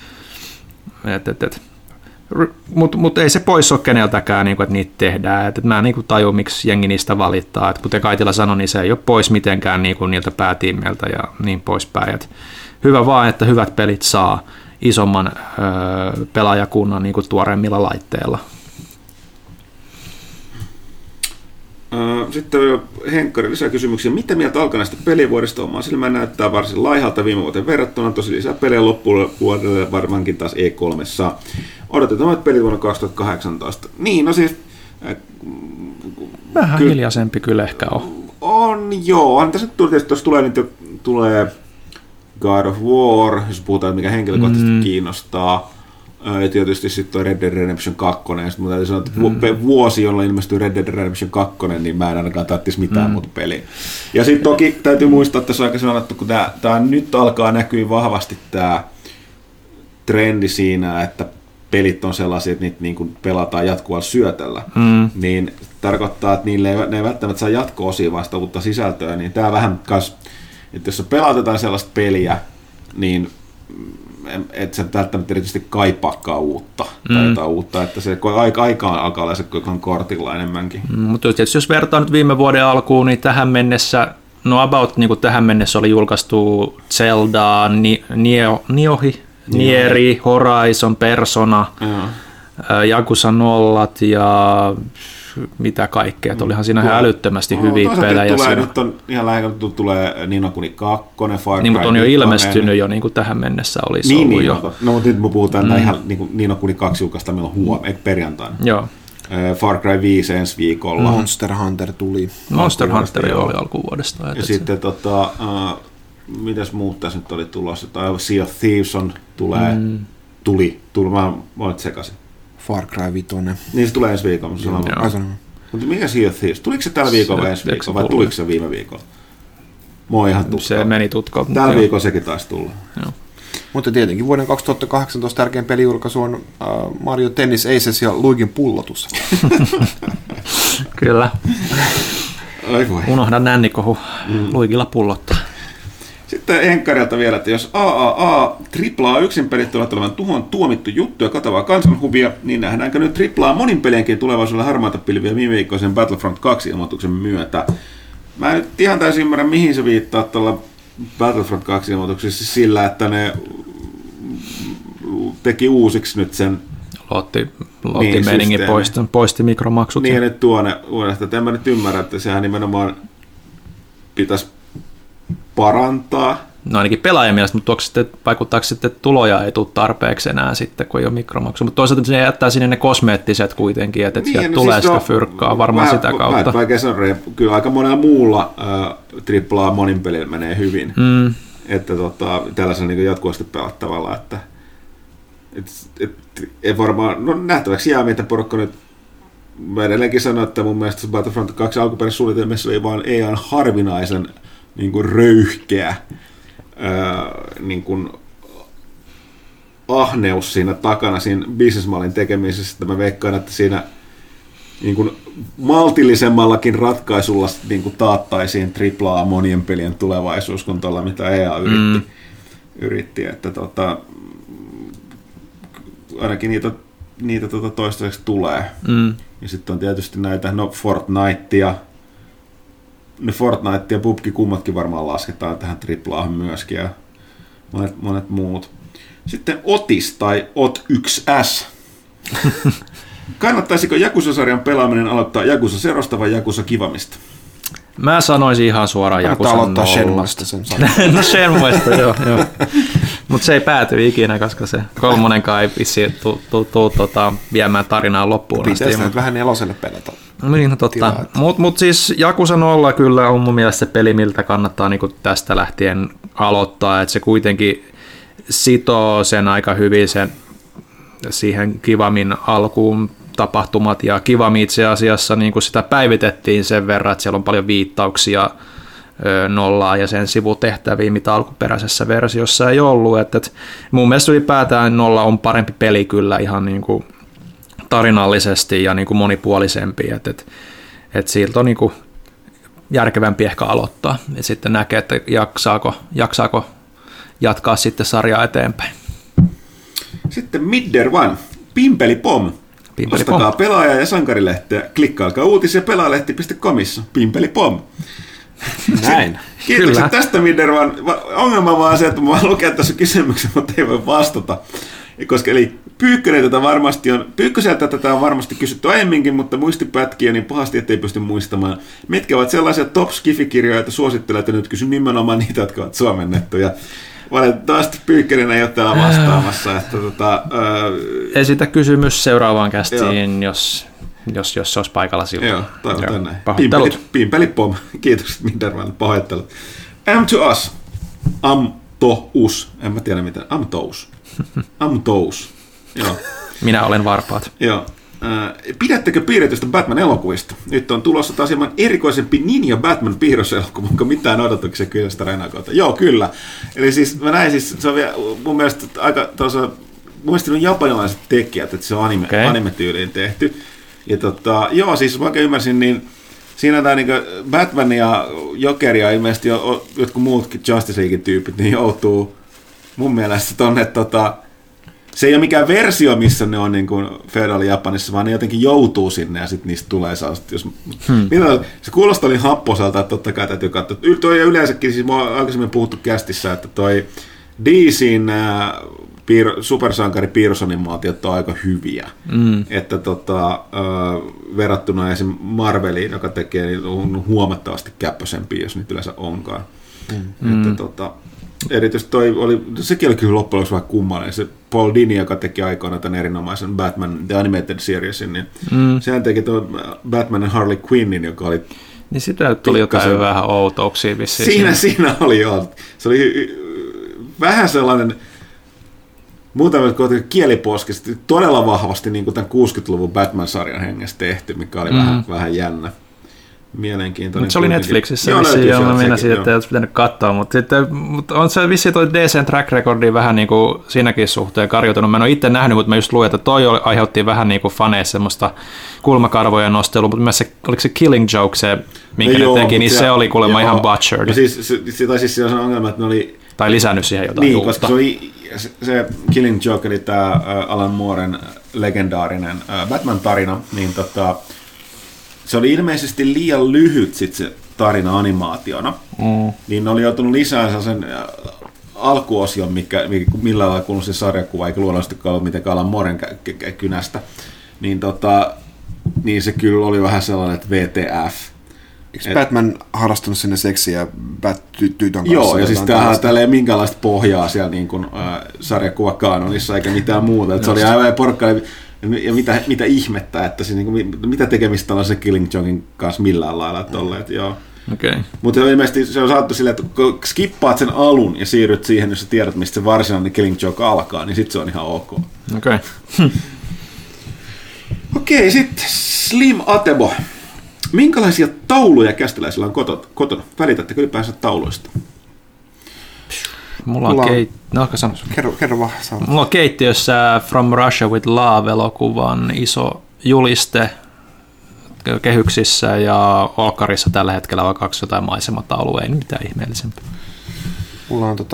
Mutta ei se pois ole keneltäkään, niin kuin, että niitä tehdään. Et mä en tajua, miksi jengi niistä valittaa. Et kuten Kaitila sanoi, niin se ei ole pois mitenkään niin kuin niiltä päätiimeiltä ja niin poispäin. Et hyvä vaan, että hyvät pelit saa isomman pelaajakunnan niin kuin tuoreimmilla laitteilla. Sitten Henkkari lisää kysymyksiä. Mitä mieltä alkaneesta pelivuodesta omaa silmään näyttää varsin laihalta viime vuoteen verrattuna? Tosi lisää pelejä loppuvuodelle varmaankin taas E3. Odotetaan pelit vuonna 2018. Niin, no siis... Vähän hiljaisempi kyllä ehkä on. On, joo. Tässä tulee God of War, jos puhutaan, mikä henkilökohtaisesti kiinnostaa. Ja tietysti sitten toi Red Dead Redemption 2, ja sitten täytyy sanoa, että vuosi, jolla ilmestyy Red Dead Redemption 2, niin mä en ainakaan tarvitsisi mitään muuta peliä. Ja sitten toki täytyy muistaa, että tässä on aika sanottu, kun tää nyt alkaa näkyä vahvasti tämä trendi siinä, että pelit on sellaisia, että niitä niin kuin pelataan jatkuvalla syötellä, niin tarkoittaa, että ne ei välttämättä saa jatko-osia vasta uutta sisältöä, niin tämä vähän kas, että jos pelatetaan sellaista peliä, niin et sä välttämättä erityisesti kaipaakaan uutta tai jotain uutta, että se aika alkaa olla se kortilla enemmänkin. Mutta tietysti jos vertaa nyt viime vuoden alkuun, niin tähän mennessä, about niin kuin tähän mennessä oli julkaistu Zelda, Nieri, Horizon, Persona, Yakuza 0 ja mitä kaikkea. Olihan siinä ihan älyttömästi hyviä pelejä. Nyt on ihan lähellä, tulee Ni no Kuni 2, Far Cry. Niin, mutta on jo ilmestynyt jo, niin kuin tähän mennessä olisi ollut jo. No, mutta nyt me puhutaan ihan Ni no Kuni 2 julkaista meillä on perjantaina. Joo. Far Cry 5 ensi viikolla. Monster Hunter tuli. Monster Hunter oli alkuvuodesta. Ja sitten mitäs muut tässä nyt oli tulossa? Sea of Thieves tuli. Mä oon sekaisin. Far Cry 5. Niin se tulee ensi viikolla. Mutta mikä Sea of Thieves? Tuliko se tällä viikolla vai ensi viikolla vai tuliko se viime viikolla? Mä oon ihan tutkaa. Se meni tutkaan. Tällä viikolla sekin taisi tulla. Joo. Mutta tietenkin vuoden 2018 tärkein pelijulkaisu on Mario Tennis Aces ja Luigin pullotus. Kyllä. Unohda nännikohu. Luigilla pullottaa. Sitten Enkkarilta vielä, että jos AAA, AAA yksin pelit tulevat olevan tuhon tuomittu juttu ja katavaa kansanhuvia, niin nähdäänkö nyt AAA monin pelienkin tulevaisuudella harmaata pilviä viime viikkoisen Battlefront 2-ilmoituksen myötä? Mä en nyt ihan täysin ymmärrä, mihin se viittaa tuolla Battlefront 2-ilmoituksessa sillä, että ne teki uusiksi nyt sen Lotti-meningin poisti mikromaksut. Niin, nyt tuonne uudestaan. En mä nyt ymmärrä, että sehän nimenomaan pitäisi parantaa. No ainakin pelaajan mielestä, mutta vaikuttaako sitten, että tuloja ei tule tarpeeksi enää sitten, kun ei ole mikromaksu. Mutta toisaalta se jättää sinne ne kosmeettiset kuitenkin, että sieltä tulee siis sitä fyrkkaa varmaan sitä kautta. Vaikea sanoa, kyllä aika monella muulla AAA monin pelillä menee hyvin. Että tällaisella niin jatkuvasti pelattavalla, että ei varmaan, no nähtäväksi jää, mitä porukka nyt. Mä edelleenkin sanon, että mun mielestä Battlefront 2 alkuperäissuunnitelmassa oli vaan ihan harvinaisen niin kuin röyhkeä niin kuin ahneus siinä takana, siinä businessmallin tekemisessä, että mä veikkaan, että siinä niin kuin maltillisemmallakin ratkaisulla niin kuin taattaisiin AAA monien pelien tulevaisuus, kun tuolla mitä EA yritti, että ainakin niitä toistaiseksi tulee. Ja sitten on tietysti näitä, Fortnite ja PUBG kummatkin varmaan lasketaan tähän AAAhan myöskin ja monet muut. Sitten Otis tai Ot1S. Kannattaisiko Yakuza-sarjan pelaaminen aloittaa Yakuza Zerosta vai Yakuza Kivamista? Mä sanoisin ihan suoraan Yakuza aloittaa Shenmuesta sen no Shenmuesta, joo. Mutta se ei pääty ikinä, koska se kolmonenkaan ei vissiin viemään tarinaa loppuun. Pitäisi nyt vähän neloselle pelata. Niin, no totta. Mutta siis Yakuza 0 kyllä on mun mielestä se peli, miltä kannattaa niinku tästä lähtien aloittaa, että se kuitenkin sitoo sen aika hyvin siihen Kivamin alkuun tapahtumat, ja Kivami itse asiassa niin kuin sitä päivitettiin sen verran, että siellä on paljon viittauksia Nollaa ja sen sivutehtäviä, mitä alkuperäisessä versiossa ei ollut. Et mun mielestä ylipäätään Nolla on parempi peli kyllä ihan niin kuin tarinallisesti ja niin kuin monipuolisempi, et siltä on niin kuin järkevämpi ehkä aloittaa ja sitten näkee, että jaksaako jatkaa sitten sarjaa eteenpäin. Sitten Midder One, Pimpeli Pom. Ostakaa pelaaja- ja sankarilehteä, klikkaakaa uutisia pelaalehti.comissa, Pimpeli Pom. Näin. Kiitokset tästä, Midder One. Ongelma vaan se, että mä voin lukea tässä kysymyksen, mutta ei voi vastata. Koska eli Pyykköseltä tätä on varmasti kysytty aiemminkin, mutta muistipätkiä niin pahasti, ettei pysty muistamaan. Mitkä ovat sellaisia top-skifi-kirjoja, joita suosittelet, ja nyt kysyn nimenomaan niitä, jotka ovat suomennettuja. Valitettavasti Pyykkönen ei ole täällä vastaamassa. Että Esitä kysymys seuraavaan kästiin, jos se olisi paikalla silloin. Joo, toivotaan näin. Pimpeli pom. Kiitokset Minderman, pahoittelut. M2Us. Amtous. En mä tiedä miten. Amtous. Joo. Minä olen varpaat. Joo. Pidättekö piirretystä Batman-elokuvista? Nyt on tulossa taas hieman erikoisempi Ninja Batman piirroselokuva, onko mitään odotuksia kyllä sitä Renakolta? Joo, kyllä. Eli siis mä näin se on vielä mun mielestä aika mun mielestä on japanilaiset tekijät, että se on anime-tyyliin tehty. Ja joo, siis mä oikein ymmärsin, niin siinä tämä niin Batman ja Joker ja ilmeisesti jotkut muutkin Justice League-tyypit niin joutuu mun mielestä tonne se ei ole mikään versio, missä ne on niin kuin Feudal Japanissa, vaan ne jotenkin joutuu sinne ja sitten niistä tulee sellaista. Se kuulostaa niin happoselta, että totta kai täytyy katsoa. Toi yleensäkin, siis mä oon aikaisemmin puhuttu kästissä, että toi DC:n supersankaripiirrosanimaatiot on aika hyviä. Että verrattuna esim. Marveliin, joka tekee, niin on huomattavasti käppösempiä, jos niitä yleensä onkaan. Että erityisesti sekin oli kyllä loppujen lopuksi vähän kummallinen. Se Paul Dini, joka teki aikoina tämän erinomaisen Batman The Animated Seriesin, niin sehän teki tuon Batman and Harley Quinnin, joka oli... Niin sitä tuli jotain vähän outouksia vissiin. Siinä oli jo. Se oli vähän sellainen... Muutama kieliposkesti todella vahvasti niin kuin tämän 60-luvun Batman-sarjan hengessä tehty, mikä oli vähän jännä. Mielenkiintoinen. Se oli Netflixissä vissiin, joo, minä siitä, että ei olisi pitänyt katsoa, mutta on se vissiin toi DC:n track recordi vähän niin kuin siinäkin suhteen karjutunut. Mä en ole itse nähnyt, mutta mä just luin, että toi aiheutti vähän niin kuin faneissa semmoista kulmakarvojen nostelua, mutta myös oliko se Killing Joke se, minkä ne teki, niin se oli kuulemma ihan butchered. No siis se on ongelma, että ne oli... Tai lisännyt siihen jotain niin, uutta. Koska se Killing Joke, eli tämä Alan Mooren legendaarinen Batman-tarina, niin se oli ilmeisesti liian lyhyt sit se tarina animaationa. Niin ne oli joutunut lisäämään sen alkuosion, millä lailla kuullut se sarjakuva, eikä luonnollisesti ollut mitenkään Alan Mooren kynästä. Niin se kyllä oli vähän sellainen, että WTF. Eikö Batman harrastanut sinne seksiä Bat-tytön kanssa? Joo, ja siis täällä ei minkäänlaista pohjaa siellä niin kuin, sarjakuvakaanonissa eikä mitään muuta. Että se oli aivan porkkana. Ja mitä ihmettä, että se, niin kuin, mitä tekemistä tällaisen Killing Jokein kanssa millään lailla. Okay. Mutta ilmeisesti se on saattu silleen, että kun skippaat sen alun ja siirryt siihen, jos sä tiedät, mistä se varsinainen Killing Joke alkaa, niin sitten se on ihan ok. Okay. Okei, sitten Slim Atebo. Minkälaisia tauluja kästiläisillä on kotona? Välitättekö ylipäänsä tauluista? Mulla on Kerro vaan. Mulla on keittiössä From Russia with Love-elokuvan iso juliste kehyksissä ja olkkarissa tällä hetkellä on 2 jotain maisemataulua, ei mitään ihmeellisempää. Mulla on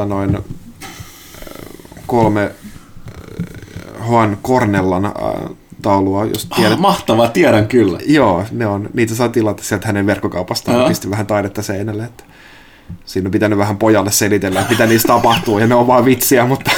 3 Juan Cornellan taulua, jos tiedät. Mahtavaa, tiedän kyllä. Joo, niitä saa tilata sieltä hänen verkkokaupastaan. Pistin vähän taidetta seinälle. Että siinä on pitänyt vähän pojalle selitellä, että mitä niistä tapahtuu, ja ne on vaan vitsiä, mutta...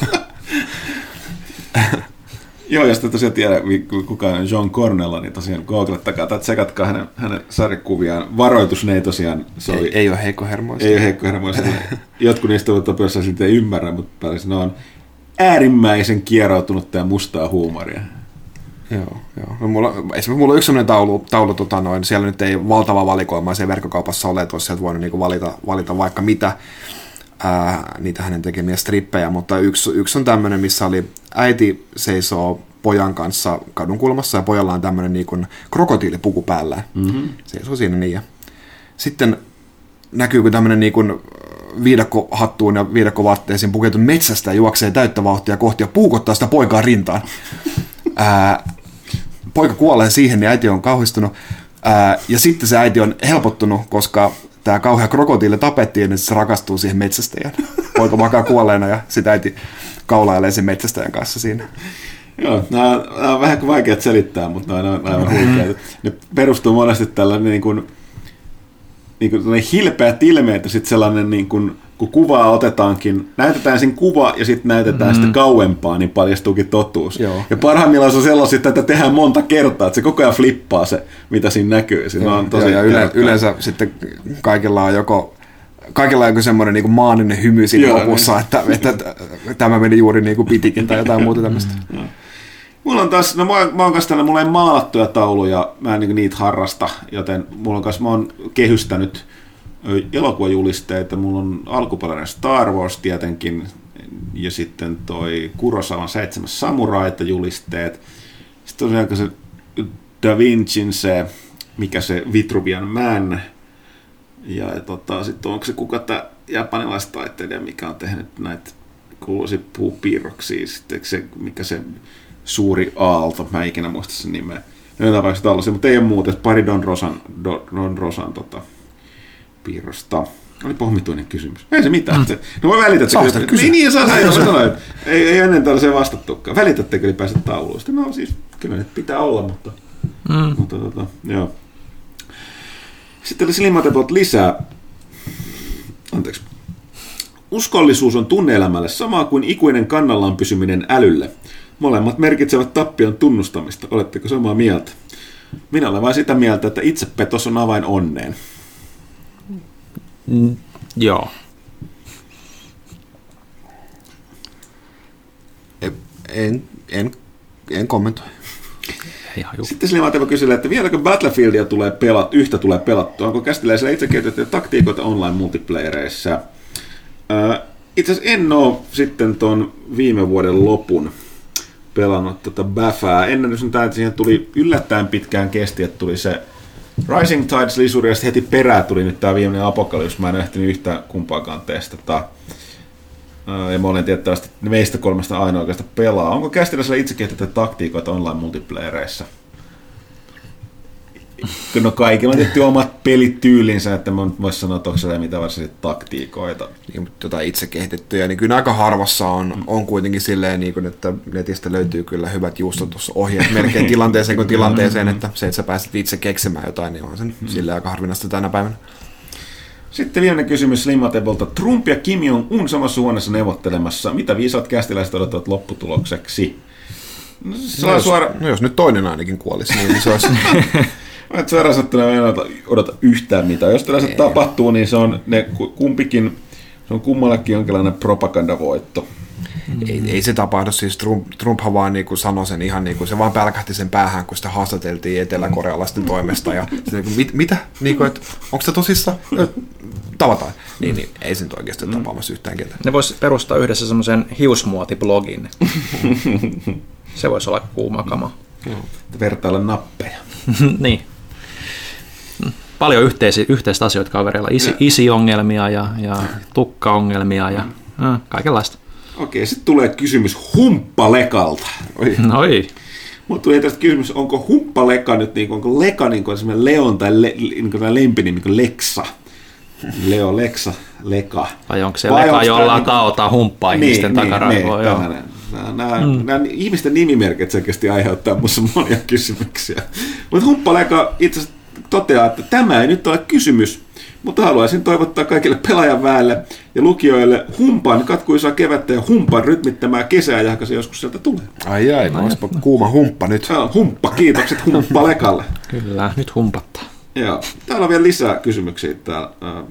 Joo, jos te tosiaan tiedä, kuka on John Cornella, niin tosiaan googlettakaa tai tsekatkaa hänen sarjakuviaan. Varoitus, ne ei tosiaan... Ei ole heikkohermoisia. Ei ole heikkohermoisia. Jotkut niistä ovat jossain siltä ei ymmärrä, mutta ne on äärimmäisen kierroutunutta ja mustaa huumoria. Joo. No, mulla on yksi sellainen taulu siellä nyt ei valtava valikoima siellä verkkokaupassa ole, että olisi sieltä voinut niinku valita vaikka mitä niitä hänen tekemiä strippejä, mutta yksi on tämmöinen, missä oli äiti seisoo pojan kanssa kadunkulmassa ja pojalla on tämmöinen niinku krokotiilipuku päällä. Seisoo siinä niin. Ja sitten näkyy, kun tämmöinen niinku viidakkohattuun ja viidakkovaatteisiin pukeutunut metsästä juoksee täyttä vauhtia kohti ja puukottaa sitä poikaa rintaan. Poika kuolee siihen, niin äiti on kauhistunut. Ja sitten se äiti on helpottunut, koska tämä kauhea krokotiili tapettiin, niin se rakastuu siihen metsästäjään. Poika makaa kuolleena ja sitten äiti kaulailee sen metsästäjän kanssa siinä. Joo, nämä on vähän vaikeat selittää, mutta nämä on aivan huikeita. Ne perustuu monesti tällainen niin kuin hilpeät ilmeet ja sitten sellainen, niin kuin, kun kuvaa otetaankin, näytetään sen kuva ja sitten näytetään sitä kauempaa, niin paljastuukin totuus. Joo. Ja parhaimmillaan se on sellaisia, että tätä tehdään monta kertaa, että se koko ajan flippaa se, mitä siinä näkyy. Siinä on tosi yleensä sitten kaikilla on joku semmoinen niin kuin maaninen hymy siinä lopussa, että tämä meni juuri niin kuin pitikin tai jotain muuta tämmöistä. Mulla on taas, mä oon kanssa mulla ei maalattuja tauluja, mä en niitä harrasta, joten mä oon kehystänyt elokuvajulisteita, mulla on alkuperäinen Star Wars tietenkin, ja sitten toi Kurosawan 7 samuraita julisteet, sitten tosiaan se Da Vincin se, mikä se Vitruvian Man, ja sitten onko se kuka tämä japanilaistaiteilija, mikä on tehnyt näitä kuuluisia puupiirroksia, sitten se, mikä se suuri aalto, mä en ikinä muista sen nimeä. Jotain vaikka tällaisia, mutta ei ole muuta. Pari Don Rosan piirrosta. Oli pohmituinen kysymys. Ei se mitään. No voi välitättekö? Niin, saa. Ei ennen tällaiseen vastattukaan. Välitättekö ylipäänsä tauluista? No siis kyllä ne pitää olla, mutta joo. Sitten oli Slimatepot lisää. Anteeksi. Uskollisuus on tunne-elämälle samaa kuin ikuinen kannallaan pysyminen älylle. Molemmat merkitsevät tappion tunnustamista. Oletteko samaa mieltä? Minä olen vain sitä mieltä, että itsepetos on avain onneen. Joo. En kommentoi. Sitten Slimateva kyselee, että vieläkö Battlefieldia tulee pelattua? Onko kästiläisillä itse kehitettyjä taktiikoita online multiplayereissa? Itse asiassa en ole sitten tuon viime vuoden lopun pelannut tätä Bäfää. Ennen että siihen tuli yllättäen pitkään kesti, että tuli se Rising Tides-lisuri ja heti perään tuli nyt tämä viimeinen Apocalypse. Mä en ehtinyt yhtään kumpaakaan testata. Ja mä olen tiettävästi meistä kolmesta ainoa oikeasta pelaa. Onko kästiläisillä itse kehitettyä taktiikoita online multiplayereissa? No kaikilla on tietty omat pelityylinsä, että mä voisin sanoa, että onko siellä mitään varsinaisia taktiikoita. Niin, mutta itse kehitettyjä, niin kyllä aika harvassa on kuitenkin silleen, niin kuin, että netistä löytyy kyllä hyvät juustotusohjeet melkein tilanteeseen kuin tilanteeseen, että se, että sä pääset itse keksimään jotain, niin on sen silleen aika harvinaista tänä päivänä. Sitten viimeinen kysymys Slimatebolta. Trump ja Kim Jong-un samassa huoneessa neuvottelemassa. Mitä viisaat kästiläiset odottavat lopputulokseksi? No jos nyt toinen ainakin kuolisi, niin se olisi... Mä suoraan sanottuna en odota yhtään mitään. Jos tällaiset tapahtuu, niin se on kummallakin jonkinlainen propagandavoitto. Ei se tapahdu, siis Trumphan vaan niin kuin sanoi sen ihan niin kuin, se vaan pälkähti sen päähän, kun sitä haastateltiin eteläkorealaisten toimesta, ja sitten mitä? Niin kuin, että onko se tosissaan? Tavataan. Niin, ei se nyt oikeasti tapaamassa yhtään ketään. Ne vois perustaa yhdessä semmoisen hiusmuotiblogin. Se voisi olla kuuma kama. Vertailla nappeja. Niin. Paljon yhteistä asioita kavereilla. Isi-ongelmia ja tukkaongelmia ja kaikenlaista. Okei, sitten tulee kysymys humppalekalta. Noi. Mutta tuli tästä kysymys, onko humppaleka nyt, onko leka semmoinen Leon tai lempinimi kuin Leksa? Leo, Leksa, Leka. Vai onko se Leka, jolla taotaan humppaa ihmisten takaraivoa? Nämä ihmisten nimimerkit selkeästi aiheuttaa minussa monia kysymyksiä. Mutta humppaleka itse asiassa toteaa, että tämä ei nyt ole kysymys, mutta haluaisin toivottaa kaikille pelaajan väelle ja lukijoille humpan katkuisaa kevättä ja humpan rytmittämää kesää, johon se joskus sieltä tulee. Ai, no olisipa kuuma humppa nyt. Humppa, kiitokset humppalekalle. Kyllä, nyt humpattaa. Joo. Täällä on vielä lisää kysymyksiä täällä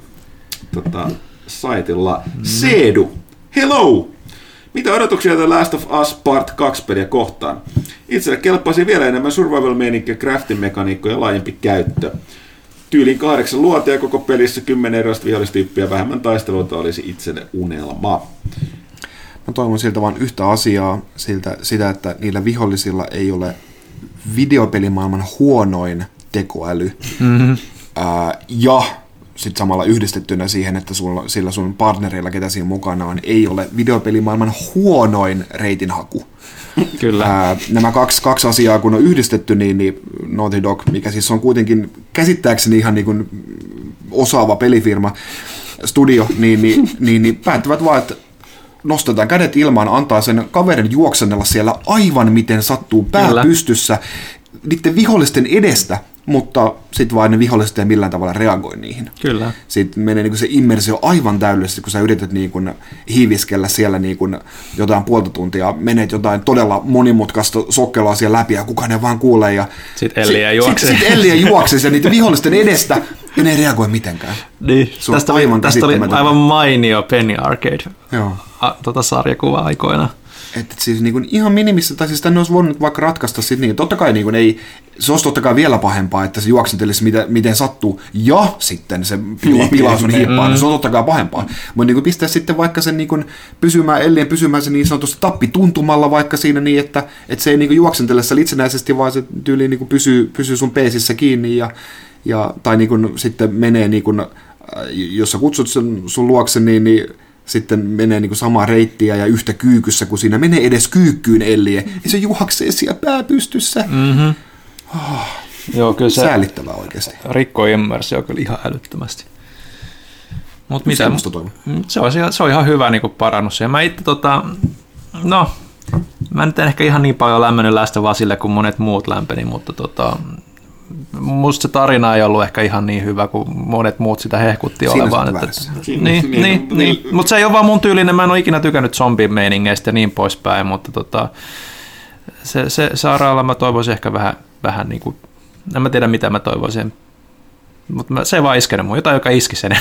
saitilla. Seedu, hello! Mitä odotuksia The Last of Us Part 2 -peliä kohtaan? Itselle kelpaisi vielä enemmän survival-meininkiä, crafting-mekaniikkoja ja laajempi käyttö. Tyyliin 8 luotia koko pelissä, 10 erilaista vihollistyyppiä, vähemmän taisteluita olisi itselle unelma. Mä toivon siltä vain yhtä asiaa, sitä, että niillä vihollisilla ei ole videopelimaailman huonoin tekoäly. Mm-hmm. Ja sitten samalla yhdistettynä siihen, että sillä sun partnerilla, ketä siinä mukana on, ei ole videopelimaailman huonoin reitinhaku. Kyllä. Nämä kaksi asiaa, kun on yhdistetty, niin Naughty Dog, mikä siis on kuitenkin käsittääkseni ihan niin kuin osaava pelifirma, studio, niin päättävät vaan, että nostetaan kädet ilmaan, antaa sen kaverin juoksennella siellä aivan miten sattuu pää pystyssä niiden vihollisten edestä, mutta sitten vaan ne viholliset ei millään tavalla reagoi niihin. Kyllä. Sitten menee niin se immersio aivan täydellisesti, kun sä yrität niin kuin hiiviskellä siellä niin kuin jotain puolta tuntia, menet jotain todella monimutkaista sokkelua siellä läpi ja kukaan ei vaan kuulee. Ja sitten Elliä juoksee. Sitten Elliä juoksee ja niiden vihollisten edestä ja ne ei reagoi mitenkään. Niin. Tästä oli aivan mainio Penny Arcade. Joo. Sarjakuva aikoina. Että siis niin kuin ihan minimissä, tai siis tänne olisi voinut vaikka ratkaista sitten niin, totta kai niin kuin ei, se olisi totta kai vielä pahempaa, että se juoksentelisi miten sattuu, ja sitten se pilaa sun hiippaa, niin se on totta kai pahempaa. Mutta niin kuin pistää sitten vaikka sen niin kuin Ellien pysymään se niin sanotusti tappituntumalla vaikka siinä niin, että se ei niin kuin juoksentele itsenäisesti, vaan se tyyliin niin kuin pysyy sun peesissä kiinni, tai niin kuin sitten menee, niin kuin, jos sä kutsut sun luokse, niin sitten menee niin kuin samaa reittiä ja yhtä kyykyssä, kun siinä menee edes kyykkyyn Ellie, ja se juoksee siellä pääpystyssä. Mm-hmm. Joo, kyllä se säälittävää oikeasti. Rikkoi immersio kyllä ihan älyttömästi. Mut mitä, se on ihan hyvä niin kuin parannus. Ja mä itse mä nyt en ehkä ihan niin paljon lämmennyt Last of Usille kuin monet muut lämpeni, mutta musta se tarina ei ollut ehkä ihan niin hyvä kuin monet muut sitä hehkutti olevaan. Niin. Mutta se ei ole vaan mun tyylinen, mä en ole ikinä tykännyt zombie-meiningeistä ja niin poispäin, mutta se sairaala mä toivoisin ehkä vähän niin kuin, en mä tiedä mitä mä toivoisin, mutta se ei vaan iskenyt mun, jotain joka iski sen.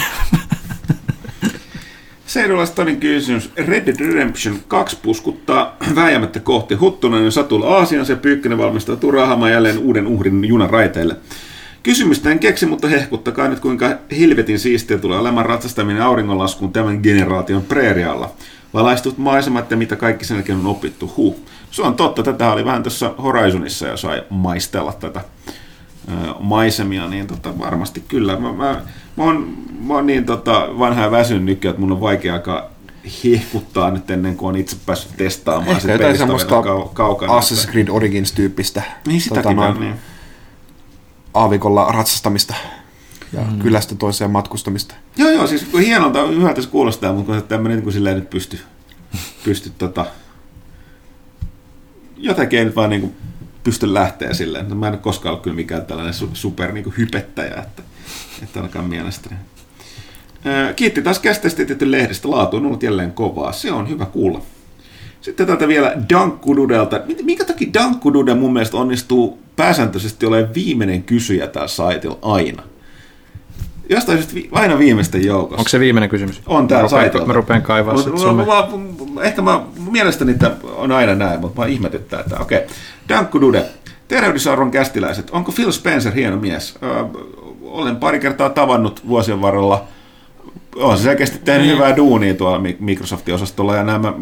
Seuraavaksi toinen kysymys. Red Dead Redemption 2 puskuttaa vääjäämättä kohti Huttunen ja Satul Aasian, se Pyykkönen valmistautuu raahamaan jälleen uuden uhrin junan raiteille. Kysymystä en keksi, mutta hehkuttakaa nyt kuinka helvetin siistiä tulee olemaan ratsastaminen auringonlaskuun tämän generaation preerialla. Valaistut maisemat ja mitä kaikki sen jälkeen on opittu. Se on totta, tätä oli vähän tuossa Horizonissa ja sai maistella tätä maisemia, niin varmasti kyllä. Mä oon niin vanha ja väsynyt nykyään, että mun on vaikea aikaa hehkuttaa nyt ennen kuin on itse päässyt testaamaan. Ehkä jotain semmoista Assassin's Creed Origins-tyyppistä niin, niin. aavikolla ratsastamista ja kylästä toiseen matkustamista. Joo, siis hienolta, hyvältä se kuulostaa, mutta kun tämmöinen niin kuin silleen nyt pysty jotenkin ei nyt vaan niin kuin pysty lähteä silleen. Mä en ole koskaan ollut kyllä mikään tällainen super niin kuin hypettäjä, että alkaa mielestäni. Kiitti taas kästeistä tietty lehdestä. Laatu on ollut jälleen kovaa. Se on hyvä kuulla. Sitten täältä vielä Dankkududelta. Minkä takia Dankkudude mun mielestä onnistuu pääsääntöisesti olemaan viimeinen kysyjä täällä saitilla aina? Jostain aina viimeisten joukossa. Onko se viimeinen kysymys? On täällä saitilla. Mä rupean kaivaa ehkä mielestäni on aina näin, mutta mä ihmetyttää, että okei. Dankkudude. Tervehdysarvon kästiläiset. Onko Phil Spencer hieno mies? Olen pari kertaa tavannut vuosien varrella. On se selkeästi tehnyt hyvää duunia tuolla Microsoftin osastolla ja nämä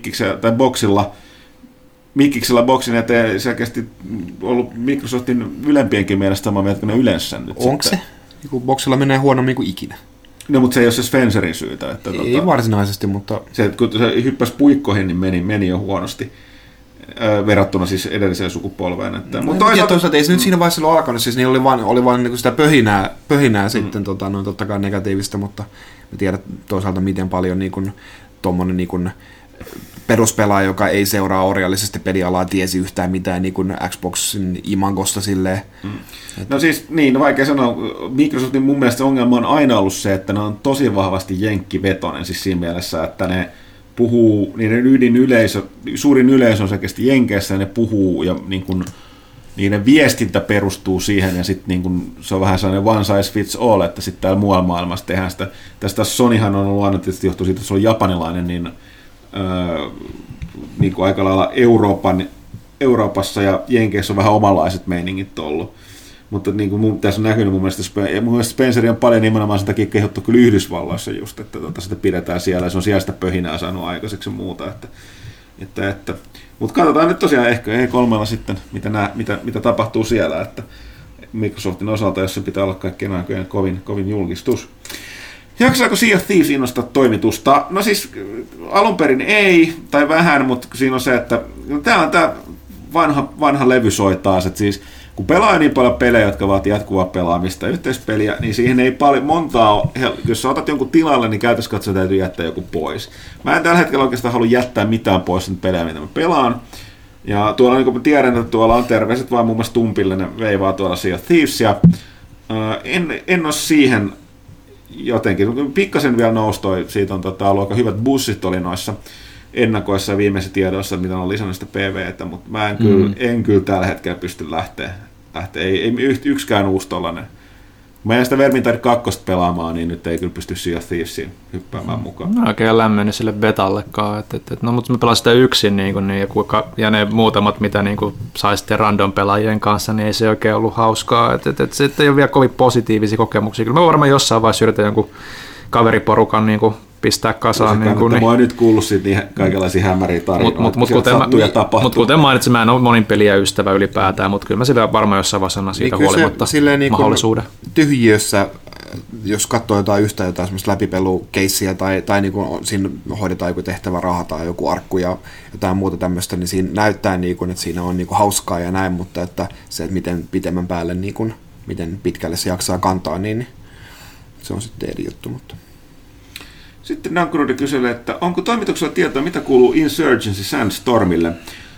Boksin eteen selkeästi ollut Microsoftin ylempienkin mielestä samaa mieltä kuin ne yleensä nyt. Onko se? Boksilla menee huonommin kuin ikinä. No, mutta se ei ole se Spencerin syytä. Että ei varsinaisesti, mutta se, kun se hyppäsi puikkoihin, niin meni jo huonosti. Verrattuna siis edelliseen sukupolveen. Että, mutta toisaalta ei se nyt siinä vaiheessa ollut alkanut, siis niin oli vain niin sitä pöhinää sitten, totta kai negatiivista, mutta mä tiedän toisaalta miten paljon niin tuommoinen niin peruspelaaja, joka ei seuraa orjallisesti pelialaa, tiesi yhtään mitään niin Xboxin imagosta silleen. No siis niin, vaikea sanoa. Microsoftin mun mielestä ongelma on aina ollut se, että ne on tosi vahvasti jenkkivetoinen, siis siinä mielessä, että ne puhuu, niiden suurin yleisö on selkeästi Jenkeissä, ja ne puhuu, ja niin kun, niiden viestintä perustuu siihen, ja sitten niin se on vähän sellainen one size fits all, että sitten täällä muualla maailmassa tehdään sitä. Tästä Sonyhan on ollut aina tietysti johtuu siitä, että se on japanilainen, niin kuin aika lailla Euroopassa ja Jenkeissä on vähän omanlaiset meiningit ollut. Mutta niin kuin tässä on näkynyt mun mielestä Spencer on paljon nimenomaan sen takia kehottu kyllä Yhdysvalloissa just, että sitä pidetään siellä ja se on siellä sitä pöhinää saanut aikaiseksi ja muuta. Mutta katsotaan nyt tosiaan ehkä E3 sitten, mitä tapahtuu siellä, että Microsoftin osalta, jos se pitää olla kaikkien aikojen kovin julkistus. Jaksaako Sea of Thieves innostaa toimitusta? No siis alun perin ei, tai vähän, mutta siinä on se, että tämä on tämä vanha levy soi taas, että siis kun pelaa niin paljon pelejä, jotka vaatii jatkuvaa pelaamista ja yhteispeliä, niin siihen ei paljon montaa, jos sä otat jonkun tilalle, niin käytössä katsoa täytyy jättää joku pois. Mä en tällä hetkellä oikeastaan halua jättää mitään pois sen pelejä, mitä mä pelaan. Ja tuolla, niin kuin mä tiedän, että tuolla on terveiset vaan muun muassa Tumpille, ne veivaa tuolla Sea of Thieves, ja en ole siihen jotenkin, pikkasen vielä noustoi, siitä on ollut aika hyvät bussit oli noissa ennakoissa ja viimeisissä tiedoissa, mitä on lisännyt sitä PV:tä, mutta mä en kyllä tällä hetkellä pysty lähteä. Ei yksikään uusi tollainen. Mä en sitä Vermintide 2 pelaamaan, niin nyt ei kyllä pysty Sea of Thievesiin hyppäämään mukaan. Mä oikein lämmennyt sille betallekaan. No, mutta mä pelaan sitä yksin ja ne muutamat, mitä sai sitten random pelaajien kanssa, niin ei se oikein ollut hauskaa. Se ei ole vielä kovin positiivisia kokemuksia. Kyllä mä varmaan jossain vaiheessa yritän jonkun kaveriporukan pistää kasaan. Mä oon nyt kuullut siitä kaikenlaisia hämäriä tarinoita. Mutta kuten mainitsin, mä en ole monin peliä ystävä ylipäätään, mutta kyllä mä sillä varmaan jossain vaiheessa siitä niin huolimatta mahdollisuuden. Tyhjiössä, jos katsoo jotain semmoista läpipelukeissiä tai niin kuin siinä hoidetaan joku tehtävä raha tai joku arkku ja jotain muuta tämmöistä, niin siinä näyttää, niin kuin, että siinä on niin kuin hauskaa ja näin, mutta että se, että miten pitemmän päälle, niin kuin, miten pitkälle se jaksaa kantaa, niin se on sitten eri juttu. Mutta Sitten Dankurudi kyselee, että onko toimituksella tietoa, mitä kuuluu Insurgency Sandstormille?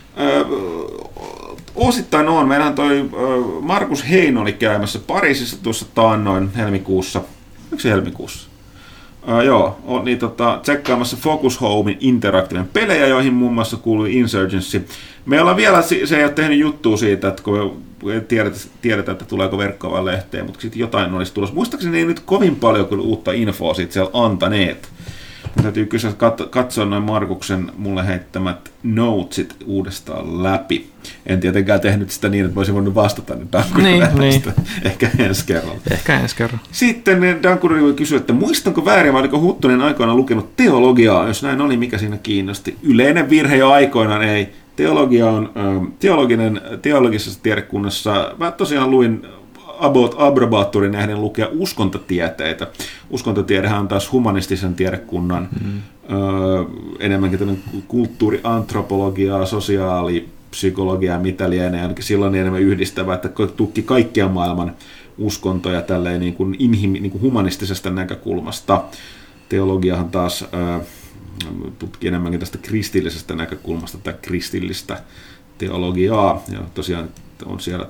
Osittain on. Meillähän toi Markus Heino oli käymässä Pariisissa tuossa taannoin helmikuussa. Oliko se helmikuussa? Joo, niin tsekkaamassa Focus Homein interaktiivinen pelejä, joihin muun muassa kuului Insurgency. Me ollaan vielä, se ei ole tehnyt juttua siitä, että kun tiedetään, että tuleeko verkkoa lehteen, mutta sitten jotain olisi tulossa. Muistaakseni ei nyt kovin paljon kyllä uutta infoa siitä siellä antaneet. Mun täytyy kysyä, katsoa noin Markuksen mulle heittämät notesit uudestaan läpi. En tietenkään tehnyt sitä niin, että mä olisin voinut vastata nyt niin. Ehkä ensi kerralla. Sitten Dankurudi kysyä, että muistanko väärin, vai oliko Huttunen aikoinaan lukenut teologiaa? Jos näin oli, mikä siinä kiinnosti? Yleinen virhe jo aikoinaan ei. Teologia on teologisessa tiedekunnassa. Mä tosiaan luin abrobaturin nähden lukea uskontotieteitä. Uskontotiedehän on taas humanistisen tiedekunnan enemmänkin tämmöinen kulttuuriantropologiaa, sosiaalipsykologiaa, mitä lienee, ainakin silloin enemmän yhdistävää, että tukki kaikkia maailman uskontoja tälleen niin kuin humanistisesta näkökulmasta. Teologiahan taas tutkii enemmänkin tästä kristillisestä näkökulmasta tai kristillistä teologiaa, ja tosiaan on siellä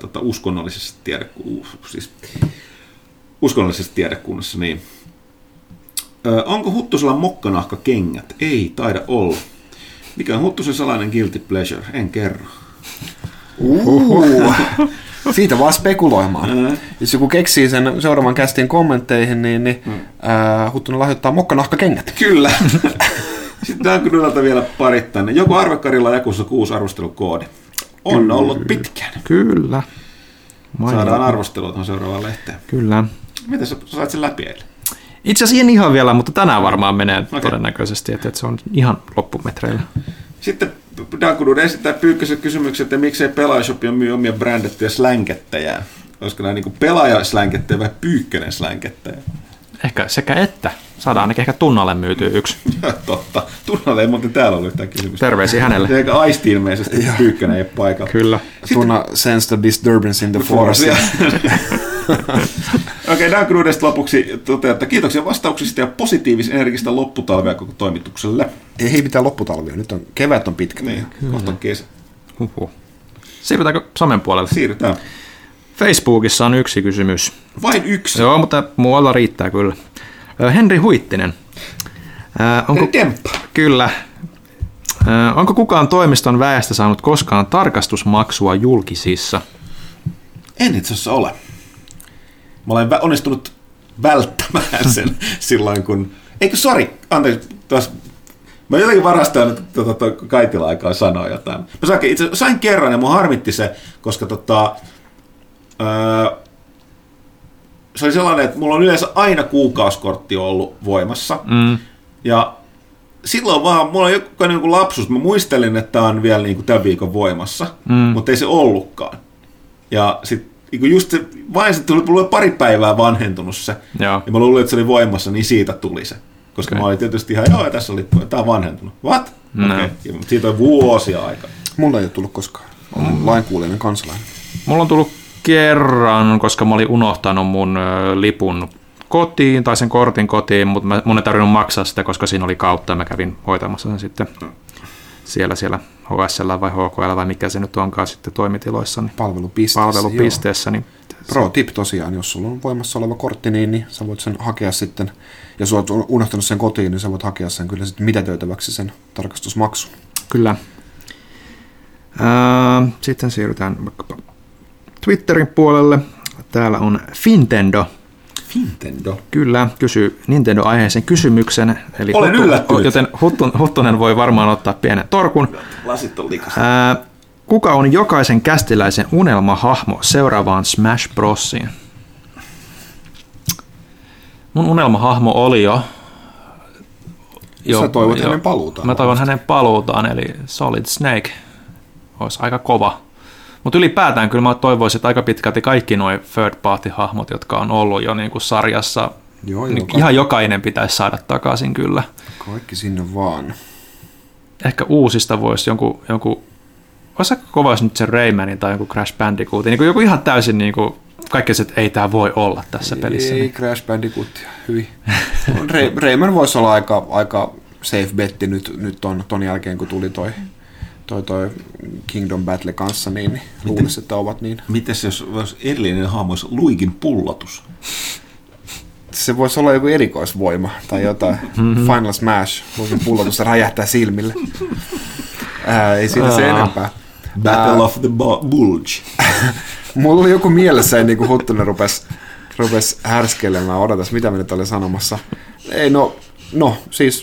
uskonnollisessa tiedekunnassa. Niin. Onko Huttusella mokkanahkakengät? Ei taida olla. Mikä on Huttusen salainen guilty pleasure? En kerro. Siitä vaan spekuloimaan. Jos joku keksii sen seuraavan kästin kommentteihin, niin Huttunen lahjoittaa mokkanahkakengät. Kyllä. Sitten Dankurudilta vielä parit tänne. Joku arvekarilla jakussa 6 arvostelukoodi. On kyllä ollut pitkään. Kyllä. Saadaan arvostelut tuohon seuraavaan lehteen. Kyllä. Miten sä sait sen läpi eilen? Itse asiassa en ihan vielä, mutta tänään varmaan menee todennäköisesti, että se on ihan loppumetreillä. Sitten Dankurudi esittää Pyykkösen kysymyksen, että miksei Pelaajashopia myy omia brändettyjä slänkettäjää. Olisiko nämä niin pelaajaslänkettäjä vai Pyykkönen slänkettäjä? Ehkä sekä että. Saadaan ainakin ehkä Tunnalle myytyä yksi. Totta. Tunnalle ei muuten täällä ollut yhtään kysymystä. Terveisiä hänelle. Eikä aisti ilmeisesti, Pyykkönen ei ole paikalla. Kyllä. Tunna sense the disturbance in the force. Okei, Dankurudesta lopuksi toteaa, että kiitoksia vastauksista ja positiivisen energistä lopputalvea koko toimitukselle. Ei mitään lopputalvia, nyt on kevät on pitkä. Niin, kohta on kesä. Siirrytäänkö somen puolelle? Siirrytään. Facebookissa on yksi kysymys. Vain yksi? Joo, mutta muualla riittää kyllä. Henri Huittinen. Kyllä. Onko kukaan toimiston väestä saanut koskaan tarkastusmaksua julkisissa? En itse asiassa ole. Mä olen onnistunut välttämään sen silloin, kun... Anteeksi, mä jotenkin varastan, että Kaitila aikaa sanoa jotain. Mä sain kerran ja mun harmitti se, koska se oli sellainen, että mulla on yleensä aina kuukausikortti ollut voimassa. Ja silloin vaan, mulla on joku lapsuus, mä muistelin, että tää on vielä niin tämän viikon voimassa, mutta ei se ollutkaan. Ja sitten just se, vain se tuli pari päivää vanhentunut se, ja mä luulin, että se oli voimassa, niin siitä tuli se. Koska mä olin tietysti ihan, tässä oli, tää on vanhentunut. What? Okay. Siitä on vuosia aikaa. Mulla ei ole tullut koskaan. Olen lainkuulijainen kansalainen. Mulla on tullut kerran, koska mä olin unohtanut mun lipun kotiin, tai sen kortin kotiin, mutta mun ei tarvinnut maksaa sitä, koska siinä oli kautta, ja mä kävin hoitamassa sen sitten siellä HSL vai HKL vai mikä se nyt onkaan sitten toimitiloissa. Niin palvelupisteessä. Niin pro tip tosiaan, jos sulla on voimassa oleva kortti, niin sä voit sen hakea sitten, ja sä oot unohtanut sen kotiin, niin sä voit hakea sen kyllä sitten mitätöitäväksi sen tarkastusmaksun. Kyllä. Sitten siirrytään vaikkapa Twitterin puolelle. Täällä on Fintendo. Kyllä, kysyy Nintendo-aiheisen kysymyksen. Eli olen yllättynyt. Joten Huttunen voi varmaan ottaa pienen torkun. Lasit on likas. Kuka on jokaisen kästiläisen unelmahahmo seuraavaan Smash Brosiin? Mun unelmahahmo oli jo. Sä toivot hänen paluutaan. Mä toivon hänen paluutaan, eli Solid Snake olisi aika kova. Mutta ylipäätään kyllä mä toivoisin, että aika pitkälti kaikki nuo third party-hahmot, jotka on ollut jo niin kuin sarjassa, niin ihan jokainen pitäisi saada takaisin kyllä. Kaikki sinne vaan. Ehkä uusista voisi jonkun olisi aika kova nyt se Raymanin tai joku Crash Bandicootin, niin joku ihan täysin niin kuin kaikki se, että ei tämä voi olla tässä pelissä. Ei, niin. Crash Bandicootia, hyvin. Rayman voisi olla aika safe betti nyt ton jälkeen, kun tuli toi Kingdom Battle kanssa, niin luulisin, että ovat niin. Mites jos erillinen hahmo olisi Luigin pullatus? Se voisi olla joku erikoisvoima tai jotain. Final Smash, Luigin pullatus räjähtää silmille. Ei siinä se enempää. Battle of the Bulge. Mulla oli joku mielessä, ennen kuin Huttunen rupesi härskelemään. Odotas, mitä mä nyt olin sanomassa. Ei, no siis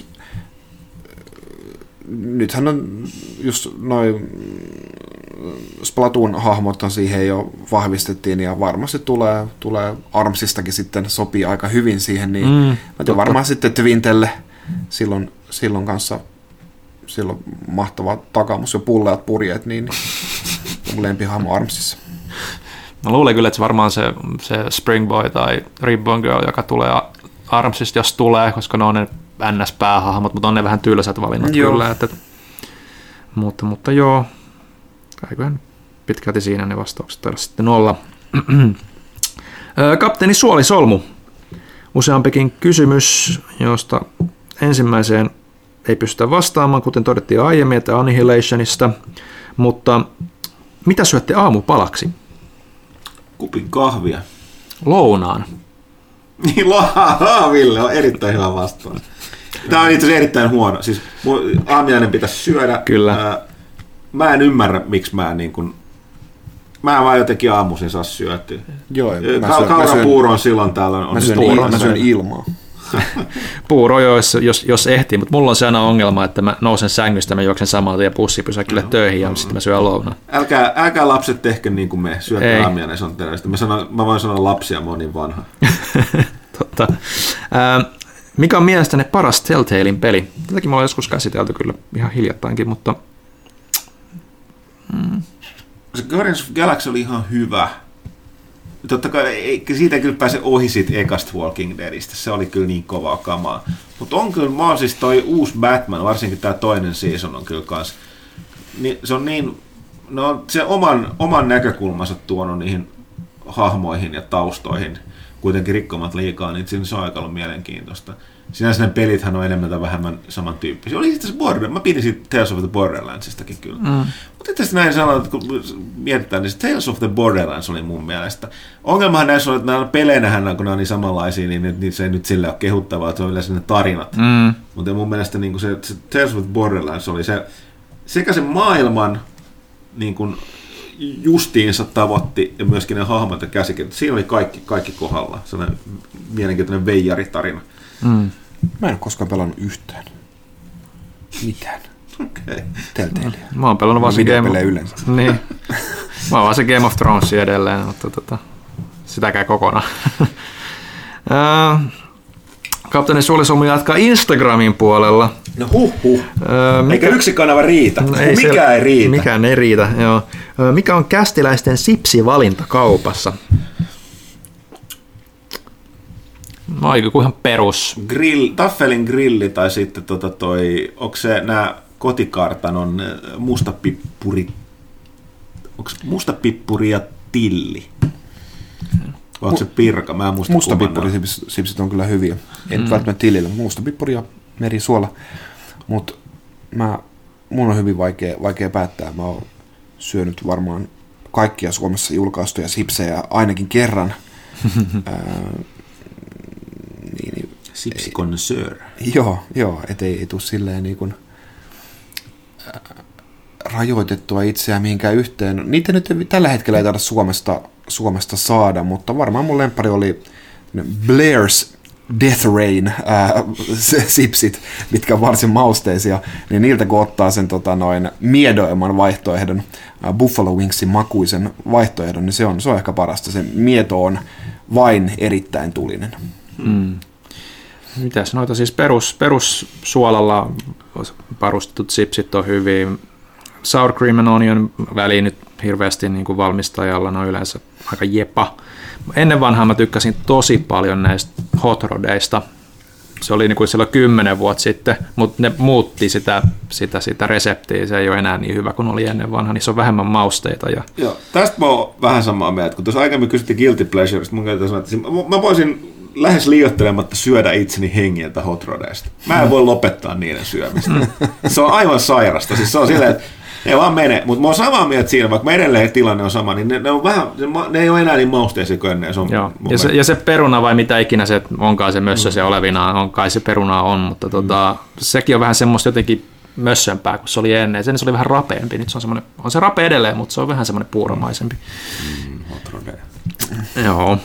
nythän on just noin Splatoon-hahmot on siihen jo vahvistettiin ja varmasti tulee Armsistakin sitten sopii aika hyvin siihen, niin mä varmaan sitten Twintelle silloin kanssa silloin mahtava takamus ja pulleat purjeet, niin mun lempihahmo Armsissa. Mä luulen kyllä, että se varmaan se Spring Boy tai Ribbon Girl, joka tulee Armsista, jos tulee, koska ne on ne NS-päähahmot, mutta on ne vähän tylsät valinnat kyllä. Mutta joo, eiköhän pitkälti siinä ne vastaukset taida sitten 0. Kapteeni Suolisolmu. Useampikin kysymys, josta ensimmäiseen ei pystytä vastaamaan, kuten todettiin aiemmin, että Annihilationista, mutta mitä syötte aamupalaksi? Kupin kahvia. Lounaan. Niin, Ville on erittäin hyvä vastaus. Tämä on itse asiassa erittäin huono. Siis aamiainen pitäisi syödä. Kyllä. Mä en ymmärrä, miksi mä vaan jotenkin aamuisin saa syötyä. Joo, kaurapuuro on silloin täällä. Mä syön ilmaa. Puuro jos ehtii, mutta mulla on se aina ongelma, että mä nousen sängystä, mä juoksen samalta ja bussipysäkille töihin ja sitten mä syön lounaan. Älkää lapset tehkö niin kuin me, syötte aamiainen, se on terveistä. Mä voin sanoa lapsia, mä oon niin vanha. Totta. Mikä on mielestäni paras Telltalein peli? Tätäkin mä oon joskus käsitelty kyllä ihan hiljattainkin, mutta se Guardians of Galaxy oli ihan hyvä. Totta kai siitä kyllä pääse ohi siitä ekasta Walking Deadistä, se oli kyllä niin kovaa kamaa. Mutta on kyllä, siis toi uusi Batman, varsinkin tämä toinen season on kyllä kans, niin se on niin, no se oman näkökulmansa tuonut niihin hahmoihin ja taustoihin, kuitenkin rikkomat liikaa, niin se on aika ollut mielenkiintoista. Sinänsä ne pelithän on enemmän tai vähemmän samantyyppisiä. Oli sitten mä pidin siitä Tales of the Borderlandsistakin kyllä. Mutta tietysti näin sanoa, että kun mietitään, niin Tales of the Borderlands oli mun mielestä. Ongelmahan näissä on, että nämä peleinähän, kun nämä on niin samanlaisia, niin se ei nyt sille ole kehuttavaa, että se on yleensä ne tarinat. Mutta mun mielestä niin se Tales of the Borderlands oli se, sekä se maailman niin kuin justiinsa tavoitti ja myöskin ne hahmot ja käsikirjat. Siinä oli kaikki kohdalla. Sellainen mielenkiintoinen veijaritarina. Mä en ole koskaan pelannut yhtään. Mitään. Okei. Telltale. Mä oon pelannut vaan se Niin. Mä oon vaan se Game of Thrones edelleen, mutta sitäkään kokonaan. Kapteeni Suolisolmu jatkaa Instagramin puolella. No eikä yksi kanava riitä. Ei riitä. Mikään ei riitä, joo. Mikä on kästiläisten sipsivalinta kaupassa? No joku ihan perus. Taffelin grilli tai sitten onko se nämä kotikartanon mustapippuri ja tilli? Onko se pirka? Mä en muista. Mustapippuri-sipsit on kyllä hyviä. En välttämättä tillillä. Mustapippuri ja merisuola. Mutta mun on hyvin vaikea päättää. Mä oon syönyt varmaan kaikkia Suomessa julkaistuja sipsejä ainakin kerran. Sipsikonnössöör. Joo, ei tule silleen niin kuin rajoitettua itseään mihinkään yhteen. Niitä nyt tällä hetkellä ei taida Suomesta saada, mutta varmaan mun lemppari oli Blair's Death Rain sipsit, mitkä on varsin mausteisia, niin niiltä kun ottaa sen miedoimman vaihtoehdon, Buffalo Wingsin makuisen vaihtoehdon, niin se on ehkä parasta. Se mieto on vain erittäin tulinen. Mitäs noita siis perussuolalla varustetut sipsit on hyvin. Sour cream and onion väliin nyt hirveästi niin kuin valmistajalla on yleensä aika jepa. Ennen vanhaa mä tykkäsin tosi paljon näistä hot rodeista. se oli niin kuin silloin 10 vuotta sitten, mutta ne muutti sitä reseptiä, se ei ole enää niin hyvä kuin oli ennen vanha, niin se on vähemmän mausteita. Joo, tästä mä oon vähän samaa mieltä, kun tuossa aikaisemmin kysyttiin guilty pleasuresta, mun täytyy sanoa, että mä voisin lähes liioittelematta syödä itseni hengiltä hot rodesta. Mä en voi lopettaa niiden syömistä. Se on aivan sairasta, siis se on silleen, että ne vaan menee, mutta mä oon samaa mieltä siinä, vaikka edelleen tilanne on sama, niin ne on vähän, ne ei ole enää niin mausteisia kuin ennen. Ja se peruna vai mitä ikinä se onkaan se mössö se olevinaan, on kai se peruna on, mutta sekin on vähän semmoista jotenkin mössömpää kuin se oli ennen. Sen se oli vähän rapeampi, nyt se on semmoinen, on se rapea edelleen, mutta se on vähän semmoinen puuromaisempi. Joo.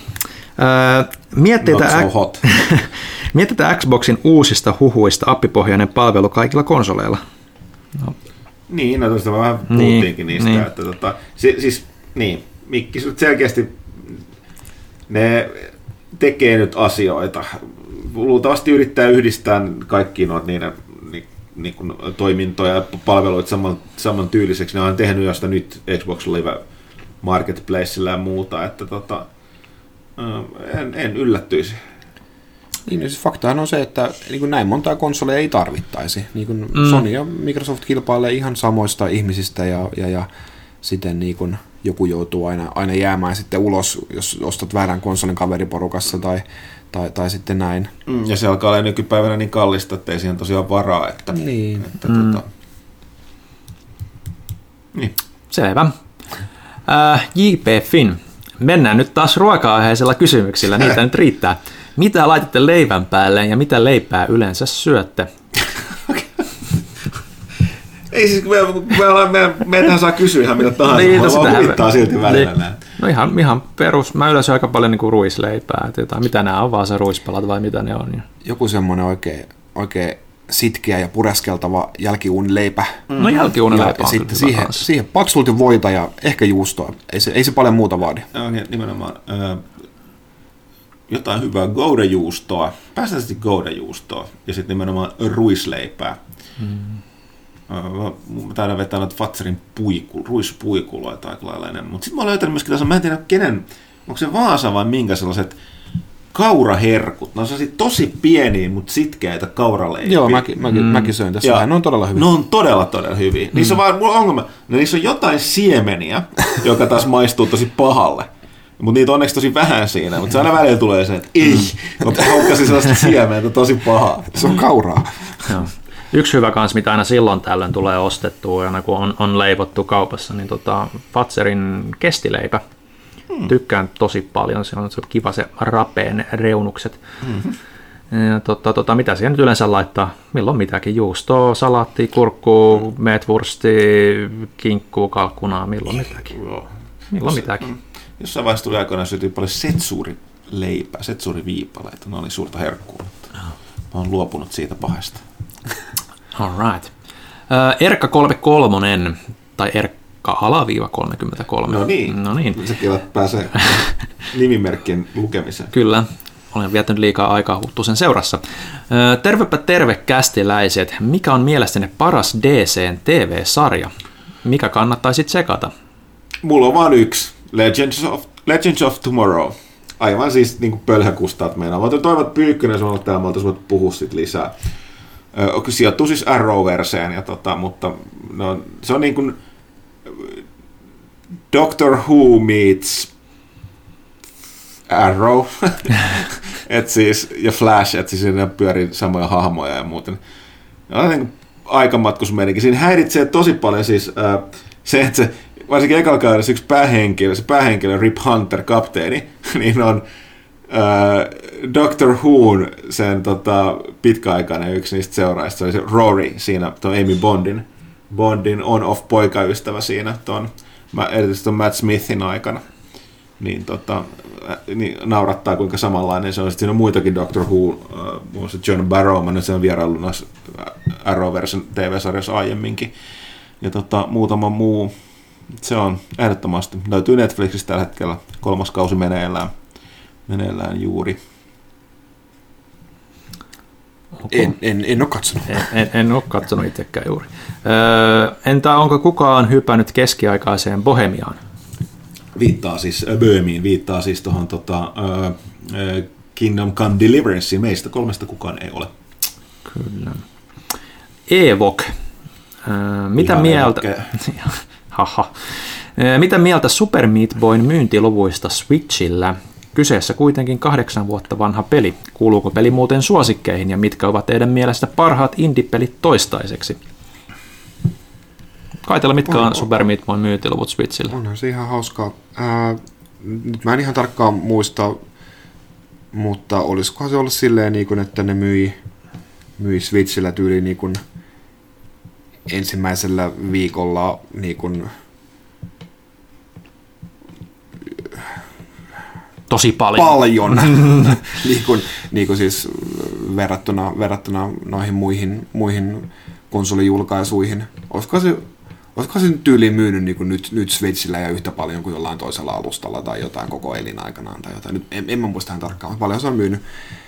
Mietitään Xboxin uusista huhuista appipohjainen palvelu kaikilla konsoleilla. No. Niin, no tuosta vähän puhuttiinkin niistä, niin. Että siis niin, Mikki selkeästi ne tekee nyt asioita. Luultavasti yrittää yhdistää kaikki noita niiden niin kuin toimintoja ja palveluita saman tyyliseksi. Ne on tehnyt josta nyt Xbox Live Marketplacella ja muuta, että en yllättyisi. Niin, siis faktahan on se, että niin näin montaa konsoleja ei tarvittaisi. Niin Sony ja Microsoft kilpailee ihan samoista ihmisistä ja sitten niin joku joutuu aina jäämään sitten ulos, jos ostat väärän konsolin kaveriporukassa tai sitten näin. Ja se alkaa olla nykypäivänä niin kallista, että ei siihen tosiaan varaa. Että, niin. Niin. Selvä. J.P. Finn. Mennään nyt taas ruoka-aiheisella kysymyksillä, niitä nyt riittää. Mitä laitatte leivän päälle ja mitä leipää yleensä syötte? Ei siis, meiltähän saa kysyä ihan mitä tahansa, niin, vaan huvittaa silti välillä. Niin. No ihan perus. Mä yleensä aika paljon niin ruisleipää. Mitä nämä on, vaan se ruispalat vai mitä ne on? Niin. Joku semmoinen oikein sitkeä ja pureskeltava jälkiuunileipä. No jälkiuunileipä on sitten siihen paksulti voita ja ehkä juustoa. Ei se paljon muuta vaadi. Okay, nimenomaan. Jotain hyvää goudajuustoa, pääsääntöisesti goudajuustoa ja sitten nimenomaan ruisleipää. Mä taidan vetää noita Fatserin ruispuikuloita aika lailla enemmän. Mutta sitten mä oon löytänyt myöskin tässä, mä en tiedä kenen, onko se Vaasa vai minkä sellaiset kauraherkut. Ne on sellaisia tosi pieniä, mutta sitkeitä kauraleipiä. Joo, mäkin söin tässä. Ne on todella hyviä. Ne on todella hyviä. Niissä on vaan, mulla on ongelma, niissä on jotain siemeniä, joka taas maistuu tosi pahalle. Mutta niitä on onneksi tosi vähän siinä, mutta se aina välillä tulee se, että ei, mutta haukkasin sellaista siementä tosi pahaa. Se on kauraa. Joo. Yksi hyvä kans, mitä aina silloin tällöin tulee ostettua, aina kun on leivottu kaupassa, niin Fatserin kestileipä. Tykkään tosi paljon, se on kiva se rapeen reunukset. Ja mitä siihen nyt yleensä laittaa? Milloin mitäkin? Juustoa, salaattia, kurkkuu, meetwurstia, kinkkuu, kalkkunaa, milloin mitäkin. Jossain vaiheessa tuli aikoinaan syötyä paljon setsurileipää, setsuriviipaleita. Ne oli suurta herkkua. Mä oon luopunut siitä pahasta. All right. Erkka 33 tai Erkka-33. No niin. Sekin pääsee nimimerkkien lukemiseen. Kyllä. Olen viettänyt liikaa aikaa Huttusen seurassa. Tervepä terve kästiläiset. Mikä on mielestäni paras DC:n TV-sarja? Mikä kannattaisi tsekata? Mulla on vaan yksi. Legends of Tomorrow. Aivan siis niin kuin pölhäkustaat meinaa. Mä toivon, Pyykkönen sun ollut täällä, mä oltais voinut puhua sit lisää. Sijoittuu siis Arrowverseen, mutta no, se on niin kuin Doctor Who meets Arrow. Ja Flash, että siis siinä pyörii samoja hahmoja ja muuten. No, niin aikamatkus menikin. Siinä häiritsee tosi paljon siis se, että se varsinkin ekalla kaudessa yksi päähenkilö Rip Hunter, kapteeni, niin on Doctor Who'n sen pitkäaikainen yksi niistä seuraajista, se oli se Rory siinä, tuon Amy Bondin on-off poikaystävä siinä, erityisesti tuon Matt Smithin aikana, niin, niin naurattaa kuinka samanlainen se on. Sitten siinä on muitakin Doctor Who, muun muassa John Barrowman, se on vieraillut noissa Arrowversen TV-sarjassa aiemminkin, ja muutama muu. Se on ehdottomasti. Löytyy Netflixistä tällä hetkellä. 3. kausi meneillään juuri. En ole katsonut. En ole katsonut itsekään juuri. Entä onko kukaan hypännyt keskiaikaiseen Bohemiaan? Viittaa siis Böhmiin, viittaa siis tuohon Kingdom Come Deliverance, meistä 3 kukaan ei ole. Kyllä. Evok. Mitä mieltä... Haha. Mitä mieltä Super Meat Boyn myyntiluvuista Switchillä? Kyseessä kuitenkin 8 vuotta vanha peli. Kuuluuko peli muuten suosikkeihin ja mitkä ovat teidän mielestä parhaat indie-pelit toistaiseksi? Kaitella, mitkä on Super Meat Boyn myyntiluvut Switchillä? Onhan se ihan hauskaa. Nyt mä en ihan tarkkaan muista, mutta olisikohan se ollut silleen, että ne myi Switchillä tyyliin ensimmäisellä viikolla tosi paljon. Siis verrattuna noihin muihin konsolijulkaisuihin. Olisikohan se tyyliin myynyt nyt Switchillä ja yhtä paljon kuin jollain toisella alustalla tai jotain koko elinaikanaan tai jotain. Nyt en mä muista ihan tarkkaan, paljon se on myynyt.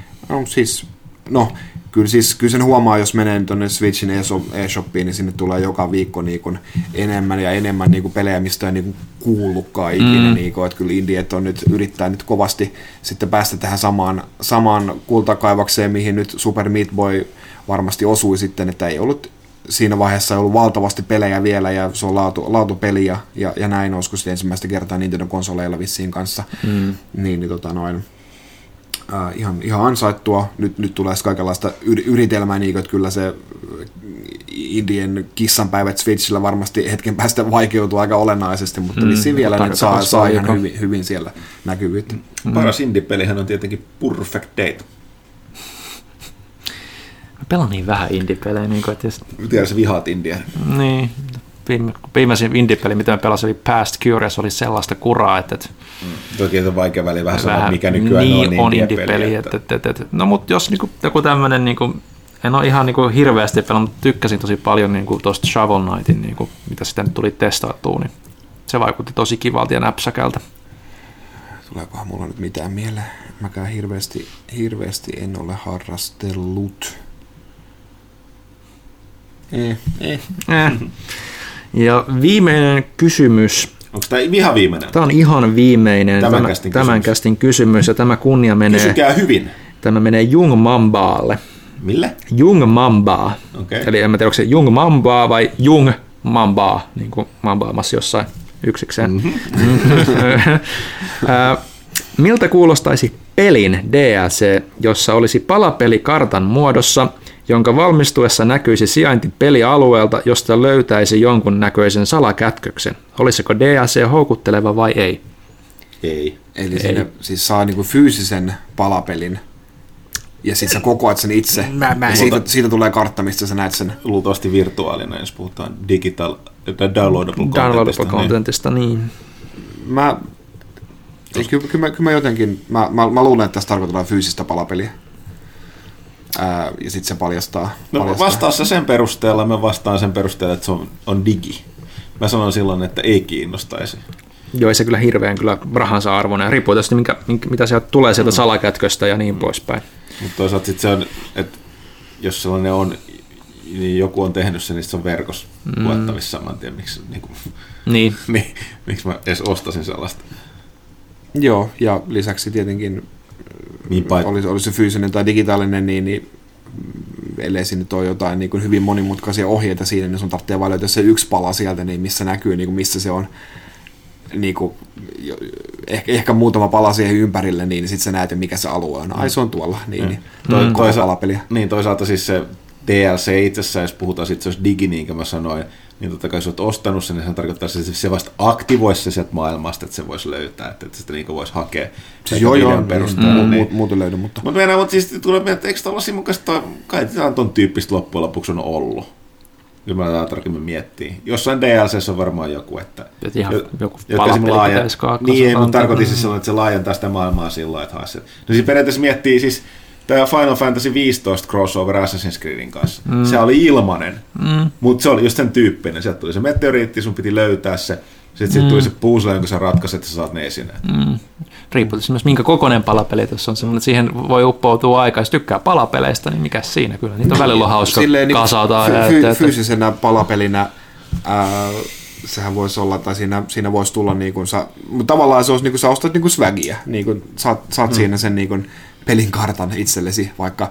Kyllä sen huomaa, jos menee tuonne Switchin eShopiin, niin sinne tulee joka viikko enemmän ja enemmän pelejä, mistä ei kuullutkaan ikinä. Että kyllä Indiet on yrittää nyt kovasti sitten päästä tähän samaan kultakaivakseen, mihin nyt Super Meat Boy varmasti osui sitten, että ei ollut siinä vaiheessa ollut valtavasti pelejä vielä ja se on laatupeli ja näin, olisiko sitten ensimmäistä kertaa Nintendo-konsoleilla vissiin kanssa. Ihan ansaittua. Nyt tulee kaikenlaista yritelmää, että kyllä se Indien kissanpäivät Switchillä varmasti hetken päästä vaikeutuu aika olennaisesti, mutta vissiin vielä nyt saa ihan hyvin siellä näkyvyyttä. Paras indie-pelihän on tietenkin Perfect Date. Mä pelaan niin vähän indie-pelejä. Tiedä, sä vihaat India. Niin. Viimeisin indie-peli, mitä mä pelasin, oli Past Curious, oli sellaista kuraa, että... Toki on vaikea väliä vähän sanoa, mikä nykyään niin on indie-peli. No mutta jos joku tämmöinen, en ole ihan hirveästi pelannut, mutta tykkäsin tosi paljon tuosta Shovel Knightin, mitä sitä nyt tuli testattua, niin se vaikutti tosi kivalta ja näpsäkältä. Tuleekohan mulla nyt mitään mieleen? Mäkään hirveästi en ole harrastellut. Ja viimeinen kysymys. Onko tämä ihan viimeinen? Tämä on ihan viimeinen tämän kästin kysymys ja tämä kunnia menee... Kysykää hyvin. Tämä menee Jung Mambaalle. Mille? Jung Mambaa. Okay. Eli en mä tiedä, onko se Jung Mambaa vai Jung Mambaa, niin kuin mambaamassa jossain yksikseen. Miltä kuulostaisi pelin DLC, jossa olisi palapeli kartan muodossa, jonka valmistuessa näkyisi sijainti pelialueelta, josta löytäisi jonkun näköisen salakätköksen? Olisiko DLC houkutteleva vai ei? Ei. Eli sinne siis saa fyysisen palapelin ja sitten sä kokoat sen itse. Siitä tulee kartta, mistä sä näet sen. Luultavasti virtuaalinen, jos puhutaan downloadable contentista. Niin. Kyllä mä jotenkin, mä luulen, että tässä tarkoitetaan fyysistä palapeliä. Ja sitten se paljastaa. Vastaassa sen perusteella, mä vastaan sen perusteella, että se on digi. Mä sanon silloin, että ei kiinnostaisi. Joo, ei se kyllä hirveän rahansa arvoinen. Riippuu tietysti, mitä sieltä tulee sieltä salakätköstä ja niin poispäin. Mutta toisaalta sitten se on, että jos sellainen on, niin joku on tehnyt sen, niin se on verkossa luettavissa saman tien. Miksi mä edes ostasin sellaista? Joo, ja lisäksi tietenkin olisi se fyysinen tai digitaalinen, niin ellei sinne ole jotain hyvin monimutkaisia ohjeita siinä, niin sun tarvitsee vaan löytää se yksi pala sieltä, niin missä näkyy, missä se on. Ehkä muutama pala siihen ympärille, niin sitten sä näet, mikä se alue on. Ai, se on tuolla. Toisaalta siis se DLC itsessään, jos puhutaan sitten, se olisi digi, niin kuin mä sanoin, niin totta kai jos olet ostanut sen, niin se tarkoittaa, että se vasta aktivoisi se sieltä maailmasta, että se voisi löytää, että sitä voisi hakea. Siis videon perusteella. Muuten löydy, mutta... Mutta siis tulee mieltä, että eikö tällaisia mukaista, kai tämä ton tyyppistä loppujen lopuksi on ollut. Kyllä mä tätä tarkemmin miettii. Jossain DLC:ssä on varmaan joku, että... joku palapeli pitäisi kaakkoa. Niin, mutta tarkoitin siis sellainen, että se laajentaa sitä maailmaa sillä että hae. No siis periaatteessa miettii siis tämä Final Fantasy 15 crossover Assassin's Creedin kanssa. Se oli ilmanen, mutta se oli just sen tyyppinen. Sieltä tuli se meteoriitti, sun piti löytää se. Sitten tuli se puzzle, jonka sä ratkaiset, että sä saat ne esineet. Riippuu myös minkä kokoinen palapeli tuossa on semmoinen, että siihen voi uppoutua aikaa. Jos tykkää palapeleistä, niin mikä siinä kyllä. Niitä on välillä hauska kasata. Fyysisenä palapelinä sehän voisi olla, tai siinä voisi tulla mutta tavallaan se olisi sä ostat swagia, saat siinä sen pelin kartan itsellesi, vaikka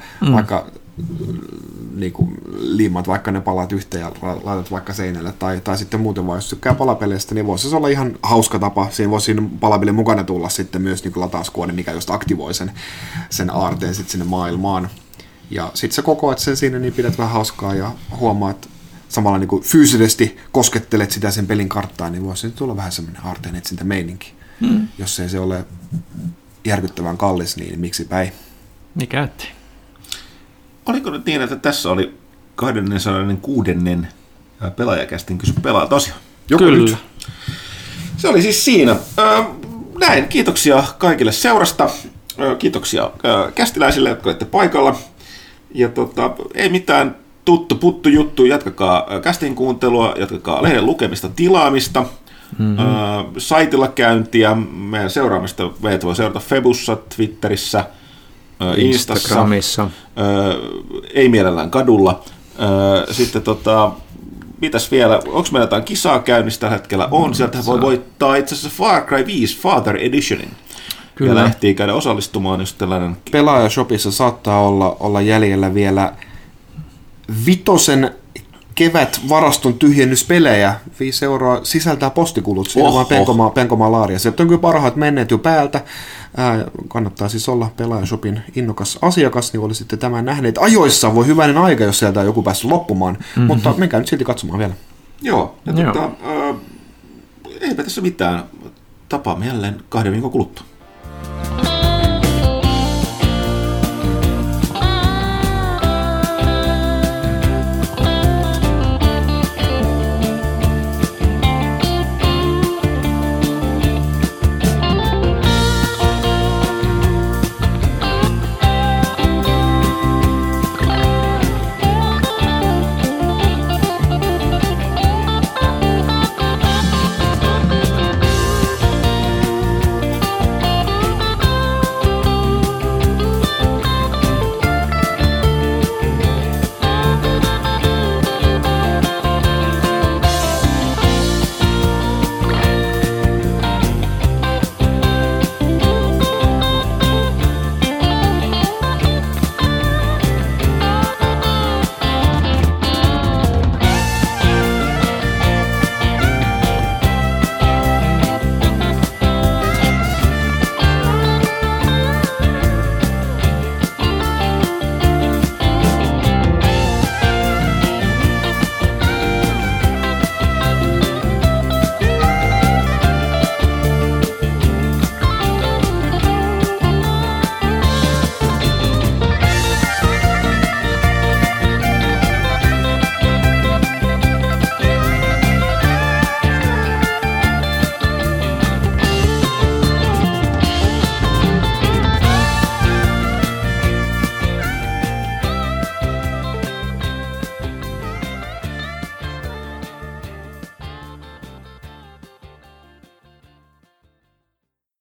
niin kuin liimat vaikka ne palat yhteen ja laitat vaikka seinälle, tai sitten muuten vaan, jos tykkää palapeleistä, niin voisi se olla ihan hauska tapa. Siinä voisi siinä palapelin mukana tulla sitten myös niin kuin latauskoodi, mikä just aktivoi sen aarteen sitten sinne maailmaan. Ja sitten se kokoat sen siinä, niin pidät vähän hauskaa ja huomaat, samalla niin kuin fyysisesti koskettelet sitä sen pelin karttaa, niin voisi tulla vähän semmoinen aarteen etsintä meininki. Jos ei se ole järkyttävän kallis, niin miksipä ei. Niin käytti. Oliko nyt niin, että tässä oli 206. pelaajakästin kysy pelaa tosiaan? Kyllä. Se oli siis siinä. Näin, kiitoksia kaikille seurasta. Kiitoksia kästiläisille, jotka olette paikalla. Ja ei mitään puttu juttu, jatkakaa kästin kuuntelua, jatkakaa lehden lukemista, tilaamista, saitilla käyntiä, meidän seuraamista meitä voi seurata Febussa, Twitterissä, Instagramissa, ei mielellään kadulla. Sitten mitäs vielä, onko meillä jotain kisaa käynnissä tällä hetkellä? On, sieltä voi voittaa itse asiassa Far Cry 5 Father Editionin. Kyllä. Ja lähtii käydä osallistumaan just tällainen. Pelaajashopissa saattaa olla jäljellä vielä 5 kevät varaston tyhjennyspelejä. 5 € sisältää postikulut. Siinä on vaan penkomaa laaria. Sieltä on kyllä parhaat menneet jo päältä. Kannattaa siis olla Pelaajashopin innokas asiakas, niin olisitte tämän nähneet ajoissa. Voi hyvänen aika, jos sieltä on joku päässyt loppumaan. Mutta menkää nyt silti katsomaan vielä. Joo. Ja eipä tässä mitään. Tapaamme jälleen 2 viikon kuluttua.